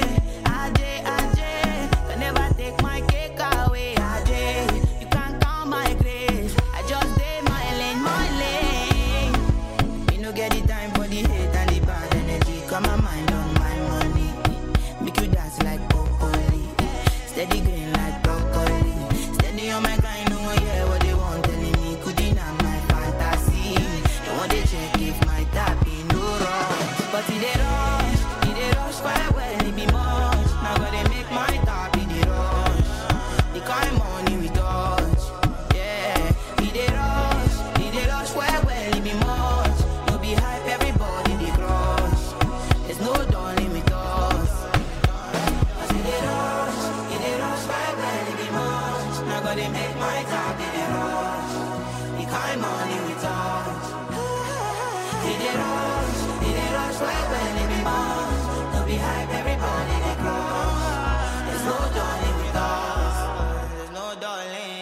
Can never take my cake away, Ajay. You can't count my grace. I just did my lane. Me no get the time for the hate and the bad energy. Got my mind on my money. Make you dance like broccoli. Steady green like broccoli. Steady on my grind, oh yeah, what they want telling me. Could deny my fantasy. They want to check if my tap be no wrong. But it dey rush well, it be much. Now gotta make my tap be the rush. The kind money we touch, yeah. It dey rush well, it be much. No be hype, everybody they crush. There's no darling with us. Cause it dey rush well, it be much. Now gotta make my tap be the rush. The kind money we touch. It dey rush well, it be much. No be hype, everybody they crush. There's no darling with us. There's no darling.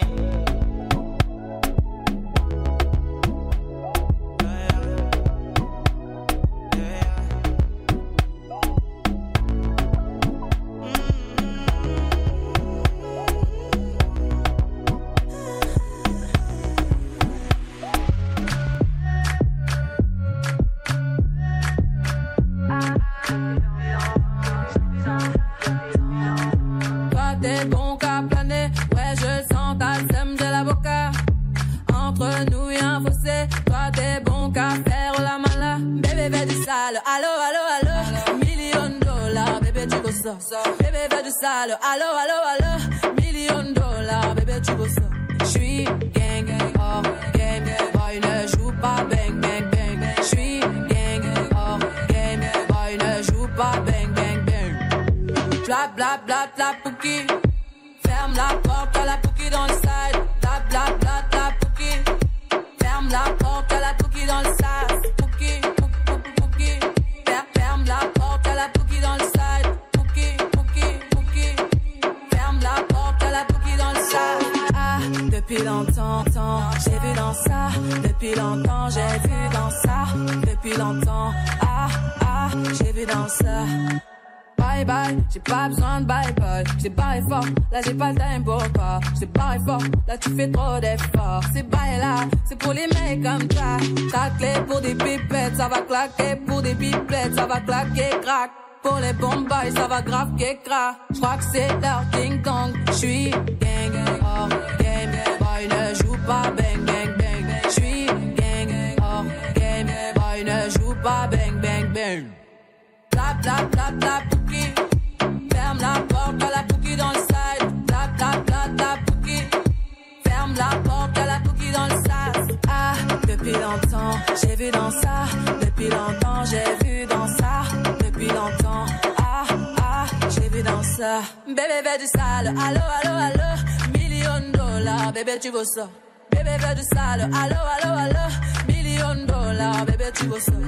Toi t'es bon qu'à planer, ouais je le sens, t'as le seum, j'ai l'avocat. Entre nous y'a un fossé, toi t'es bon qu'à faire la mala. Bébé fais du sale, allo, $1,000,000, bébé tu veux ça. Bébé fais du sale, allo, $1,000,000, bébé tu veux ça. J'suis gang, oh game, boy ne joue pas bang, bang, bang. J'suis gang, oh game, boy ne joue pas bang, bang, bang. Bla bla bla bla pouki. Ferme la porte à la pouki dans le side. Bla bla bla bla pouki. Ferme la porte à la pouki dans le side. Pouki, pouki. Ferme la porte à la pouki dans le side. Pouki, pouki. Ferme la porte à la pouki dans le side. Ah, depuis longtemps, j'ai vu dans ça. Depuis longtemps, j'ai vu dans ça. Depuis longtemps, j'ai vu dans ça. Bye bye, j'ai pas besoin de bye bye. J'ai barré fort, là j'ai pas le time pour toi. J'ai barré fort, là tu fais trop d'efforts. C'est bye là, c'est pour les mecs comme ça. Ta clé pour des pipettes, ça va claquer. Pour des pipettes, ça va claquer, crack. Pour les bombes, ça va grave crack. J'crois que c'est leur ding dong. J'suis gang, oh game, boy ne joue pas bang bang bang. J'suis gang, oh game, boy ne joue pas bang bang bang. Bla bla bla bla pouki. Ferme la porte à la pouki dans le side. Bla bla bla bla pouki. Ferme la porte à la pouki dans le side. Ah, depuis longtemps, j'ai vu dans ça. Depuis longtemps, j'ai vu dans ça. Depuis longtemps, j'ai vu dans ça. Bébé fais du sale, allo, $1,000,000, bébé tu veux ça. Bébé fais du sale, allo, $1,000,000, bébé tu veux ça.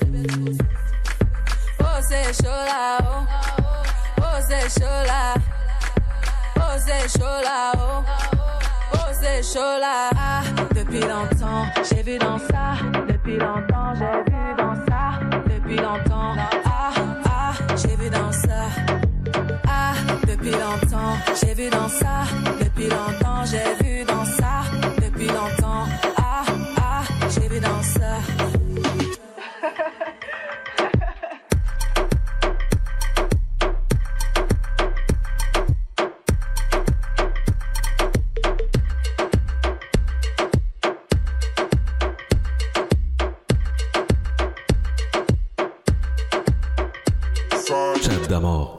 Oh c'est chaud là, oh c'est chaud là, oh c'est chaud là, oh c'est chaud là. Ah, depuis longtemps, j'ai vu dans ça. Depuis longtemps, j'ai vu dans ça. Depuis longtemps, j'ai vu dans ça. Ah, J'ai vu dans ça depuis longtemps, j'ai vu dans ça depuis longtemps. Ah, ah, j'ai vu dans ça. Chat d'amour.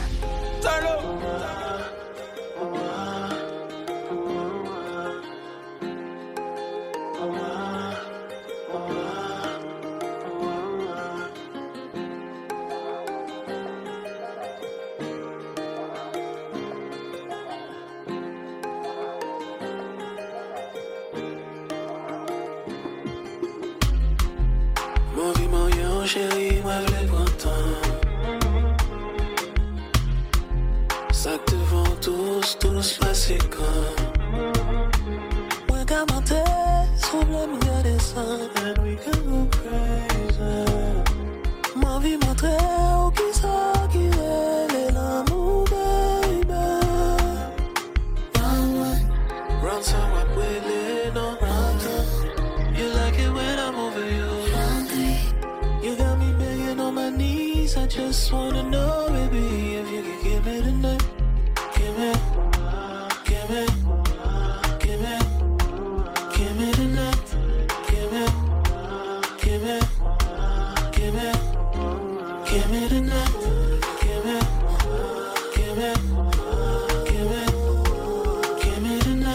Mon vie, mon yo, chérie, moi, je l'ai content. Ça que devant tous passés comme. Moi, commenter, semble me garder ça, and we can go crazy. Ma vie, montrer, oh, qui ça, qui est l'amour, baby. Run, so what will it, no, run. You like it when I'm over you. You got me begging on my knees. I just wanna know, baby, if you can give me tonight. Give me, give me, give me, give me tonight. Give me, give me, give me, give me tonight. Give me, give me, give me, give me tonight.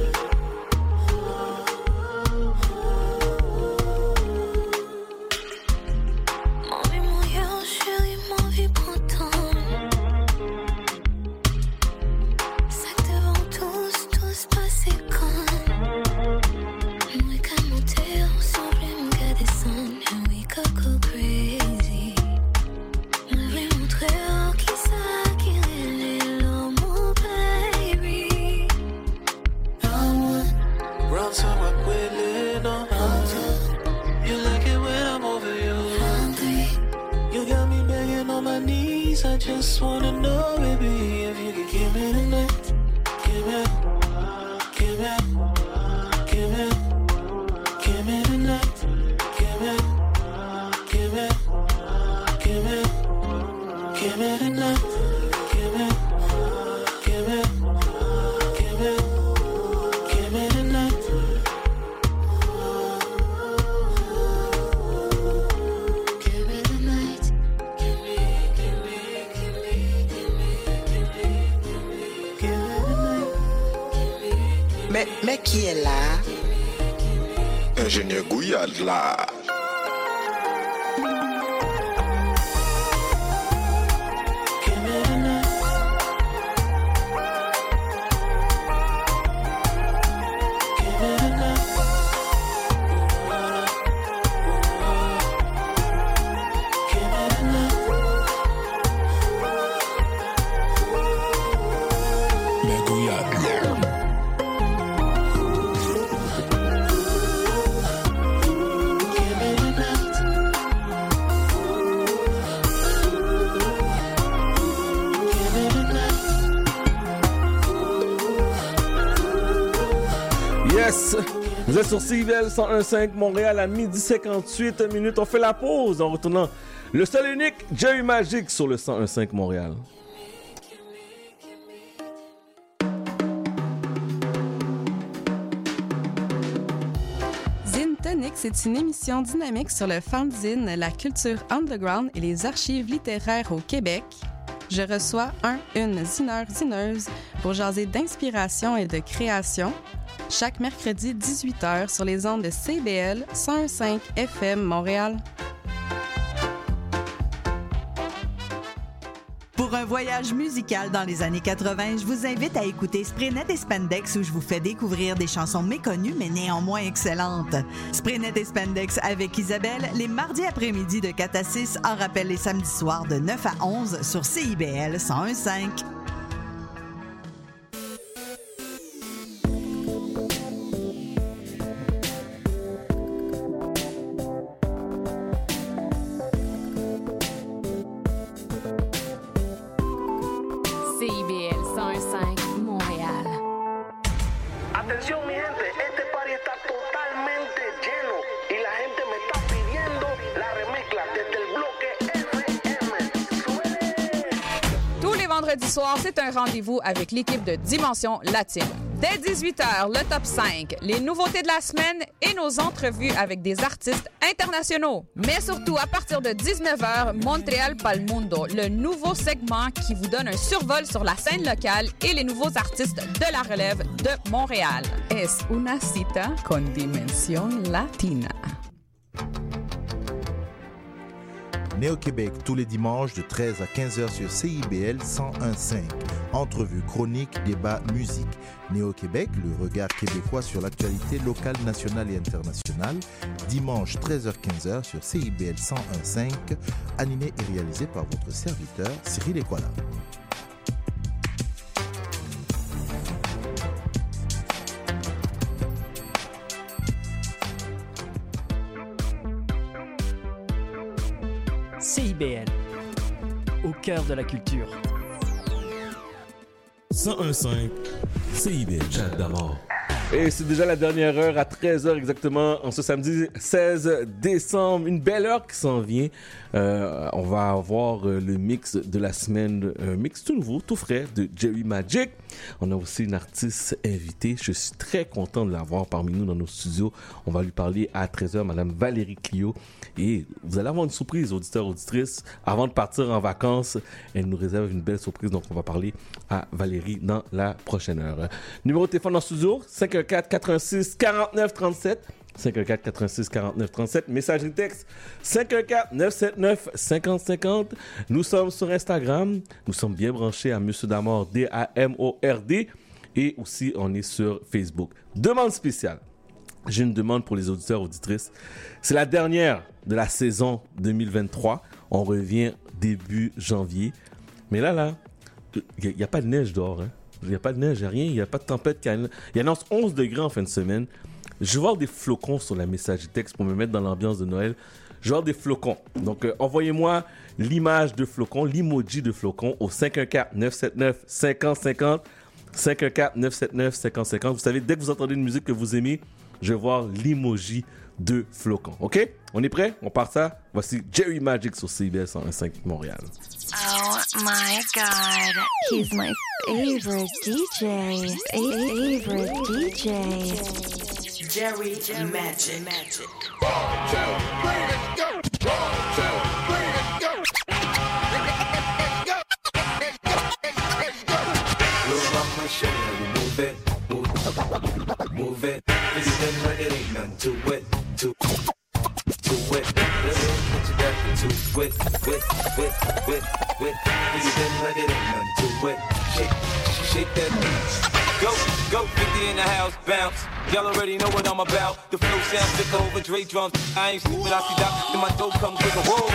Mon vie, mon yo, chérie, mon vie prend temps. Ça que devant tous passés quand. We can monter ensemble et me garder descendre. And we could go crazy. Je vais montrer oh, qui ça, qui est l'amour, baby. Run, so what will it, no, you like it when I'm over you. You got me begging on my knees. I just wanna know, baby, if you can give me tonight. Give me, give me, give me, give me tonight. Give me, give me, give me, give me tonight. Give me, give me, give me, give me tonight. Mais qui est là? Ingénieur Gouillade là. Mais Gouillade. Yes! Vous êtes sur CIBL 101.5 Montréal à 12h58 minutes. On fait la pause en retournant le seul et unique Jerry Magic sur le 101.5 Montréal. Zine Tonic, c'est une émission dynamique sur le fanzine, la culture underground et les archives littéraires au Québec. Je reçois une zineuse pour jaser d'inspiration et de création. Chaque mercredi 18h sur les ondes de CIBL 101.5 FM Montréal. Pour un voyage musical dans les années 80, je vous invite à écouter Spraynet et Spandex où je vous fais découvrir des chansons méconnues mais néanmoins excellentes. Spraynet et Spandex avec Isabelle, les mardis après-midi de 4 à 6, en rappel les samedis soirs de 9 à 11 sur CIBL 101.5. CIBL 101.5 vendredi soir, c'est un rendez-vous avec l'équipe de Dimension Latine. Dès 18h, le top 5, les nouveautés de la semaine et nos entrevues avec des artistes internationaux. Mais surtout, à partir de 19h, Montréal Pal Mundo, le nouveau segment qui vous donne un survol sur la scène locale et les nouveaux artistes de la relève de Montréal. Es una cita con Dimension Latina. Néo-Québec, tous les dimanches de 13 à 15h sur CIBL 101.5. Entrevues, chroniques, débats, musique. Néo-Québec, le regard québécois sur l'actualité locale, nationale et internationale. Dimanche 13h-15h sur CIBL 101.5. Animé et réalisé par votre serviteur Cyril Ekwala. CIBL, au cœur de la culture. 101.5 CIBL, Chat d'amour. Et c'est déjà la dernière heure à 13h exactement en ce samedi 16 décembre. Une belle heure qui s'en vient. On va avoir le mix de la semaine, un mix tout nouveau, tout frais de Jerry Magic. On a aussi une artiste invitée. Je suis très content de l'avoir parmi nous dans nos studios. On va lui parler à 13h, Madame Valérie Clio. Et vous allez avoir une surprise, auditeurs, auditrices. Avant de partir en vacances, elle nous réserve une belle surprise. Donc, on va parler à Valérie dans la prochaine heure. Numéro de téléphone dans le studio, 514-86-49-37. 514-86-49-37. Messagerie texte 514-979-5050. Nous sommes sur Instagram. Nous sommes bien branchés à Monsieur Damord, D-A-M-O-R-D. Et aussi, on est sur Facebook. Demande spéciale. J'ai une demande pour les auditeurs, auditrices. C'est la dernière de la saison 2023. On revient début janvier. Mais là, il n'y a pas de neige dehors. Il n'y a pas de neige, il n'y a rien. Il n'y a pas de tempête. Il annonce 11 degrés en fin de semaine. Je vais voir des flocons sur la messagerie texte pour me mettre dans l'ambiance de Noël. Je vais voir des flocons. Donc, envoyez-moi l'image de flocons, l'emoji de flocons au 514-979-5050. 514-979-5050. Vous savez, dès que vous entendez une musique que vous aimez, je vais voir l'emoji de flocons. OK? On est prêt? On part ça? Voici Jerry Magic sur CIBL 101.5 Montréal. Oh my God, he's my favorite DJ. Favorite DJ. Jerry Magic. Move it, listen like it ain't nothing to it, to it. Listen, put your back into it, listen like it ain't nothing to it. Shake that beat. Go, 50 in the house, bounce. Y'all already know what I'm about. The flow sounds sick over Dre drums. I ain't stupid, I see that. Then my dope comes with a whoa.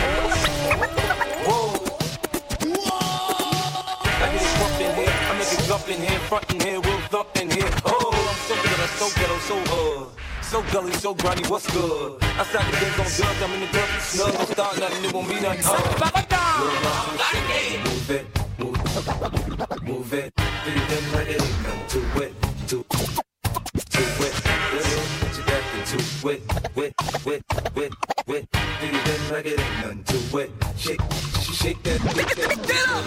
I get it pumped in here, I make it jump in here, front in here, we'll thump in here. Oh, I'm so ghetto, so gully, so grimy, what's good? Outside the games on drugs, I'm in the club, snug, don't start nothing, it won't be nothing. Move it, feel them like it ain't nothing to it, to it. Listen, put your back into it, feel them like it ain't nothing to it. Shake that, get up!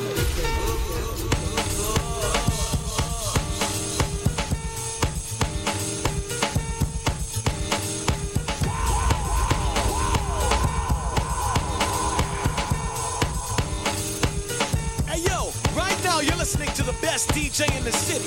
You're listening to the best DJ in the city.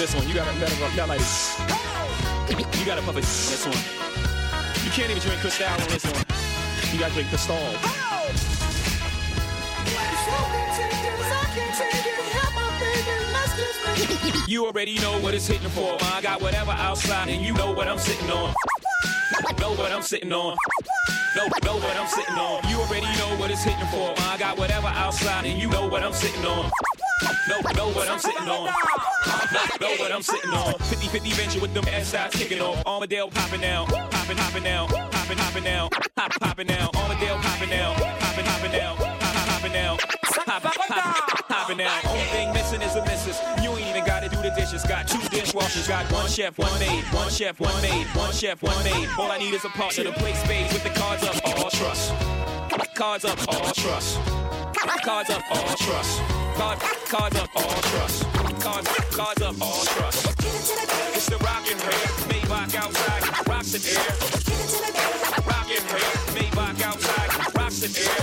this one. You gotta like this. You gotta puff it this one. You can't even drink Cristal on this one. You gotta drink Cristal. You already know what it's hitting for. I got whatever outside, and you know what I'm sitting on. Know what I'm sitting on. Know what I'm sitting on. You already know what it's hitting for. I got whatever outside, and you know what I'm sitting on. Know what I'm sitting on. Know what I'm sitting on. 50-50 venture with them S-sides kicking off. Armadale popping now. Popping now. Popping now. Popping now. Armadale popping now. Popping now. Popping now. Popping now. Only thing missing is a missus. You ain't even gotta do the dishes. Got 2 dishwashers. Got 1 chef, 1 maid. 1 chef, 1 maid. 1 chef, 1 maid. All I need is a partner to play spades with the cards up. All trust. Cards up. All trust. Cards up. All trust. Cards up. All trust. Cards up. All trust. It's the rockin' hair. Maybach outside. Rocks in air. Rockin' hair. Maybach outside. Rocks in air.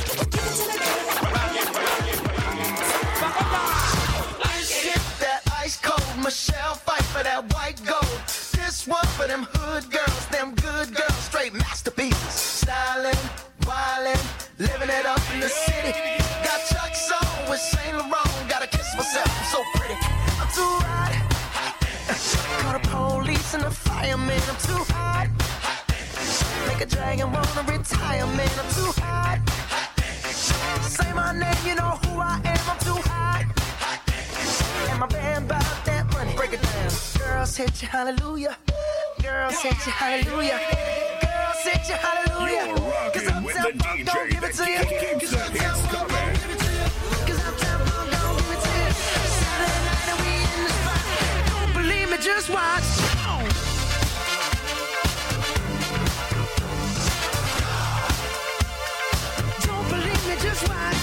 Ice cold, Michelle fight for that white gold. This one for them hood girls, them good girls, straight masterpieces. Stylin', wildin', living it up in the city. Got Chuck's on with Saint Laurent. Gotta kiss myself, I'm so pretty. I'm too hot. Call the police and the fireman. I'm too hot. Make a dragon wanna retire, man. I'm too hot. Say my name, you know who I am. I'm too hot. And my band bout that money. Break it down. Girls hit you, hallelujah. Girls hit you, hallelujah. Girls hit you, hallelujah. Cause Uptown Funk don't give it to you. Cause Uptown Funk don't give it to you. Cause Uptown Funk don't give it to you. Saturday night and we in the spot. Don't believe me, just watch. Don't believe me, just watch.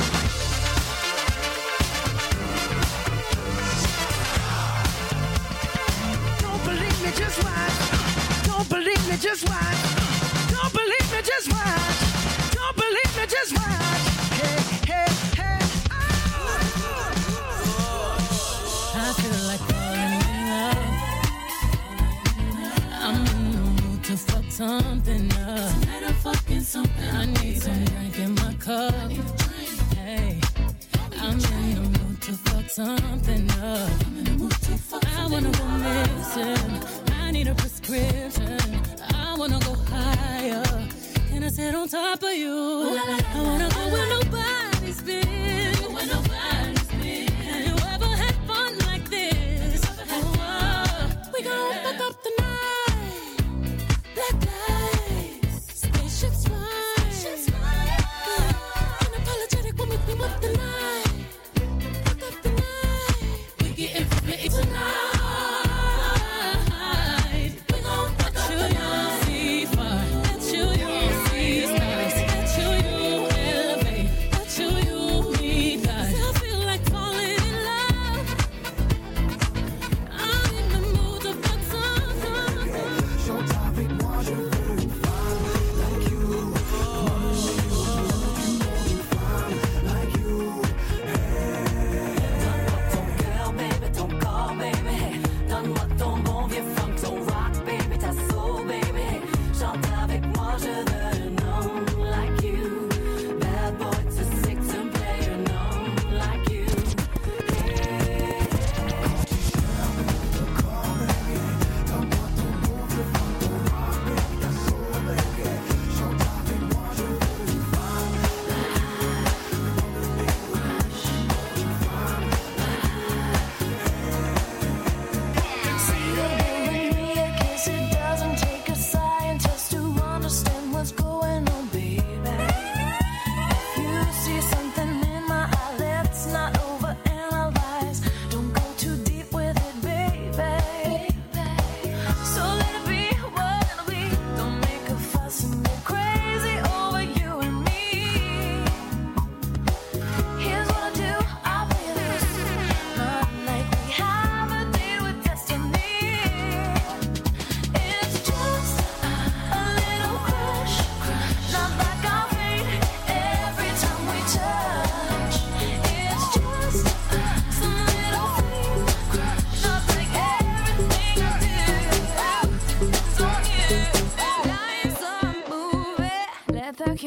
Just watch. Don't believe me, just watch. Don't believe me, just watch. Don't believe me, just watch. Hey, hey, hey. I feel like falling in love. I'm in the mood to fuck something up. Tonight I'm fucking something. I need some drink in my cup. Hey, I'm in the mood to fuck something up. I wanna go missing. I need a prescription. I wanna go higher. Can I sit on top of you? I wanna go where nobody's been. Have you ever had fun like this? We gon' fuck up the night. Black lights, spaceships fly. Unapologetic when we clean up the night. Fuck up the night. We getting free tonight.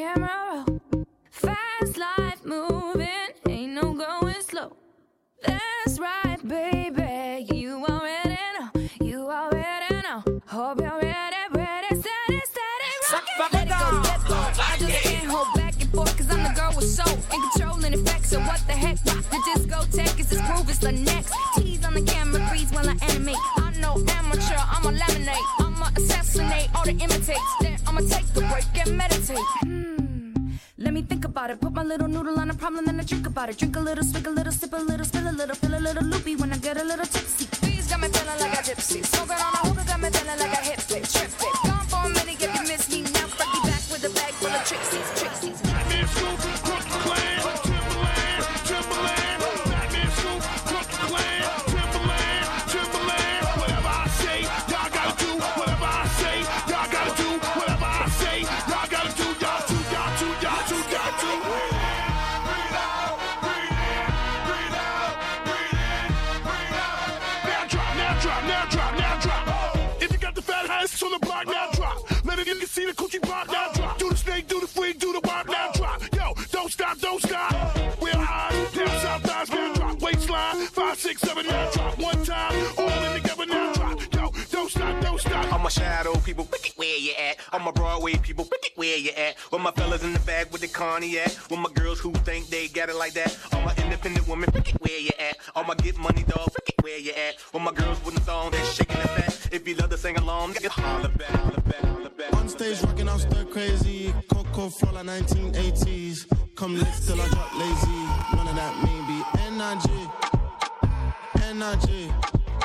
camera roll. Fast life moving, ain't no going slow. That's right, baby. You already know. You already know. Hope you're ready, steady, rockin'. Let it go. I just can't hold back and forth, 'cause I'm the girl with soul and control and effects. So what the heck? The discotheque is this groove, it's the next. Tease on the camera, freeze while I animate. I'm no amateur, I'ma laminate. I'ma assassinate all the imitates. Then I'ma take a break and meditate. Let me think about it. Put my little noodle on a problem, then I drink about it. Drink a little, swig a little, sip a little, spill a little, feel a little loopy when I get a little tipsy. Bees got me feeling like a gypsy. Smoking on a hookah got me feeling like a hippie. Trip it. Gone for a minute if you miss me. Now Fergie back with a bag full of tricksies. Batman Scoop, Crook Clan, Timberland, Timberland. Batman Scoop, Crook Clan, Timberland, Timberland. Whatever I say, y'all gotta do. Whatever I say, y'all gotta do. Whatever I say, y'all gotta do. Y'all do. Breathe out, breathe out, breathe in, breathe out, breathe in, breathe out. Now drop. If you got the fat hands on the block, now drop. Let it, you can see the cookie block, now drop. Do the snake, do the freak, do the walk, now drop. Yo, don't stop. We're high, down south thighs, now drop. Waistline, 5, 6, 7, now drop. One time, all in together, now drop. Yo, don't stop. All my shadow people, where you at? All my Broadway people, where you at? With my fellas in the back with the cognac. With my girls who think they got it like that. All my independent women, where you at? All my get money dog, where you at? With my girls with the thong, they shaking the fat. If you love to sing along, holla back. On stage rocking out stir crazy. Coco flow like 1980s. Come lift till I drop lazy. None of that mean be energy.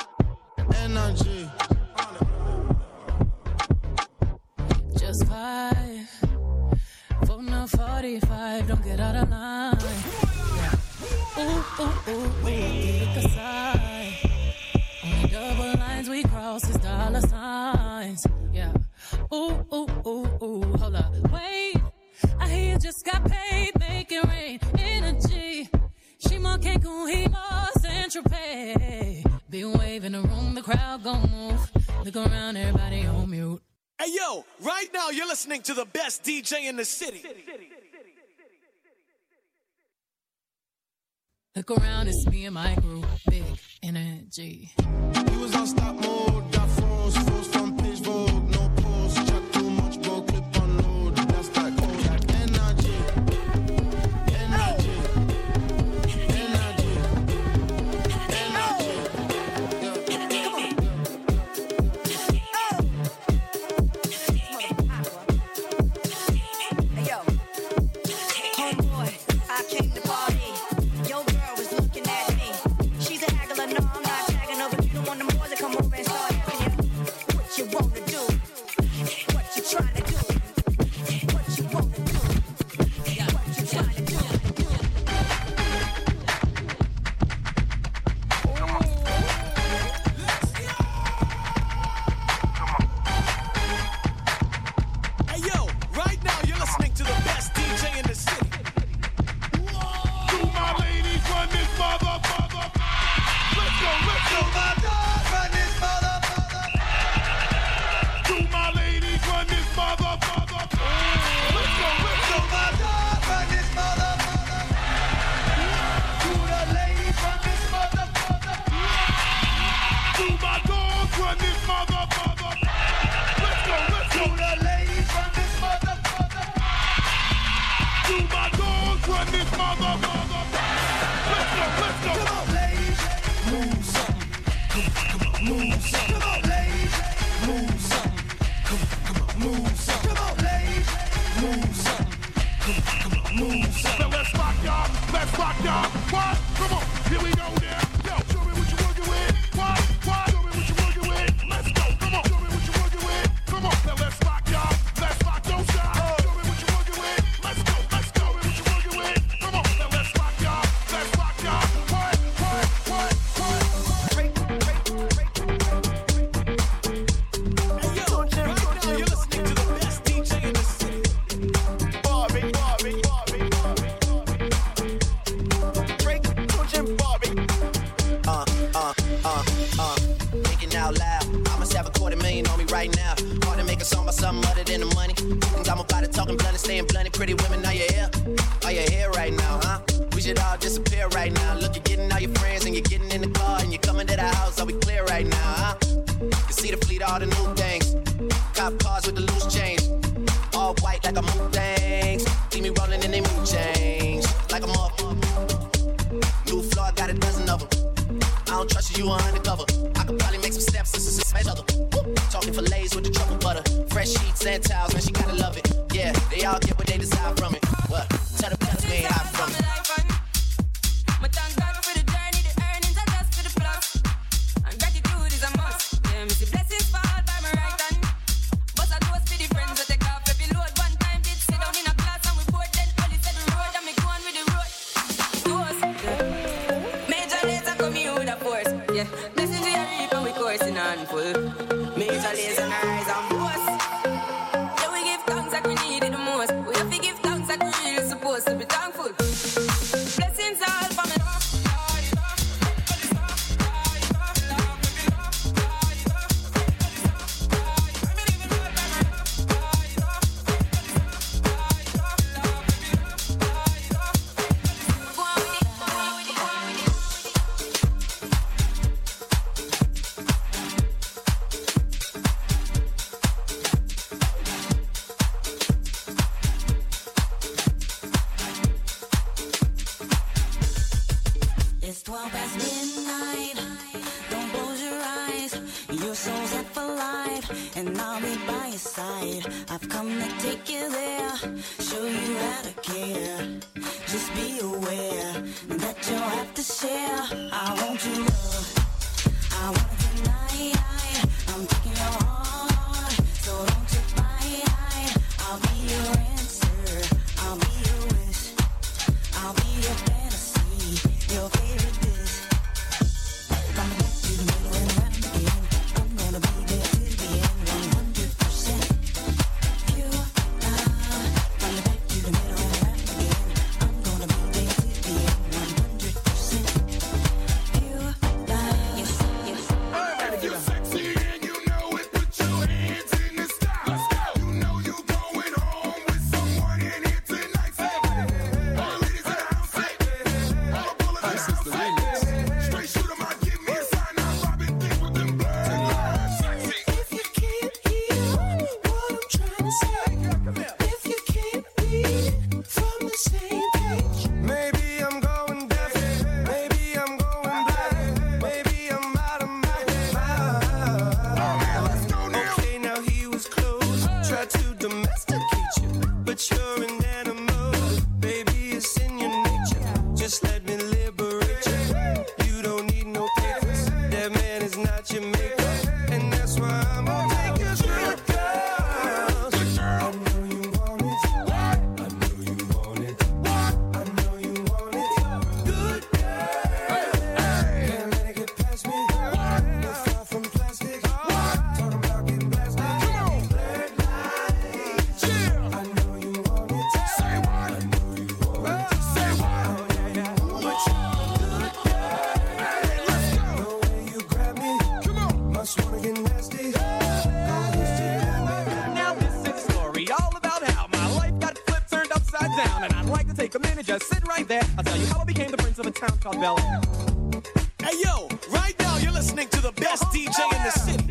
Just 5 for no 45. Don't get out of line. Yeah. Ooh, pick a side. Only double lines we cross is dollar signs. Yeah. Ooh, hold up. Wait, I hear you just got paid, making rain. Energy. She more Cancun, he more Central Pay. Be waving the room, the crowd gon' move. Look around, everybody on mute. Hey yo, right now you're listening to the best DJ in the city. Look around, it's me and my group. Big energy. He was on stop mode, got froze from page vogue. No pause, chat too much, bro, clip on load. That's that cold, that energy. Barbie. must have $250,000 on me right now. Hard to make a song about something other than the money. Things I'm about it, talking blunt and staying blunt. Pretty women, are you here? Are you here right now, huh? We should all disappear right now. Look, you're getting all your friends and you're getting in the car and you're coming to the house. Are we clear right now, huh? You see the fleet, all the new things. Cop cars with the loose change. All white like a moon things. See me rolling in they mood change. Like a motherfucker. New floor, got a dozen of them. I don't trust you, you are undercover. I could probably make some steps, this is a other. Talking fillets with the truffle butter. Fresh sheets and towels, man, she gotta love it. Yeah, they all get what they desire from it. What? Tell the fellas we ain't hide from it. But thank God for the journey, the earnings are just for the plus. And gratitude is a must. Yeah, me see blessings fall by my right hand. But I do a speedy friends that take off every load. One time did sit down in a class and we board. Then police said the road and me go on with the road. Toast, yeah. Major laser coming with a force. Yeah, blessings we are reap and we coursing on full. Major laser and rise and boast. Yeah, we give thanks like we need it the most. We have to give thanks like we really supposed to be thankful. Blessings all for me. It's 12 past midnight. Don't close your eyes. Your soul's up for life, and I'll be by your side. I've come to take you there, show you how to care. Just be aware that you'll have to share. I want you love. I want it tonight. I'm taking your heart, so don't you fight. I'll be your answer. I'll be your wish. I'll be your fantasy. Your favorite dish. From the back to the middle and round again. I'm gonna be there till the end. 100% pure love. From the back to the middle and round again. I'm gonna be there till the end. 100% pure love. Yes, yes. If you're sexy and you know it, put your hands in the sky. Let's go. You know you're going home with someone in here tonight. Say, all the ladies in the house, say, all the bullets in the house, say, straight shoot 'em out, give me a sign. I'm robbing things with them birds. Sexy. If you can't hear what I'm trying to say, if you can't read from the same page, Maybe I'm going deaf, maybe I'm going blind, maybe I'm out of my mind. Let's go now. Okay, now he was close, tried to domesticate you, but you're an animal, baby, it's in your nature. Just let me liberate you. You don't need no papers, that man is not your maker, and that's why I'm gonna take you to the girls. I know you want it, I know you want it, I know you want it. Good girl, can't let it get past me. You're far from plastic, talking about getting blasted. Blurred lights, I know you want it. Say what? I know you want it. Say what? Oh yeah, yeah. But you good girl. Let's go. The way you grab me, come on. Must wanna get nasty. Now this is a story all about how my life got flipped, turned upside down, and I'd like to take a minute, just sit right there. I'll tell you how I became the prince of a town called Bel Air. Hey yo, right now you're listening to the best DJ in the city.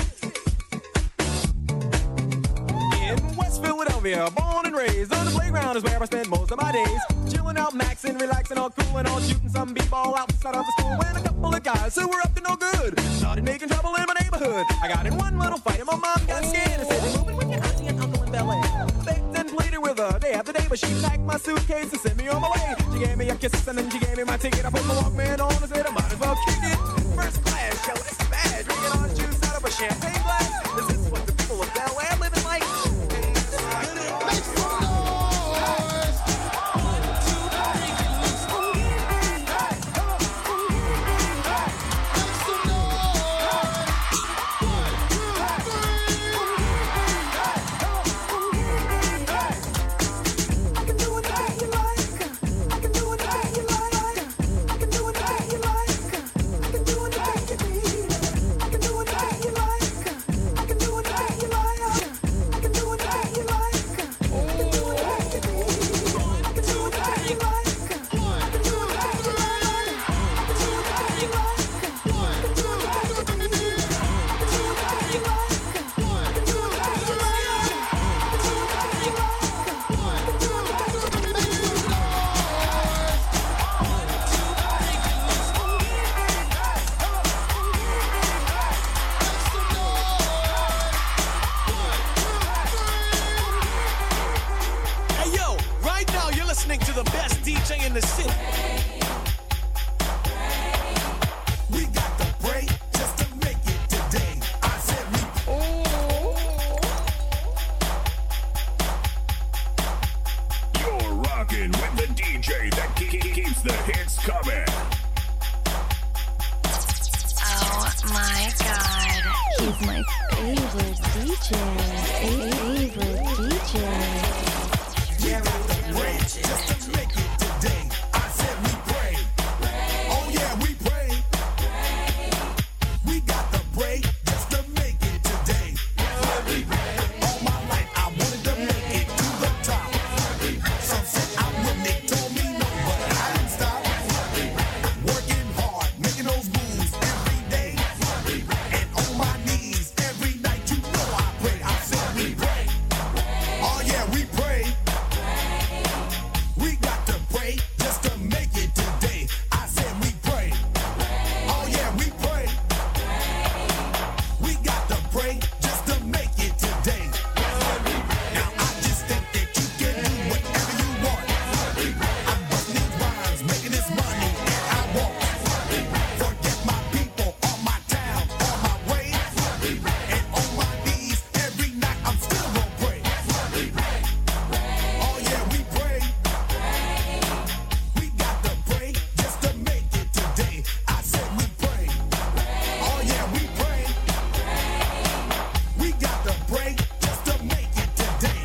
In West Philadelphia, born and raised on the playground is where I spend most of my days. Chilling out, maxing, relaxing, all cool and all shooting some b-ball outside of the school. When a couple of guys who were up to no good started making trouble in my neighborhood. I got in one little fight and my mom got scared and said, "You're moving with your auntie and uncle in Bel Air." Begged and pleaded with her day after day, but she packed my suitcase and sent me on my way. She gave me a kiss and then she gave me my ticket. I put my Walkman on and said I might as well kick it. First class, yo, this is bad. Drinking orange juice out of a champagne glass. This is what the people of Bel Air living like. I can do anything you like. the city. We got the break just to make it today. I said we. You're rocking with the DJ that keeps the hits coming. Oh my god. He's my favorite DJ. Favorite DJ. Just to make it today. I said we pray. Oh yeah, we pray. We got the break just to make it today. All my life I wanted to make it to the top. Some said I wouldn't, they told me no, but I didn't stop. Working hard, making those moves every day. And on my knees every night, you know I pray. I said we pray. Oh yeah, we pray. We got to pray just to make it today. I said we pray. Oh yeah, we pray. We got to pray just to make it today. Now I just think that you can do whatever you want. I'm busting these rhymes, making this money, and I won't forget my people, all my town, all my way. And on my knees every night, I'm still gonna pray. Oh yeah, we pray. We got to pray just to make it today. I said we pray. Oh yeah, we pray. We got to pray just to make it today.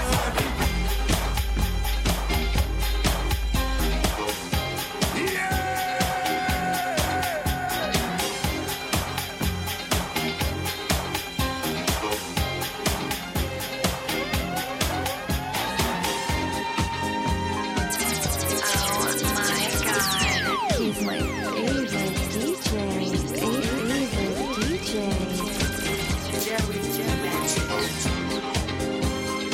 Oh my god. He's my favorite DJ. Favorite DJ. Jerry Magic.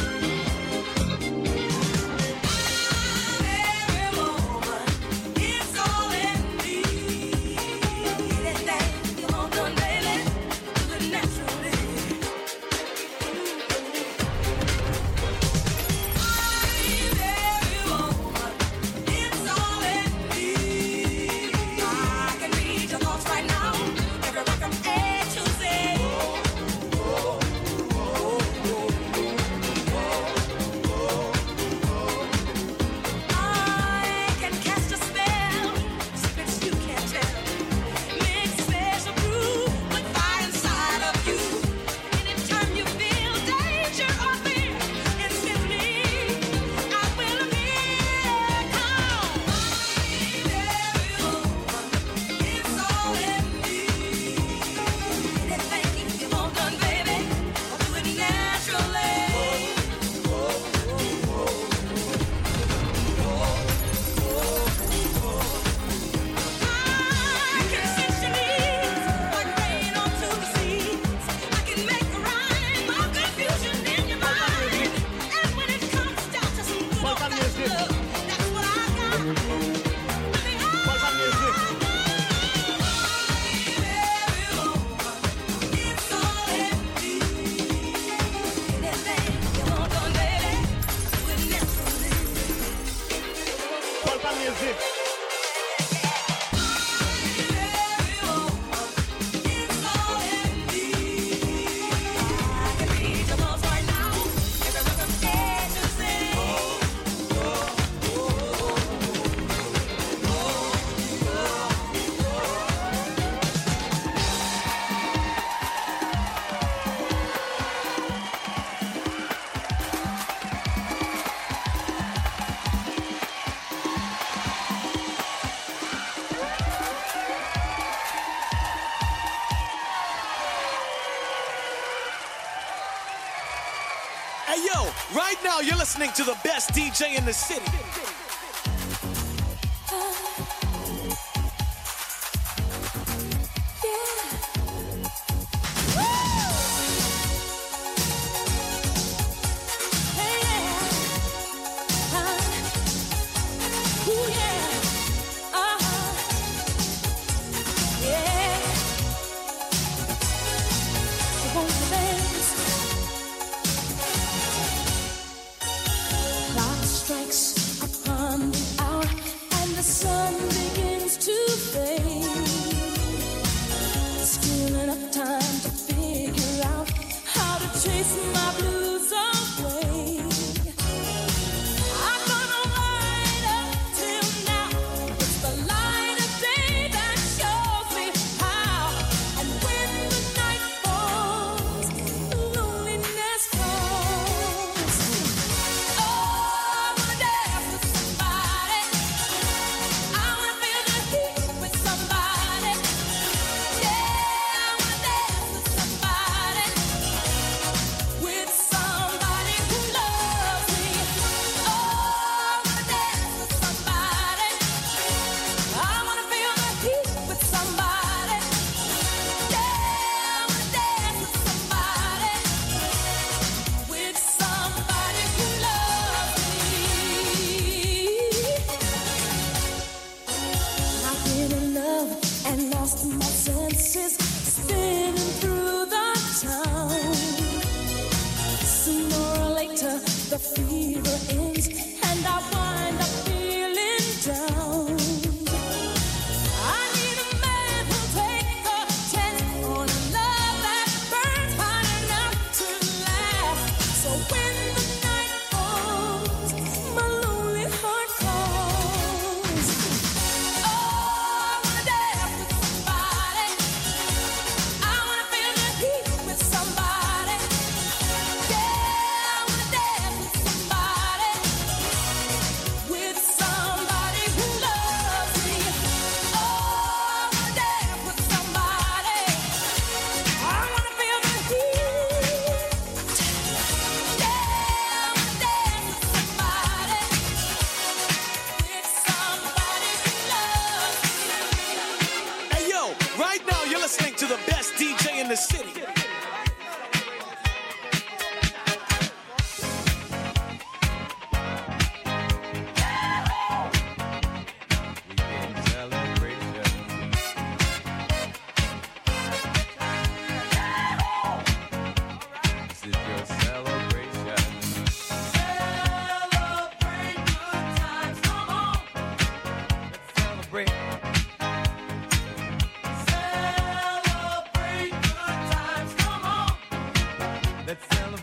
Hey yo, right now you're listening to the best DJ in the city. Clock strikes upon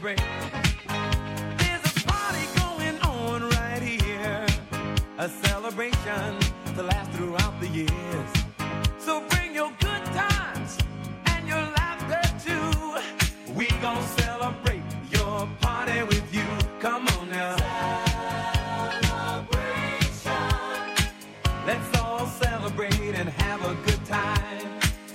celebrate. There's a party going on right here, a celebration to last throughout the years. So bring your good times and your laughter too. We gon' celebrate your party with you. Come on now. Celebration. Let's all celebrate and have a good time.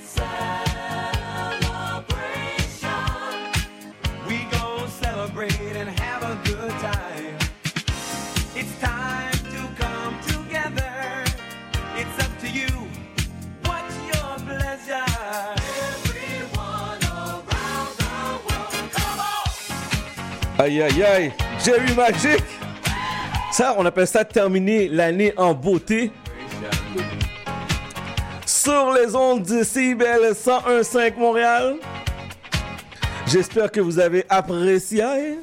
Celebration. We gon' celebrate and have a good time. It's time to come together. It's up to you. What's your pleasure? Everyone around the world. Come on! Aïe, aïe, aïe. Jerry Magic. Ça, on appelle ça terminer l'année en beauté. Sur les ondes de CIBL 101.5 Montréal. J'espère que vous avez apprécié.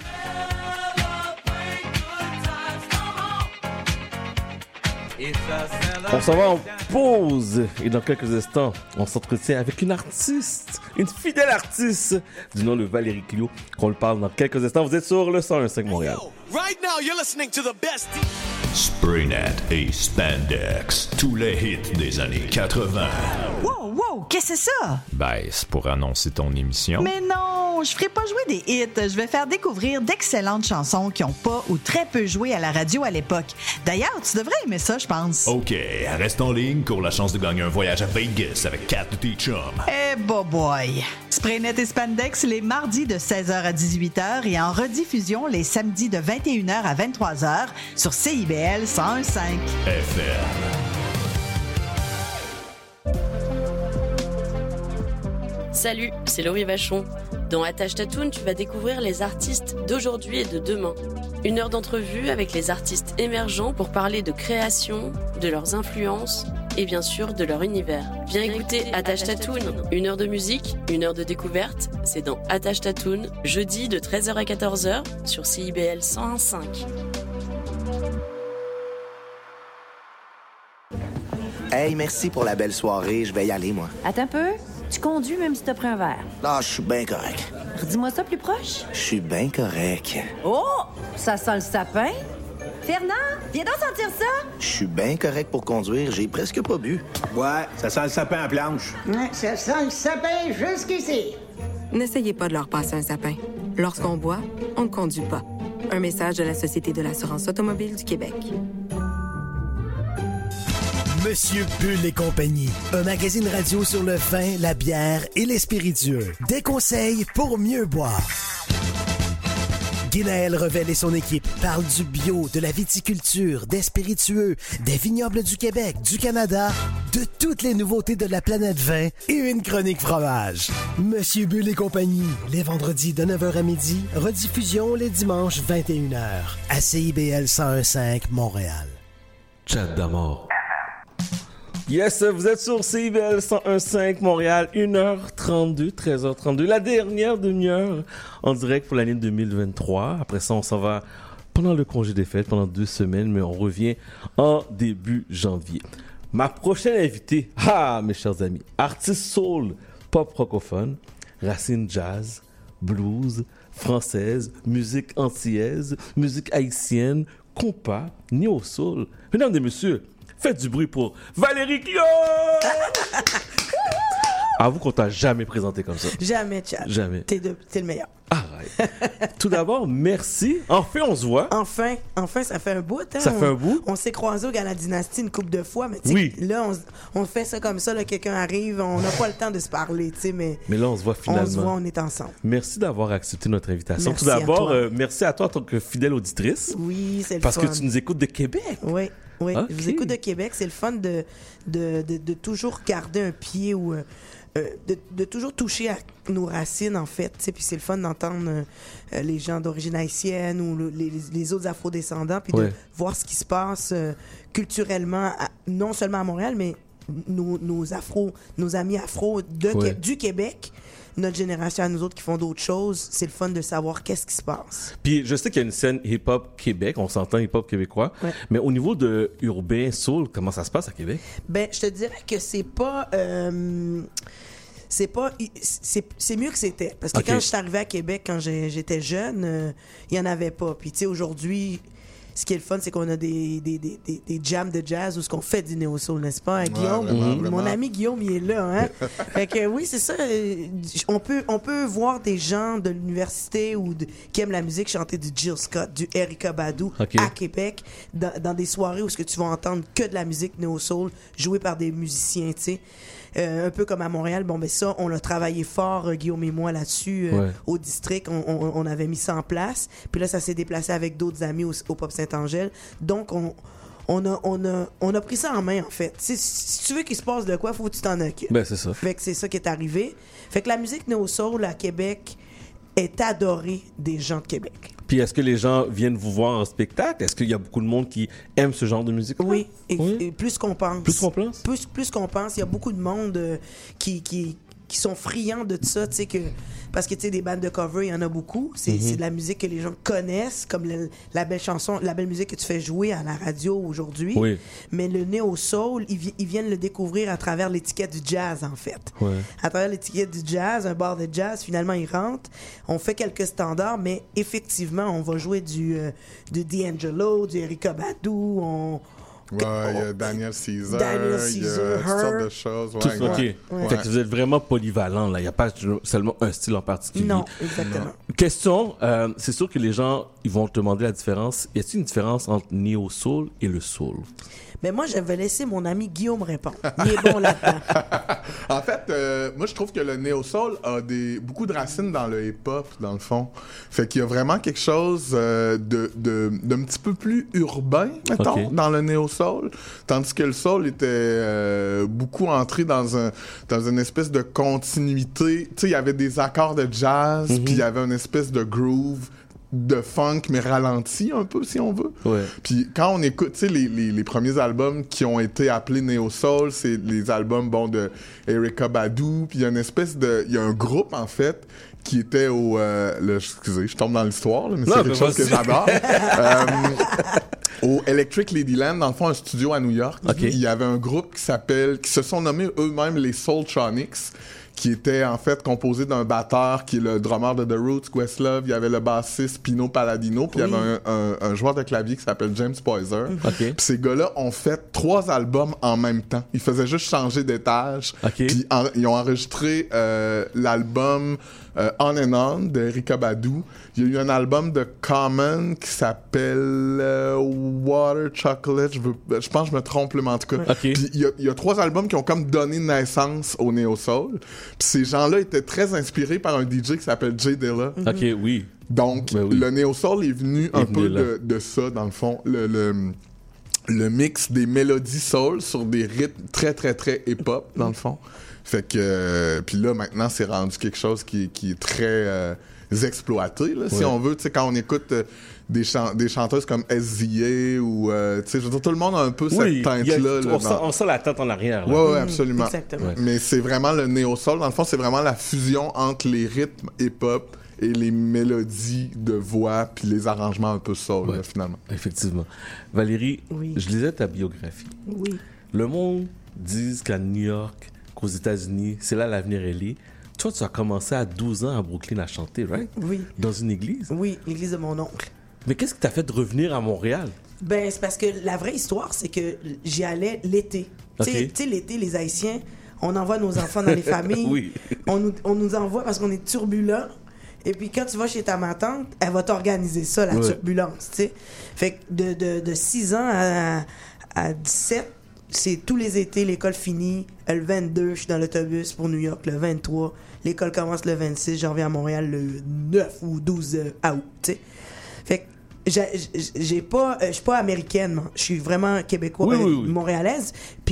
On s'en va en pause et dans quelques instants, on s'entretient avec une artiste, une fidèle artiste du nom de Valérie Clio, qu'on le parle dans quelques instants. Vous êtes sur le 101.5 Montréal. Right now, you're listening to the best. Spraynet et Spandex, tous les hits des années 80. Wow, wow, qu'est-ce que c'est ça? Ben, c'est pour annoncer ton émission. Mais non, je ferai pas jouer des hits. Je vais faire découvrir d'excellentes chansons qui ont pas ou très peu joué à la radio à l'époque. D'ailleurs, tu devrais aimer ça, je pense. OK, reste en ligne pour la chance de gagner un voyage à Vegas avec Kat de tes chums. Eh, boy. Spraynet et Spandex les mardis de 16h à 18h et en rediffusion les samedis de 21h à 23h sur CIBL 101.5 FM. Salut, c'est Laurie Vachon. Dans Attache Tatoune, tu vas découvrir les artistes d'aujourd'hui et de demain. 1 heure d'entrevue avec les artistes émergents pour parler de création, de leurs influences et bien sûr de leur univers. Viens écouter Attache Tatoune. 1 heure de musique, 1 heure de découverte. C'est dans Attache Tatoune, jeudi de 13h à 14h sur CIBL 101.5. Hey, merci pour la belle soirée. Je vais y aller, moi. Attends un peu. Tu conduis même si t'as pris un verre. Ah, je suis bien correct. Redis-moi ça plus proche. Je suis bien correct. Oh! Ça sent le sapin. Fernand, viens donc sentir ça. Je suis bien correct pour conduire. J'ai presque pas bu. Ouais, ça sent le sapin à planche. Ouais, ça sent le sapin jusqu'ici. N'essayez pas de leur passer un sapin. Lorsqu'on boit, on ne conduit pas. Un message de la Société de l'assurance automobile du Québec. Monsieur Bull et compagnie, un magazine radio sur le vin, la bière et les spiritueux. Des conseils pour mieux boire. Guinaël Revel et son équipe parlent du bio, de la viticulture, des spiritueux, des vignobles du Québec, du Canada, de toutes les nouveautés de la planète vin et une chronique fromage. Monsieur Bull et compagnie, les vendredis de 9h à midi, rediffusion les dimanches 21h à CIBL 101.5 Montréal. Chat d'amour. Yes, vous êtes sur CIBL 101.5 Montréal, 1h32, 13h32, la dernière demi-heure en direct pour l'année 2023. Après ça, on s'en va pendant le congé des fêtes, pendant 2 semaines, mais on revient en début janvier. Ma prochaine invitée, mes chers amis, artiste soul, pop francophone, racine jazz, blues, française, musique antillaise, musique haïtienne, compas, néo-soul. Mesdames et messieurs, faites du bruit pour Valérie Clio! Avoue qu'on t'a jamais présenté comme ça. Jamais, Chad. Jamais. T'es le meilleur. Arrête. Tout d'abord, merci. Enfin, on se voit. Enfin, ça fait un bout. Hein? Ça fait un bout. On s'est croisés au Gala Dynastie une couple de fois, mais oui. Là, on fait ça comme ça, là, quelqu'un arrive, on n'a pas le temps de se parler, mais là, on se voit finalement. On se voit, on est ensemble. Merci d'avoir accepté notre invitation. Merci tout d'abord, merci à toi en tant que fidèle auditrice. Oui, c'est le fun. Parce que tu nous écoutes de Québec. Oui. Okay. Je vous écoute de Québec. C'est le fun de toujours garder un pied ou de toujours toucher à nos racines, en fait. Puis c'est le fun d'entendre les gens d'origine haïtienne ou les autres afrodescendants, puis de voir ce qui se passe culturellement, non seulement à Montréal, mais nos amis afro du Québec. Notre génération à nous autres qui font d'autres choses, c'est le fun de savoir qu'est-ce qui se passe. Puis je sais qu'il y a une scène hip-hop Québec, on s'entend hip-hop québécois, mais au niveau de urbain, soul, comment ça se passe à Québec? Ben, je te dirais que c'est pas c'est pas c'est mieux que c'était parce que Ok. quand je suis arrivée à Québec quand j'étais jeune, il y en avait pas. Puis tu sais aujourd'hui, ce qui est le fun, c'est qu'on a des jams de jazz où ce qu'on fait du néo-soul, n'est-ce pas, hein, Guillaume? vraiment. Mon ami Guillaume, il est là, hein? Fait que oui, c'est ça. On peut voir des gens de l'université qui aiment la musique chanter du Jill Scott, du Erykah Badu Ok. à Québec, dans des soirées où ce que tu vas entendre que de la musique néo-soul jouée par des musiciens, tu sais. Un peu comme à Montréal, bon, ben ça, on a travaillé fort, Guillaume et moi, là-dessus, Ouais. au district. On avait mis ça en place. Puis là, ça s'est déplacé avec d'autres amis au Pop Saint-Angèle. Donc, on a pris ça en main, en fait. Si tu veux qu'il se passe de quoi, faut que tu t'en occupes. Ben, c'est ça. Fait que c'est ça qui est arrivé. Fait que la musique néo-soul à Québec est adorée des gens de Québec. Puis est-ce que les gens viennent vous voir en spectacle? Est-ce qu'il y a beaucoup de monde qui aime ce genre de musique? Oui, et plus qu'on pense. Plus qu'on pense? Plus qu'on pense. Il y a beaucoup de monde qui sont friands de ça, tu sais, parce que, tu sais, des bandes de cover, il y en a beaucoup. C'est de la musique que les gens connaissent, comme la belle chanson, la belle musique que tu fais jouer à la radio aujourd'hui. Oui. Mais le néo-soul, ils viennent le découvrir à travers l'étiquette du jazz, en fait. Ouais. À travers l'étiquette du jazz, un bar de jazz, finalement, ils rentrent. On fait quelques standards, mais effectivement, on va jouer du D'Angelo, du Erykah Badu, Ouais, il y a Daniel Caesar, Daniel il y a Caesar, toutes sortes de choses. Ouais, Tout, ok. ouais. Fait que vous êtes vraiment polyvalent, là. Il n'y a pas seulement un style en particulier. Non, exactement. Question, c'est sûr que les gens, ils vont te demander la différence. Y a-t-il une différence entre néo-soul et le soul? Mais moi, je vais laisser mon ami Guillaume répondre. Il est bon là-dedans. En fait, moi, je trouve que le néo-soul a beaucoup de racines dans le hip-hop, dans le fond. Fait qu'il y a vraiment quelque chose d'un petit peu plus urbain, mettons, dans le néo-soul. Tandis que le soul était beaucoup entré dans une espèce de continuité. Tu sais, il y avait des accords de jazz, puis il y avait une espèce de groove de funk, mais ralenti un peu, si on veut. Ouais. Puis quand on écoute, tu sais, les premiers albums qui ont été appelés Neo Soul, c'est les albums, de Erykah Badu, puis il y a une espèce il y a un groupe, en fait, qui était excusez, je tombe dans l'histoire, là, mais c'est quelque chose que j'adore. Au Electric Ladyland, dans le fond, un studio à New York, il y avait un groupe qui se sont nommés eux-mêmes les Soultronics, qui était en fait composé d'un batteur qui est le drummer de The Roots, Questlove. Il y avait le bassiste Pino Palladino, puis il y avait un joueur de clavier qui s'appelle James Poyser. Puis ces gars-là ont fait 3 albums en même temps. Ils faisaient juste changer d'étage. Puis ils ont enregistré l'album On and On de Erykah Badu. Il y a eu un album de Common qui s'appelle Water Chocolate. Je pense que je me trompe, mais en tout cas. Puis il y a 3 albums qui ont comme donné naissance au Neo Soul. Puis ces gens-là étaient très inspirés par un DJ qui s'appelle Jay Dilla. Ok, oui. Donc, le Neo Soul est venu un peu de ça, dans le fond. Le mix des mélodies soul sur des rythmes très, très, très hip-hop, dans le fond. Fait que... puis là, maintenant, c'est rendu quelque chose qui est très exploité, là, si on veut. Tu sais, quand on écoute des chanteuses comme SZA ou... tu sais, je veux dire, tout le monde a un peu cette teinte-là. On sent la teinte en arrière. Oui, absolument. Exactement. Mais c'est vraiment le néo-soul. Dans le fond, c'est vraiment la fusion entre les rythmes hip-hop et les mélodies de voix puis les arrangements un peu soul, là, finalement. Effectivement. Valérie, je lisais ta biographie. Oui. Le monde dit qu'à New York, qu'aux États-Unis, c'est là l'avenir est lié. Toi, tu as commencé à 12 ans à Brooklyn à chanter, right? Oui. Dans une église? Oui, l'église de mon oncle. Mais qu'est-ce qui t'a fait de revenir à Montréal? Ben, c'est parce que la vraie histoire, c'est que j'y allais l'été. Tu sais, l'été, les Haïtiens, on envoie nos enfants dans les familles. Oui. On nous envoie parce qu'on est turbulents. Et puis quand tu vas chez ta tante, elle va t'organiser ça, la turbulence, tu sais. Fait que de 6 ans à 17, c'est tous les étés, l'école finit. Le 22, je suis dans l'autobus pour New York. Le 23, l'école commence le 26. Je reviens à Montréal le 9 ou 12 août, tu sais. Fait que je suis pas américaine, je suis vraiment québécois, montréalaise.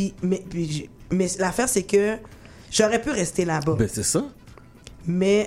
Mais l'affaire, c'est que j'aurais pu rester là-bas. Ben, c'est ça. Mais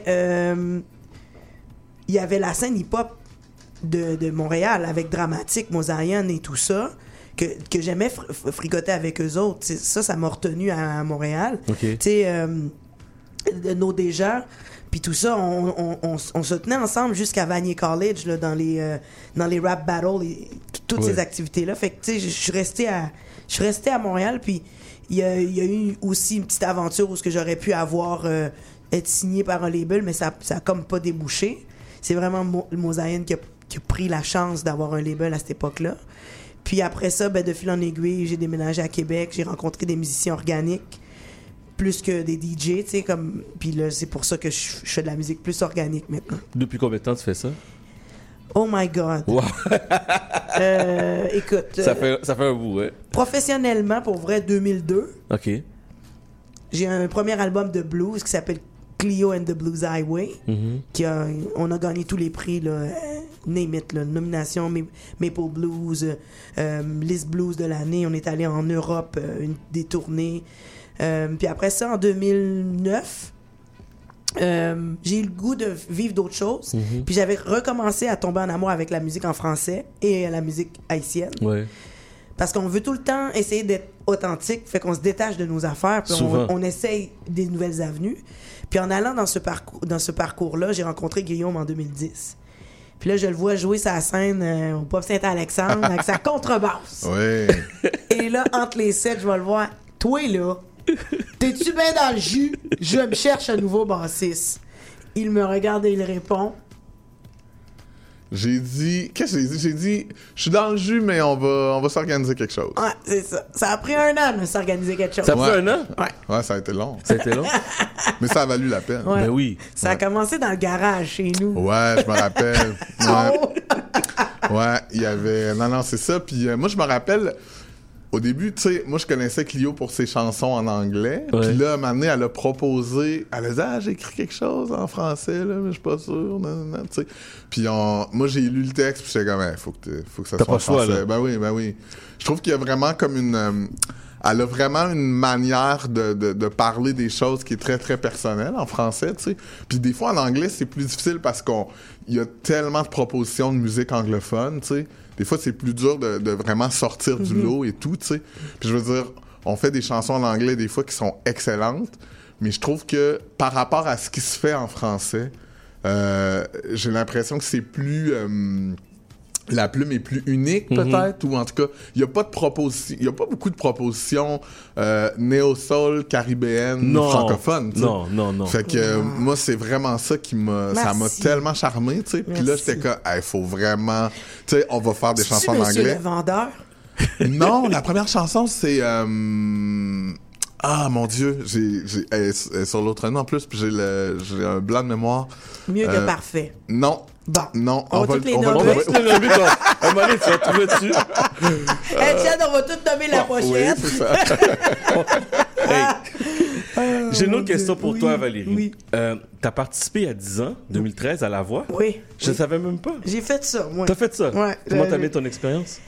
il y avait la scène hip-hop de Montréal avec Dramatique, Mosaïen et tout ça, que j'aimais fricoter avec eux autres. T'sais, ça m'a retenu à Montréal. Tu sais, nos déjà, puis tout ça, on se tenait ensemble jusqu'à Vanier College, là, dans les rap battles et toutes ces activités-là. Fait que, tu sais, je suis resté à Montréal, puis il y a eu aussi une petite aventure où ce que j'aurais pu avoir être signé par un label, mais ça a comme pas débouché. C'est vraiment Mosaïne qui a pris la chance d'avoir un label à cette époque-là. Puis après ça, de fil en aiguille, j'ai déménagé à Québec, j'ai rencontré des musiciens organiques plus que des DJ, tu sais, comme... Puis là, c'est pour ça que je fais de la musique plus organique maintenant. Depuis combien de temps tu fais ça? Oh my God! Wow. Écoute... Ça fait un bout, ouais. Professionnellement, pour vrai, 2002. OK. J'ai un premier album de blues qui s'appelle Cleo and the Blues Highway. On a gagné tous les prix, là, name it, là, nomination Maple Blues, List Blues de l'année. On est allé en Europe, des tournées. Puis après ça, en 2009, j'ai eu le goût de vivre d'autres choses. Puis j'avais recommencé à tomber en amour avec la musique en français et la musique haïtienne. Ouais. Parce qu'on veut tout le temps essayer d'être authentique, fait qu'on se détache de nos affaires, puis on essaye des nouvelles avenues. Puis en allant dans ce parcours-là, j'ai rencontré Guillaume en 2010. Puis là, je le vois jouer sa scène au Pop Saint-Alexandre avec sa contrebasse. Oui. Et là, entre les sets, je vais le voir. Toi, là, t'es-tu bien dans le jus? Je me cherche un nouveau bassiste. Il me regarde et il répond... J'ai dit... Qu'est-ce que j'ai dit? J'ai dit, je suis dans le jus, mais on va s'organiser quelque chose. Ouais, c'est ça. Ça a pris 1 an de s'organiser quelque chose. Ça a pris 1 an? Ouais, ça a été long. Ça a été long? Mais ça a valu la peine. Ouais. Ben oui. Ça a commencé dans le garage chez nous. Ouais, je me rappelle. Ouais, il y avait... Non, c'est ça. Puis moi, je me rappelle... Au début, tu sais, moi, je connaissais Clio pour ses chansons en anglais. Ouais. Puis là, à un moment donné, elle a proposé... Elle a dit « Ah, j'ai écrit quelque chose en français, là, mais je suis pas sûr. » tu sais. Puis moi, j'ai lu le texte, puis j'étais comme « Faut que ça soit en français. » Là. Ben oui. Je trouve qu'il y a vraiment comme une... elle a vraiment une manière de parler des choses qui est très, très personnelle en français, tu sais. Puis des fois, en anglais, c'est plus difficile parce qu'il y a tellement de propositions de musique anglophone, tu sais. Des fois, c'est plus dur de vraiment sortir du lot et tout, tu sais. Puis je veux dire, on fait des chansons en anglais des fois qui sont excellentes, mais je trouve que par rapport à ce qui se fait en français, j'ai l'impression que c'est plus... la plume est plus unique, peut-être, ou en tout cas, il n'y a pas de proposition, il n'y a pas beaucoup de propositions néo-soul, caribéennes, francophones, tu sais. Non. Fait que moi, c'est vraiment ça qui m'a tellement charmé, tu sais. Puis là, j'étais comme, il faut vraiment, tu sais, on va faire des chansons en anglais. Le vendeur? Non, la première chanson, c'est... Ah, mon Dieu, elle est sur l'autre nom en plus, puis j'ai un blanc de mémoire. Mieux que parfait. Non. Bon. Non, on va toutes les nommer. À un moment donné, tu vas trouver dessus. Chad, on va tout nommer la pochette. Oui, c'est ça. J'ai une autre question pour toi, Valérie. Oui. T'as participé il y a 10 ans, 2013, à La Voix? Oui. Je ne savais même pas. J'ai fait ça, moi. T'as fait ça? Ouais. Comment t'as mis ton expérience?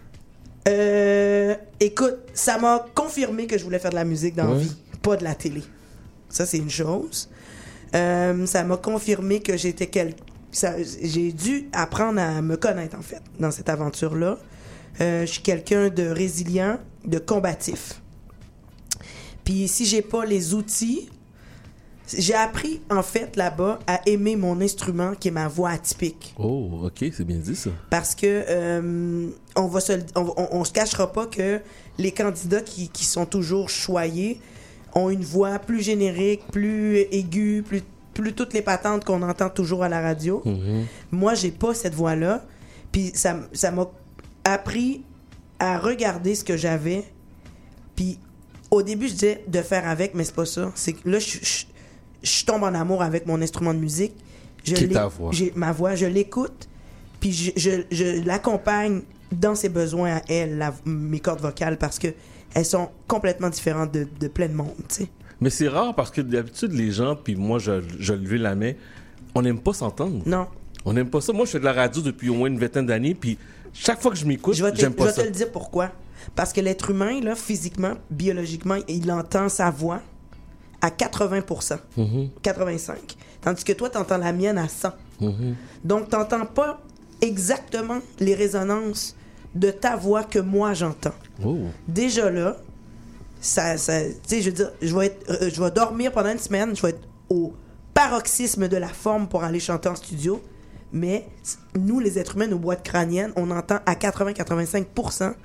Écoute, ça m'a confirmé que je voulais faire de la musique dans la vie, pas de la télé. Ça, c'est une chose. Ça m'a confirmé que j'ai dû apprendre à me connaître, en fait, dans cette aventure-là. Je suis quelqu'un de résilient, de combatif. Puis si j'ai pas les outils, j'ai appris, en fait, là-bas, à aimer mon instrument, qui est ma voix atypique. Oh, OK, c'est bien dit, ça. Parce que on se cachera pas que les candidats qui sont toujours choyés ont une voix plus générique, plus aiguë, plus toutes les patentes qu'on entend toujours à la radio. Moi, j'ai pas cette voix-là. Puis ça m'a appris à regarder ce que j'avais. Puis au début, je disais de faire avec, mais c'est pas ça. C'est que là, je tombe en amour avec mon instrument de musique. Ta voix? J'ai ma voix, je l'écoute, puis je l'accompagne dans ses besoins à elle, mes cordes vocales, parce que elles sont complètement différentes de plein de monde, tu sais. Mais c'est rare parce que d'habitude, les gens, puis moi, je levais la main, on n'aime pas s'entendre. Non. On n'aime pas ça. Moi, je fais de la radio depuis au moins une vingtaine d'années, puis chaque fois que je m'écoute, j'aime pas ça. Je vais te le dire pourquoi. Parce que l'être humain, là, physiquement, biologiquement, il entend sa voix à 80%. 85%. Tandis que toi, tu entends la mienne à 100%. Donc, tu n'entends pas exactement les résonances de ta voix que moi, j'entends. Déjà là, tu sais, je veux dire, je vais dormir pendant une semaine, je vais être au paroxysme de la forme pour aller chanter en studio, mais nous, les êtres humains, nos boîtes crâniennes, on entend à 80-85%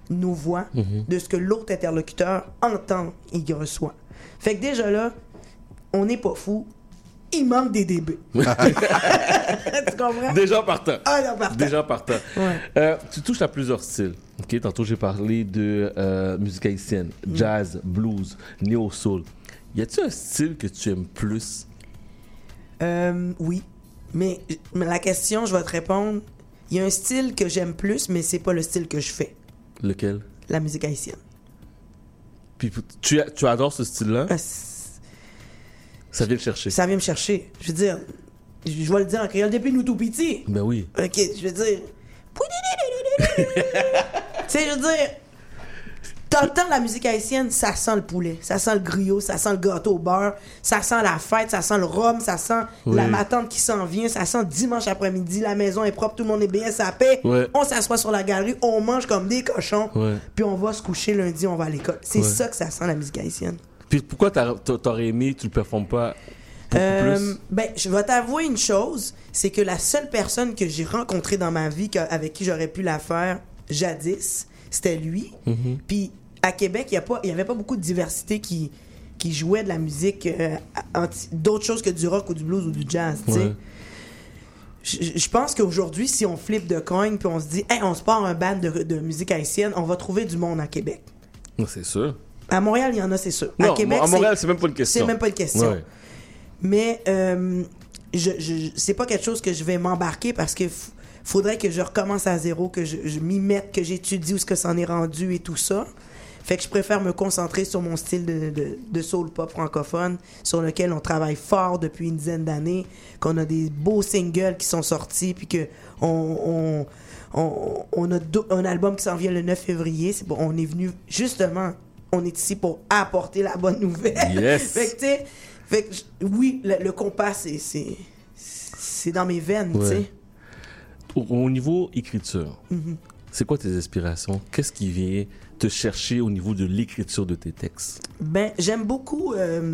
nos voix, de ce que l'autre interlocuteur entend et reçoit. Fait que déjà là, on n'est pas fou. Il manque des dB. Tu comprends? Déjà partant. Ah, non, partant. Déjà partant. Ouais. Tu touches à plusieurs styles. Okay? Tantôt, j'ai parlé de musique haïtienne, jazz, blues, néo-soul. Y a-t-il un style que tu aimes plus? Oui. Mais la question, je vais te répondre. Il y a un style que j'aime plus, mais c'est pas le style que je fais. Lequel? La musique haïtienne. Puis tu adores ce style-là? Ça vient te chercher. Ça vient me chercher. Je veux dire, je vais le dire en créole depuis nous tout petits. Ben oui. OK, je veux dire... Tu sais, je veux dire... T'entends la musique haïtienne, ça sent le poulet, ça sent le griot, ça sent le gâteau au beurre, ça sent la fête, ça sent le rhum, ça sent la matante qui s'en vient, ça sent dimanche après-midi, la maison est propre, tout le monde est bien sapé, on s'assoit sur la galerie, on mange comme des cochons, puis on va se coucher lundi, on va à l'école. C'est ça que ça sent la musique haïtienne. Puis pourquoi t'aurais aimé, tu le performes pas plus? Ben, je vais t'avouer une chose, c'est que la seule personne que j'ai rencontrée dans ma vie avec qui j'aurais pu la faire jadis, c'était lui. Puis à Québec, il y avait pas beaucoup de diversité qui jouait de la musique, d'autres choses que du rock ou du blues ou du jazz, tu sais. Je pense qu'aujourd'hui, si on flippe de coin puis on se dit, hey, on se part un band de musique haïtienne, on va trouver du monde à Québec. C'est sûr. À Montréal, il y en a, c'est sûr. Non, à Québec, à Montréal, c'est même pas une question. C'est même pas une question. Ouais. Mais c'est pas quelque chose que je vais m'embarquer parce que faudrait que je recommence à zéro, que je m'y mette, que j'étudie où ce que ça en est rendu et tout ça. Fait que je préfère me concentrer sur mon style de soul pop francophone, sur lequel on travaille fort depuis une dizaine d'années, qu'on a des beaux singles qui sont sortis, puis que on a un album qui s'en vient le 9 février. C'est bon, on est venu, justement, on est ici pour apporter la bonne nouvelle. Yes! Fait que, tu sais, oui, le compas, c'est dans mes veines, tu sais. Au niveau écriture, c'est quoi tes inspirations? Qu'est-ce qui vient te chercher au niveau de l'écriture de tes textes? Ben, j'aime beaucoup...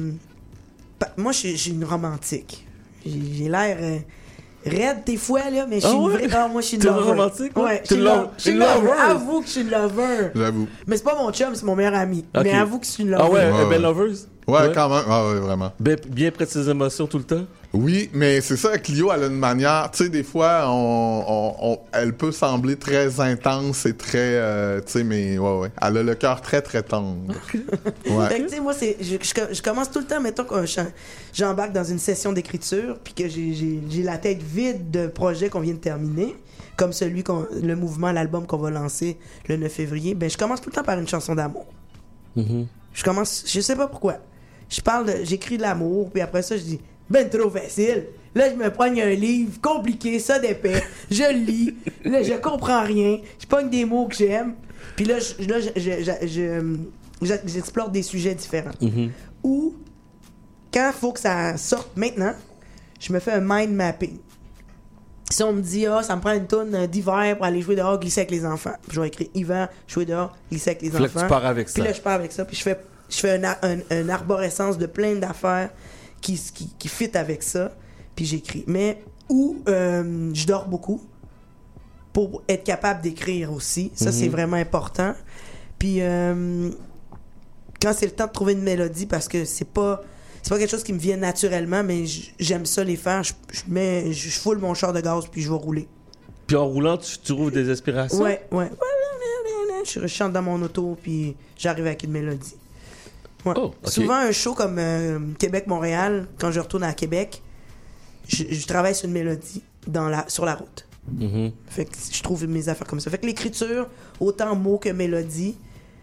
moi, je suis une romantique. J'ai l'air... raide des fois, là, mais je suis une vraie... moi, je suis une lover. T'es romantique? Ouais, je suis une lover. Avoue que je suis une lover. J'avoue. Mais c'est pas mon chum, c'est mon meilleur ami. Okay. Mais avoue que je suis une lover. Ah ouais, ben loveuse? Ouais, quand même. Ah ouais, vraiment. Bien près de ses émotions tout le temps? Oui, mais c'est ça, Clio, elle a une manière... Tu sais, des fois, elle peut sembler très intense et très... tu sais, mais ouais. Elle a le cœur très, très tendre. Ouais. Fait que, tu sais, moi, je commence tout le temps, mettons, quand j'embarque dans une session d'écriture, puis que j'ai la tête vide de projets qu'on vient de terminer, comme le mouvement, l'album qu'on va lancer le 9 février, ben je commence tout le temps par une chanson d'amour. Je sais pas pourquoi. J'écris de l'amour, puis après ça, je dis... Ben trop facile. Là, je me pogne un livre compliqué, ça d'épais. Je le lis. Là, je comprends rien. Je pogne des mots que j'aime. Puis là, j'explore des sujets différents. Ou, quand il faut que ça sorte maintenant, je me fais un mind mapping. Si on me dit, ça me prend une toune d'hiver pour aller jouer dehors, glisser avec les enfants. Puis je vais écrire hiver, jouer dehors, glisser avec les enfants. Là, tu pars avec ça. Puis là, je pars avec ça. Puis je fais une arborescence de plein d'affaires qui fit avec ça, puis j'écris. Mais je dors beaucoup pour être capable d'écrire aussi. Ça, c'est vraiment important. Puis quand c'est le temps de trouver une mélodie, parce que c'est pas quelque chose qui me vient naturellement, mais j'aime ça les faire. Je foule mon char de gaz, puis je vais rouler. Puis en roulant, tu trouves des inspirations? Ouais. Je chante dans mon auto, puis j'arrive avec une mélodie. Ouais. Oh, okay. Souvent, un show comme Québec-Montréal, quand je retourne à Québec, je travaille sur une mélodie sur la route. Fait que je trouve mes affaires comme ça. Fait que l'écriture, autant mots que mélodie,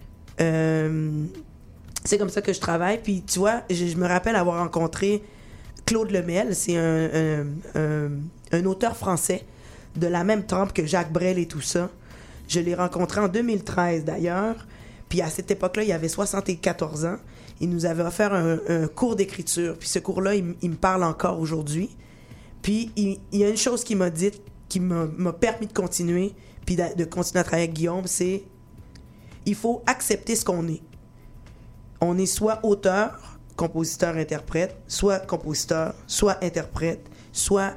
c'est comme ça que je travaille. Puis tu vois, je me rappelle avoir rencontré Claude Lemel, c'est un auteur français de la même trempe que Jacques Brel et tout ça. Je l'ai rencontré en 2013 d'ailleurs. Puis à cette époque-là, il avait 74 ans. Il nous avait offert un cours d'écriture. Puis ce cours-là, il me parle encore aujourd'hui. Puis il y a une chose qu'il m'a dit, qui m'a permis de continuer, puis de continuer à travailler avec Guillaume, c'est il faut accepter ce qu'on est. On est soit auteur, compositeur, interprète, soit compositeur, soit interprète, soit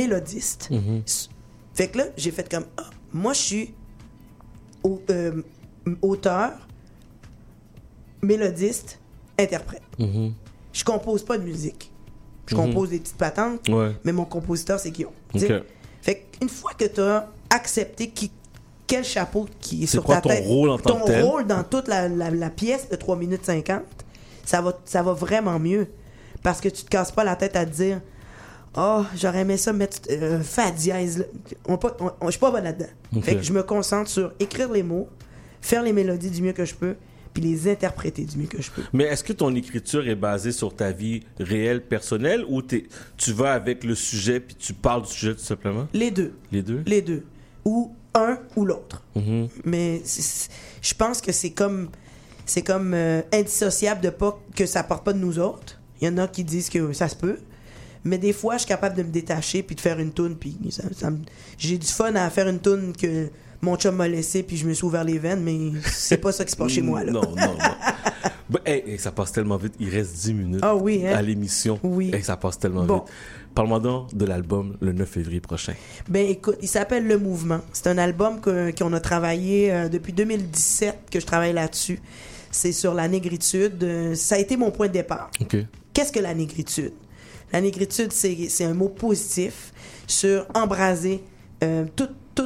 mélodiste. Fait que là, j'ai fait comme moi, je suis auteur, mélodiste, interprète. Mhm. Je compose pas de musique. Je Mhm. compose des petites patentes, Ouais. mais mon compositeur, c'est Guillaume. Ok. Fait qu'une fois que tu as accepté quel chapeau qui est C'est sur quoi ta ton tête, rôle en tant que tel? ton rôle dans toute la pièce de 3 minutes 50, ça va vraiment mieux. Parce que tu te casses pas la tête à te dire « Oh, j'aurais aimé ça mettre fa dièse. » Je suis pas bonne là-dedans. Ok. Fait que je me concentre sur écrire les mots, faire les mélodies du mieux que je peux, puis les interpréter du mieux que je peux. Mais est-ce que ton écriture est basée sur ta vie réelle, personnelle, ou tu vas avec le sujet puis tu parles du sujet tout simplement? Les deux. Les deux? Les deux. Ou un ou l'autre. Mhm. Mais je pense que c'est comme indissociable de pas que ça parte pas de nous autres. Il y en a qui disent que ça se peut. Mais des fois, je suis capable de me détacher puis de faire une toune. Puis j'ai du fun à faire une toune que mon chum m'a laissé puis je me suis ouvert les veines, mais c'est pas ça qui se passe chez moi, là. Non. Ben, hey, ça passe tellement vite. Il reste 10 minutes Ah oui, hein? à l'émission. Oui. Hey, ça passe tellement Bon. vite. Parle-moi donc de l'album le 9 février prochain. Ben écoute, il s'appelle Le Mouvement. C'est un album qu'on a travaillé depuis 2017, que je travaille là-dessus. C'est sur la négritude. Ça a été mon point de départ. OK. Qu'est-ce que la négritude? La négritude, c'est un mot positif sur embraser tout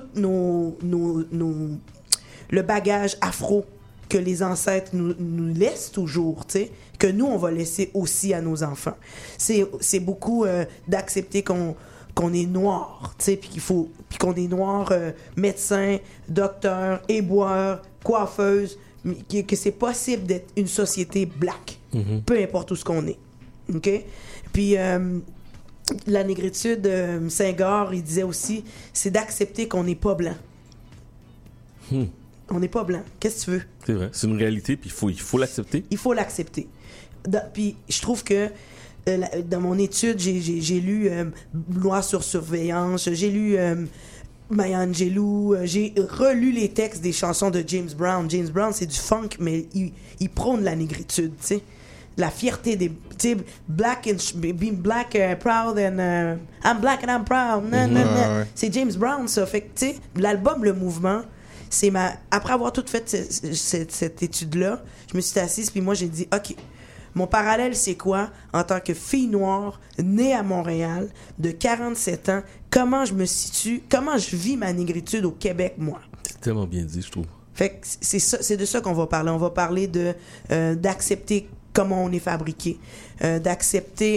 le bagage afro que les ancêtres nous laissent toujours, tu sais, que nous, on va laisser aussi à nos enfants. C'est beaucoup d'accepter qu'on est noir, tu sais, puis qu'on est noir, médecin, docteur, éboueur, coiffeuse, que c'est possible d'être une société black, peu importe où ce qu'on est. OK? Puis la négritude, Senghor, il disait aussi, c'est d'accepter qu'on n'est pas blanc. On n'est pas blanc. Qu'est-ce que tu veux? C'est vrai. C'est une réalité, puis il faut l'accepter. Il faut l'accepter. Puis je trouve que dans mon étude, j'ai lu Loi sur surveillance, j'ai lu Maya Angelou, j'ai relu les textes des chansons de James Brown. James Brown, c'est du funk, mais il prône la négritude, tu sais. La fierté des... Tu sais, being black, proud, and... I'm black and I'm proud. Ouais. C'est James Brown, ça. Fait que, tu sais, l'album Le Mouvement, c'est après avoir tout fait cette étude-là, je me suis assise, puis moi, j'ai dit, OK, mon parallèle, c'est quoi? En tant que fille noire, née à Montréal, de 47 ans, comment je me situe, comment je vis ma négritude au Québec, moi? C'est tellement bien dit, je trouve. Fait que c'est de ça qu'on va parler. On va parler d'accepter comment on est fabriqué, d'accepter...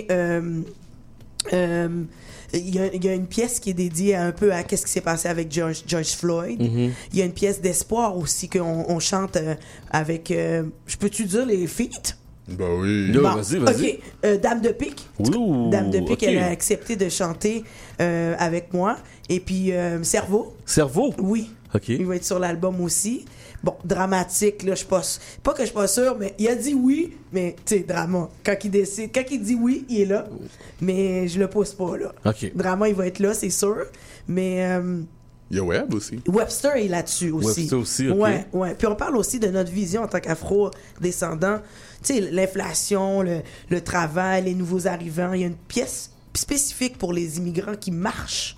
Il y a une pièce qui est dédiée un peu à qu'est-ce qui s'est passé avec George Floyd. Mhm. Il y a une pièce d'espoir aussi qu'on chante avec... je peux-tu dire les feats? Ben oui. Bon, Vas-y. OK. Dame de Pique. Ouh, Dame de Pique, OK. elle a accepté de chanter avec moi. Et puis, Cerveau. Cerveau? Oui. OK. Il va être sur l'album aussi. Bon, dramatique, là, je suis pas... Pas que je suis pas sûr, mais il a dit oui, mais, tu sais, drama. Quand il dit oui, il est là. Mais je le pousse pas, là. OK. Drama, il va être là, c'est sûr. Mais... Il y a Web aussi. Webster est là-dessus aussi. Webster aussi, OK. Ouais. Puis on parle aussi de notre vision en tant qu'afro-descendants. Tu sais, l'inflation, le travail, les nouveaux arrivants. Il y a une pièce spécifique pour les immigrants qui marchent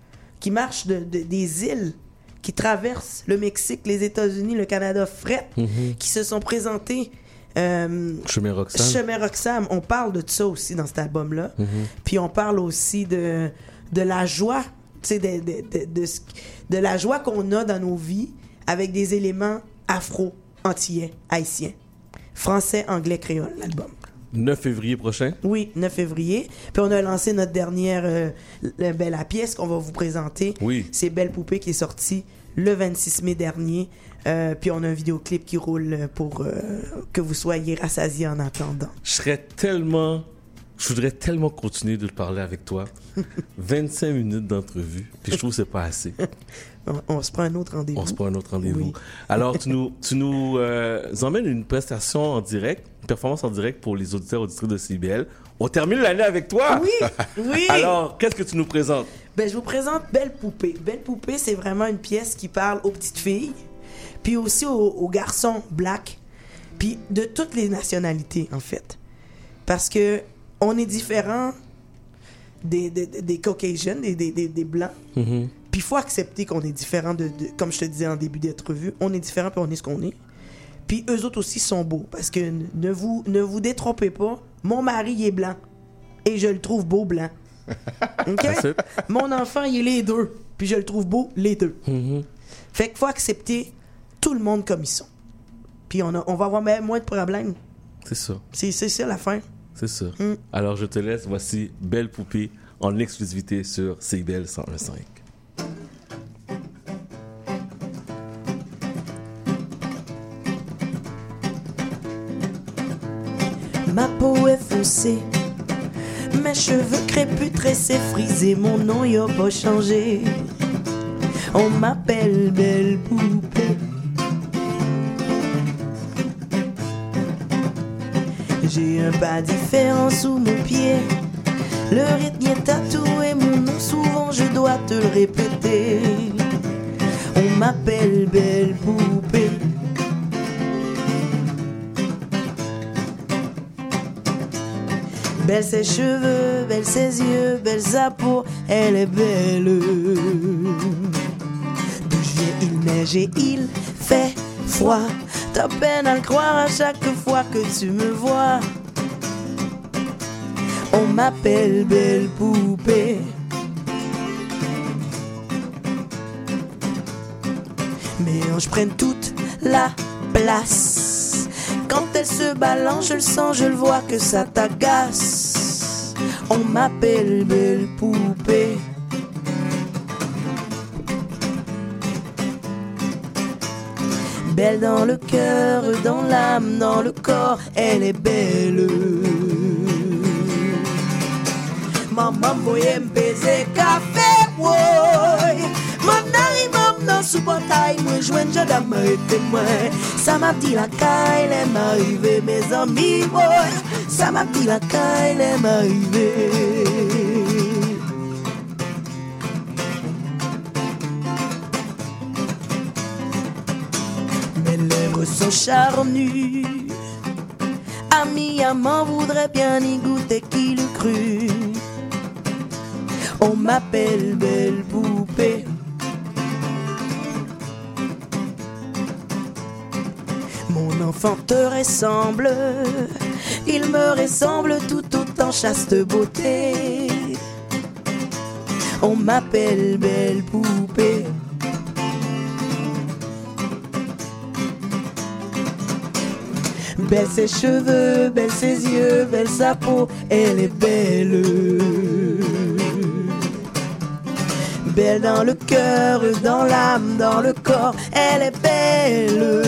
des îles, qui traversent le Mexique, les États-Unis, le Canada, fret, qui se sont présentés... Chemin Roxham. On parle de ça aussi dans cet album-là. Puis on parle aussi de la joie, tu sais, de la joie qu'on a dans nos vies avec des éléments afro, antillais, haïtiens. Français, anglais, créole, l'album. 9 février prochain? Oui, 9 février. Puis on a lancé notre dernière... la pièce qu'on va vous présenter. Oui. C'est Belle Poupée qui est sortie le 26 mai dernier. Puis on a un vidéoclip qui roule pour que vous soyez rassasiés en attendant. Je voudrais tellement continuer de parler avec toi. 25 minutes d'entrevue, puis je trouve que c'est pas assez. On se prend un autre rendez-vous. Oui. Alors, tu nous emmènes une prestation en direct, une performance en direct pour les auditeurs et auditrices de CIBL. On termine l'année avec toi! Oui! Alors, qu'est-ce que tu nous présentes? Ben, je vous présente Belle Poupée. Belle Poupée, c'est vraiment une pièce qui parle aux petites filles, puis aussi aux garçons black, puis de toutes les nationalités, en fait. Parce que on est différents des Caucasians, des Blancs, Puis il faut accepter qu'on est différent comme je te disais en début d'entrevue, on est différent puis on est ce qu'on est. Puis eux autres aussi sont beaux, parce que ne vous détrompez pas, mon mari il est blanc et je le trouve beau blanc. OK? Mon enfant il est les deux, puis je le trouve beau les deux. Fait qu'il faut accepter tout le monde comme ils sont. Puis on va avoir même moins de problèmes. C'est ça. C'est ça la fin. C'est ça. Alors je te laisse, voici Belle Poupée en exclusivité sur CIBL 101.5. Ma peau est foncée, mes cheveux crépus tressés, frisés, mon nom y'a pas changé. On m'appelle Belle Poupée. J'ai un pas différent sous mon pied, le rythme est tatoué, mon nom souvent je dois te le répéter. On m'appelle Belle Poupée. Belle ses cheveux, belle ses yeux, belle sa peau, elle est belle. D'où je viens, il neige et il fait froid. T'as peine à le croire à chaque fois que tu me vois. On m'appelle Belle Poupée. Mes hanches prennent toute la place. Quand elle se balance, je le sens, je le vois que ça t'agace. On m'appelle Belle Poupée. Belle dans le cœur, dans l'âme, dans le corps, elle est belle. Maman voyait me baiser café, woy. Mon arrive dans sous portail, moi joigne j'adame et témoin. Ça m'a dit la caille, elle m'est arrivée, mes amis, woy. Ça m'a dit la caille, elle m'est arrivée. Mes lèvres sont charnues. Ami, amant voudrait bien y goûter, qui le crut. On m'appelle Belle Poupée. Mon enfant te ressemble, il me ressemble tout autant chaste beauté. On m'appelle Belle Poupée. Belle ses cheveux, belle ses yeux, belle sa peau, elle est belle. Belle dans le cœur, dans l'âme, dans le corps, elle est belle.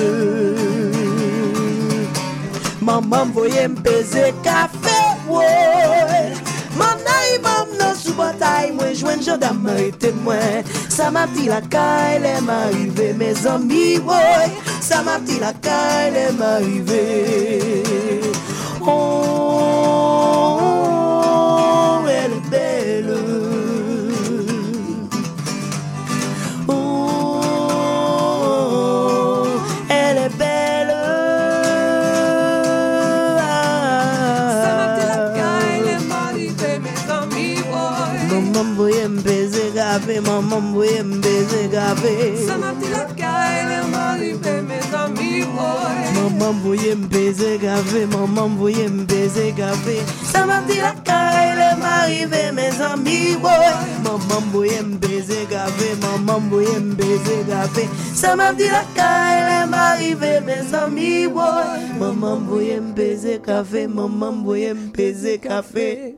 Maman voyait me baiser café, ouais. Mon aïe, maman, sous bataille, moi, joigne gendarme et témoin. Ça m'a dit la caille, elle m'est arrivée, mes amis, ouais. Ça m'a dit la caille, elle m'est arrivée. Oh, elle est belle. Oh, elle est belle. Maman voyait me baiser café, maman voyait me baiser café. Ça m'a dit la caille, elle m'a arrivé, mes amis, boy. Maman voyait me baiser café, maman voyait me baiser café. Ça m'a dit la caille, elle m'a arrivé, mes amis, boy. Maman voyait me baiser café, maman voyait me baiser café. Ça m'a dit la caille, elle m'a arrivé, mes amis, boy. Maman voyait me baiser café, maman voyait me baiser café.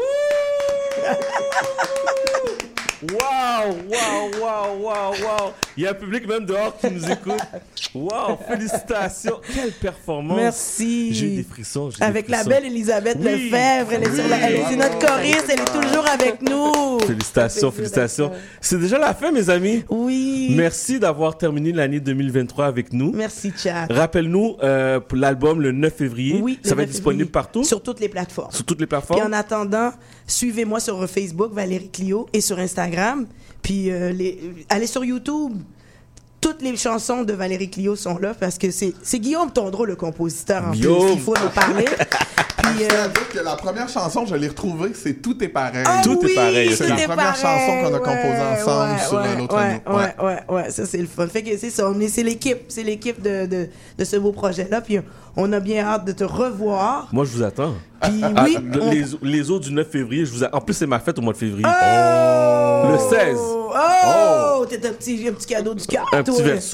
Wow, wow, wow, wow, wow. Il y a un public même dehors qui nous écoute. Wow, félicitations. Quelle performance. Merci. J'ai eu des frissons. Avec la belle Elisabeth Lefebvre. Elle est sur c'est notre choriste. Elle est toujours avec nous. Félicitations, félicitations. C'est déjà la fin, mes amis. Oui. Merci d'avoir terminé l'année 2023 avec nous. Merci, Chad. Rappelle-nous, pour l'album le 9 février. Oui, ça va être disponible partout? Sur toutes les plateformes. Sur toutes les plateformes. Et en attendant, suivez-moi sur Facebook, Valérie Clio, et sur Instagram. Puis allez sur YouTube. toutes les chansons de Valérie Clio sont là parce que c'est Guillaume Tondreau, le compositeur, en Guillaume. plus. Il faut en parler. Puis, Je tiens à dire que la première chanson, je l'ai retrouvée, c'est Tout est pareil. Tout est pareil. C'est la première chanson qu'on a composée ensemble sur un autre album. Ouais, ça c'est le fun. Fait que c'est ça, c'est l'équipe de ce beau projet-là. Puis on a bien hâte de te revoir. Moi, je vous attends. Puis oui, Les autres du 9 février, je vous attends. En plus, c'est ma fête au mois de février. Oh! Le 16. Oh! T'es un petit cadeau du cœur, Un toi. petit verso.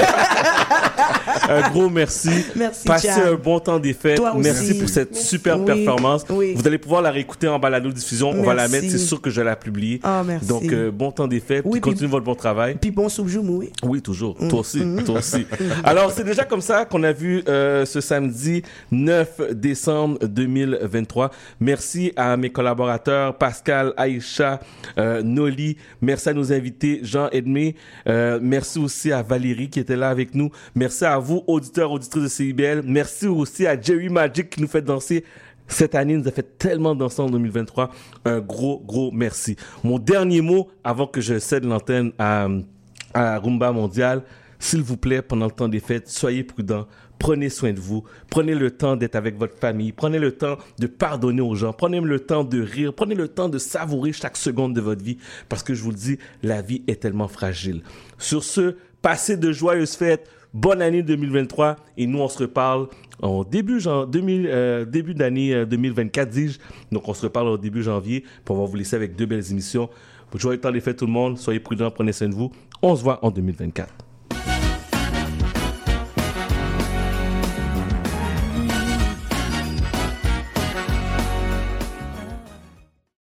Un gros merci. Merci, Passez Chad. un bon temps des fêtes. Toi aussi. Merci pour cette super performance. Oui. Vous allez pouvoir la réécouter en balado-diffusion. On va la Merci. mettre, c'est sûr que je vais la publier. Ah, merci. Donc, bon temps des fêtes. Oui, puis continuez votre bon travail. Puis bon soubjou moué. Oui, toujours. Toi aussi. Toi aussi. Alors, c'est déjà comme ça qu'on a vu ce samedi 9 décembre 2023. Merci à mes collaborateurs Pascal, Aïcha, Noli. Merci à nos invités Jean Edmé. Merci aussi à Valérie qui était là avec nous. Merci à vous, auditeurs, auditrices de CIBL. Merci aussi à Jerry Magic qui nous fait danser. Cette année, il nous a fait tellement danser en 2023. Un gros merci. Mon dernier mot avant que je cède l'antenne à Rumba Mondial. S'il vous plaît, pendant le temps des fêtes, soyez prudents. Prenez soin de vous. Prenez le temps d'être avec votre famille. Prenez le temps de pardonner aux gens. Prenez le temps de rire. Prenez le temps de savourer chaque seconde de votre vie. Parce que je vous le dis, la vie est tellement fragile. Sur ce, passez de joyeuses fêtes. Bonne année 2023. Et nous, on se reparle en début d'année 2024, dis-je. Donc, on se reparle au début janvier. Puis on va vous laisser avec 2 belles émissions. Joyeux temps des fêtes tout le monde. Soyez prudents. Prenez soin de vous. On se voit en 2024.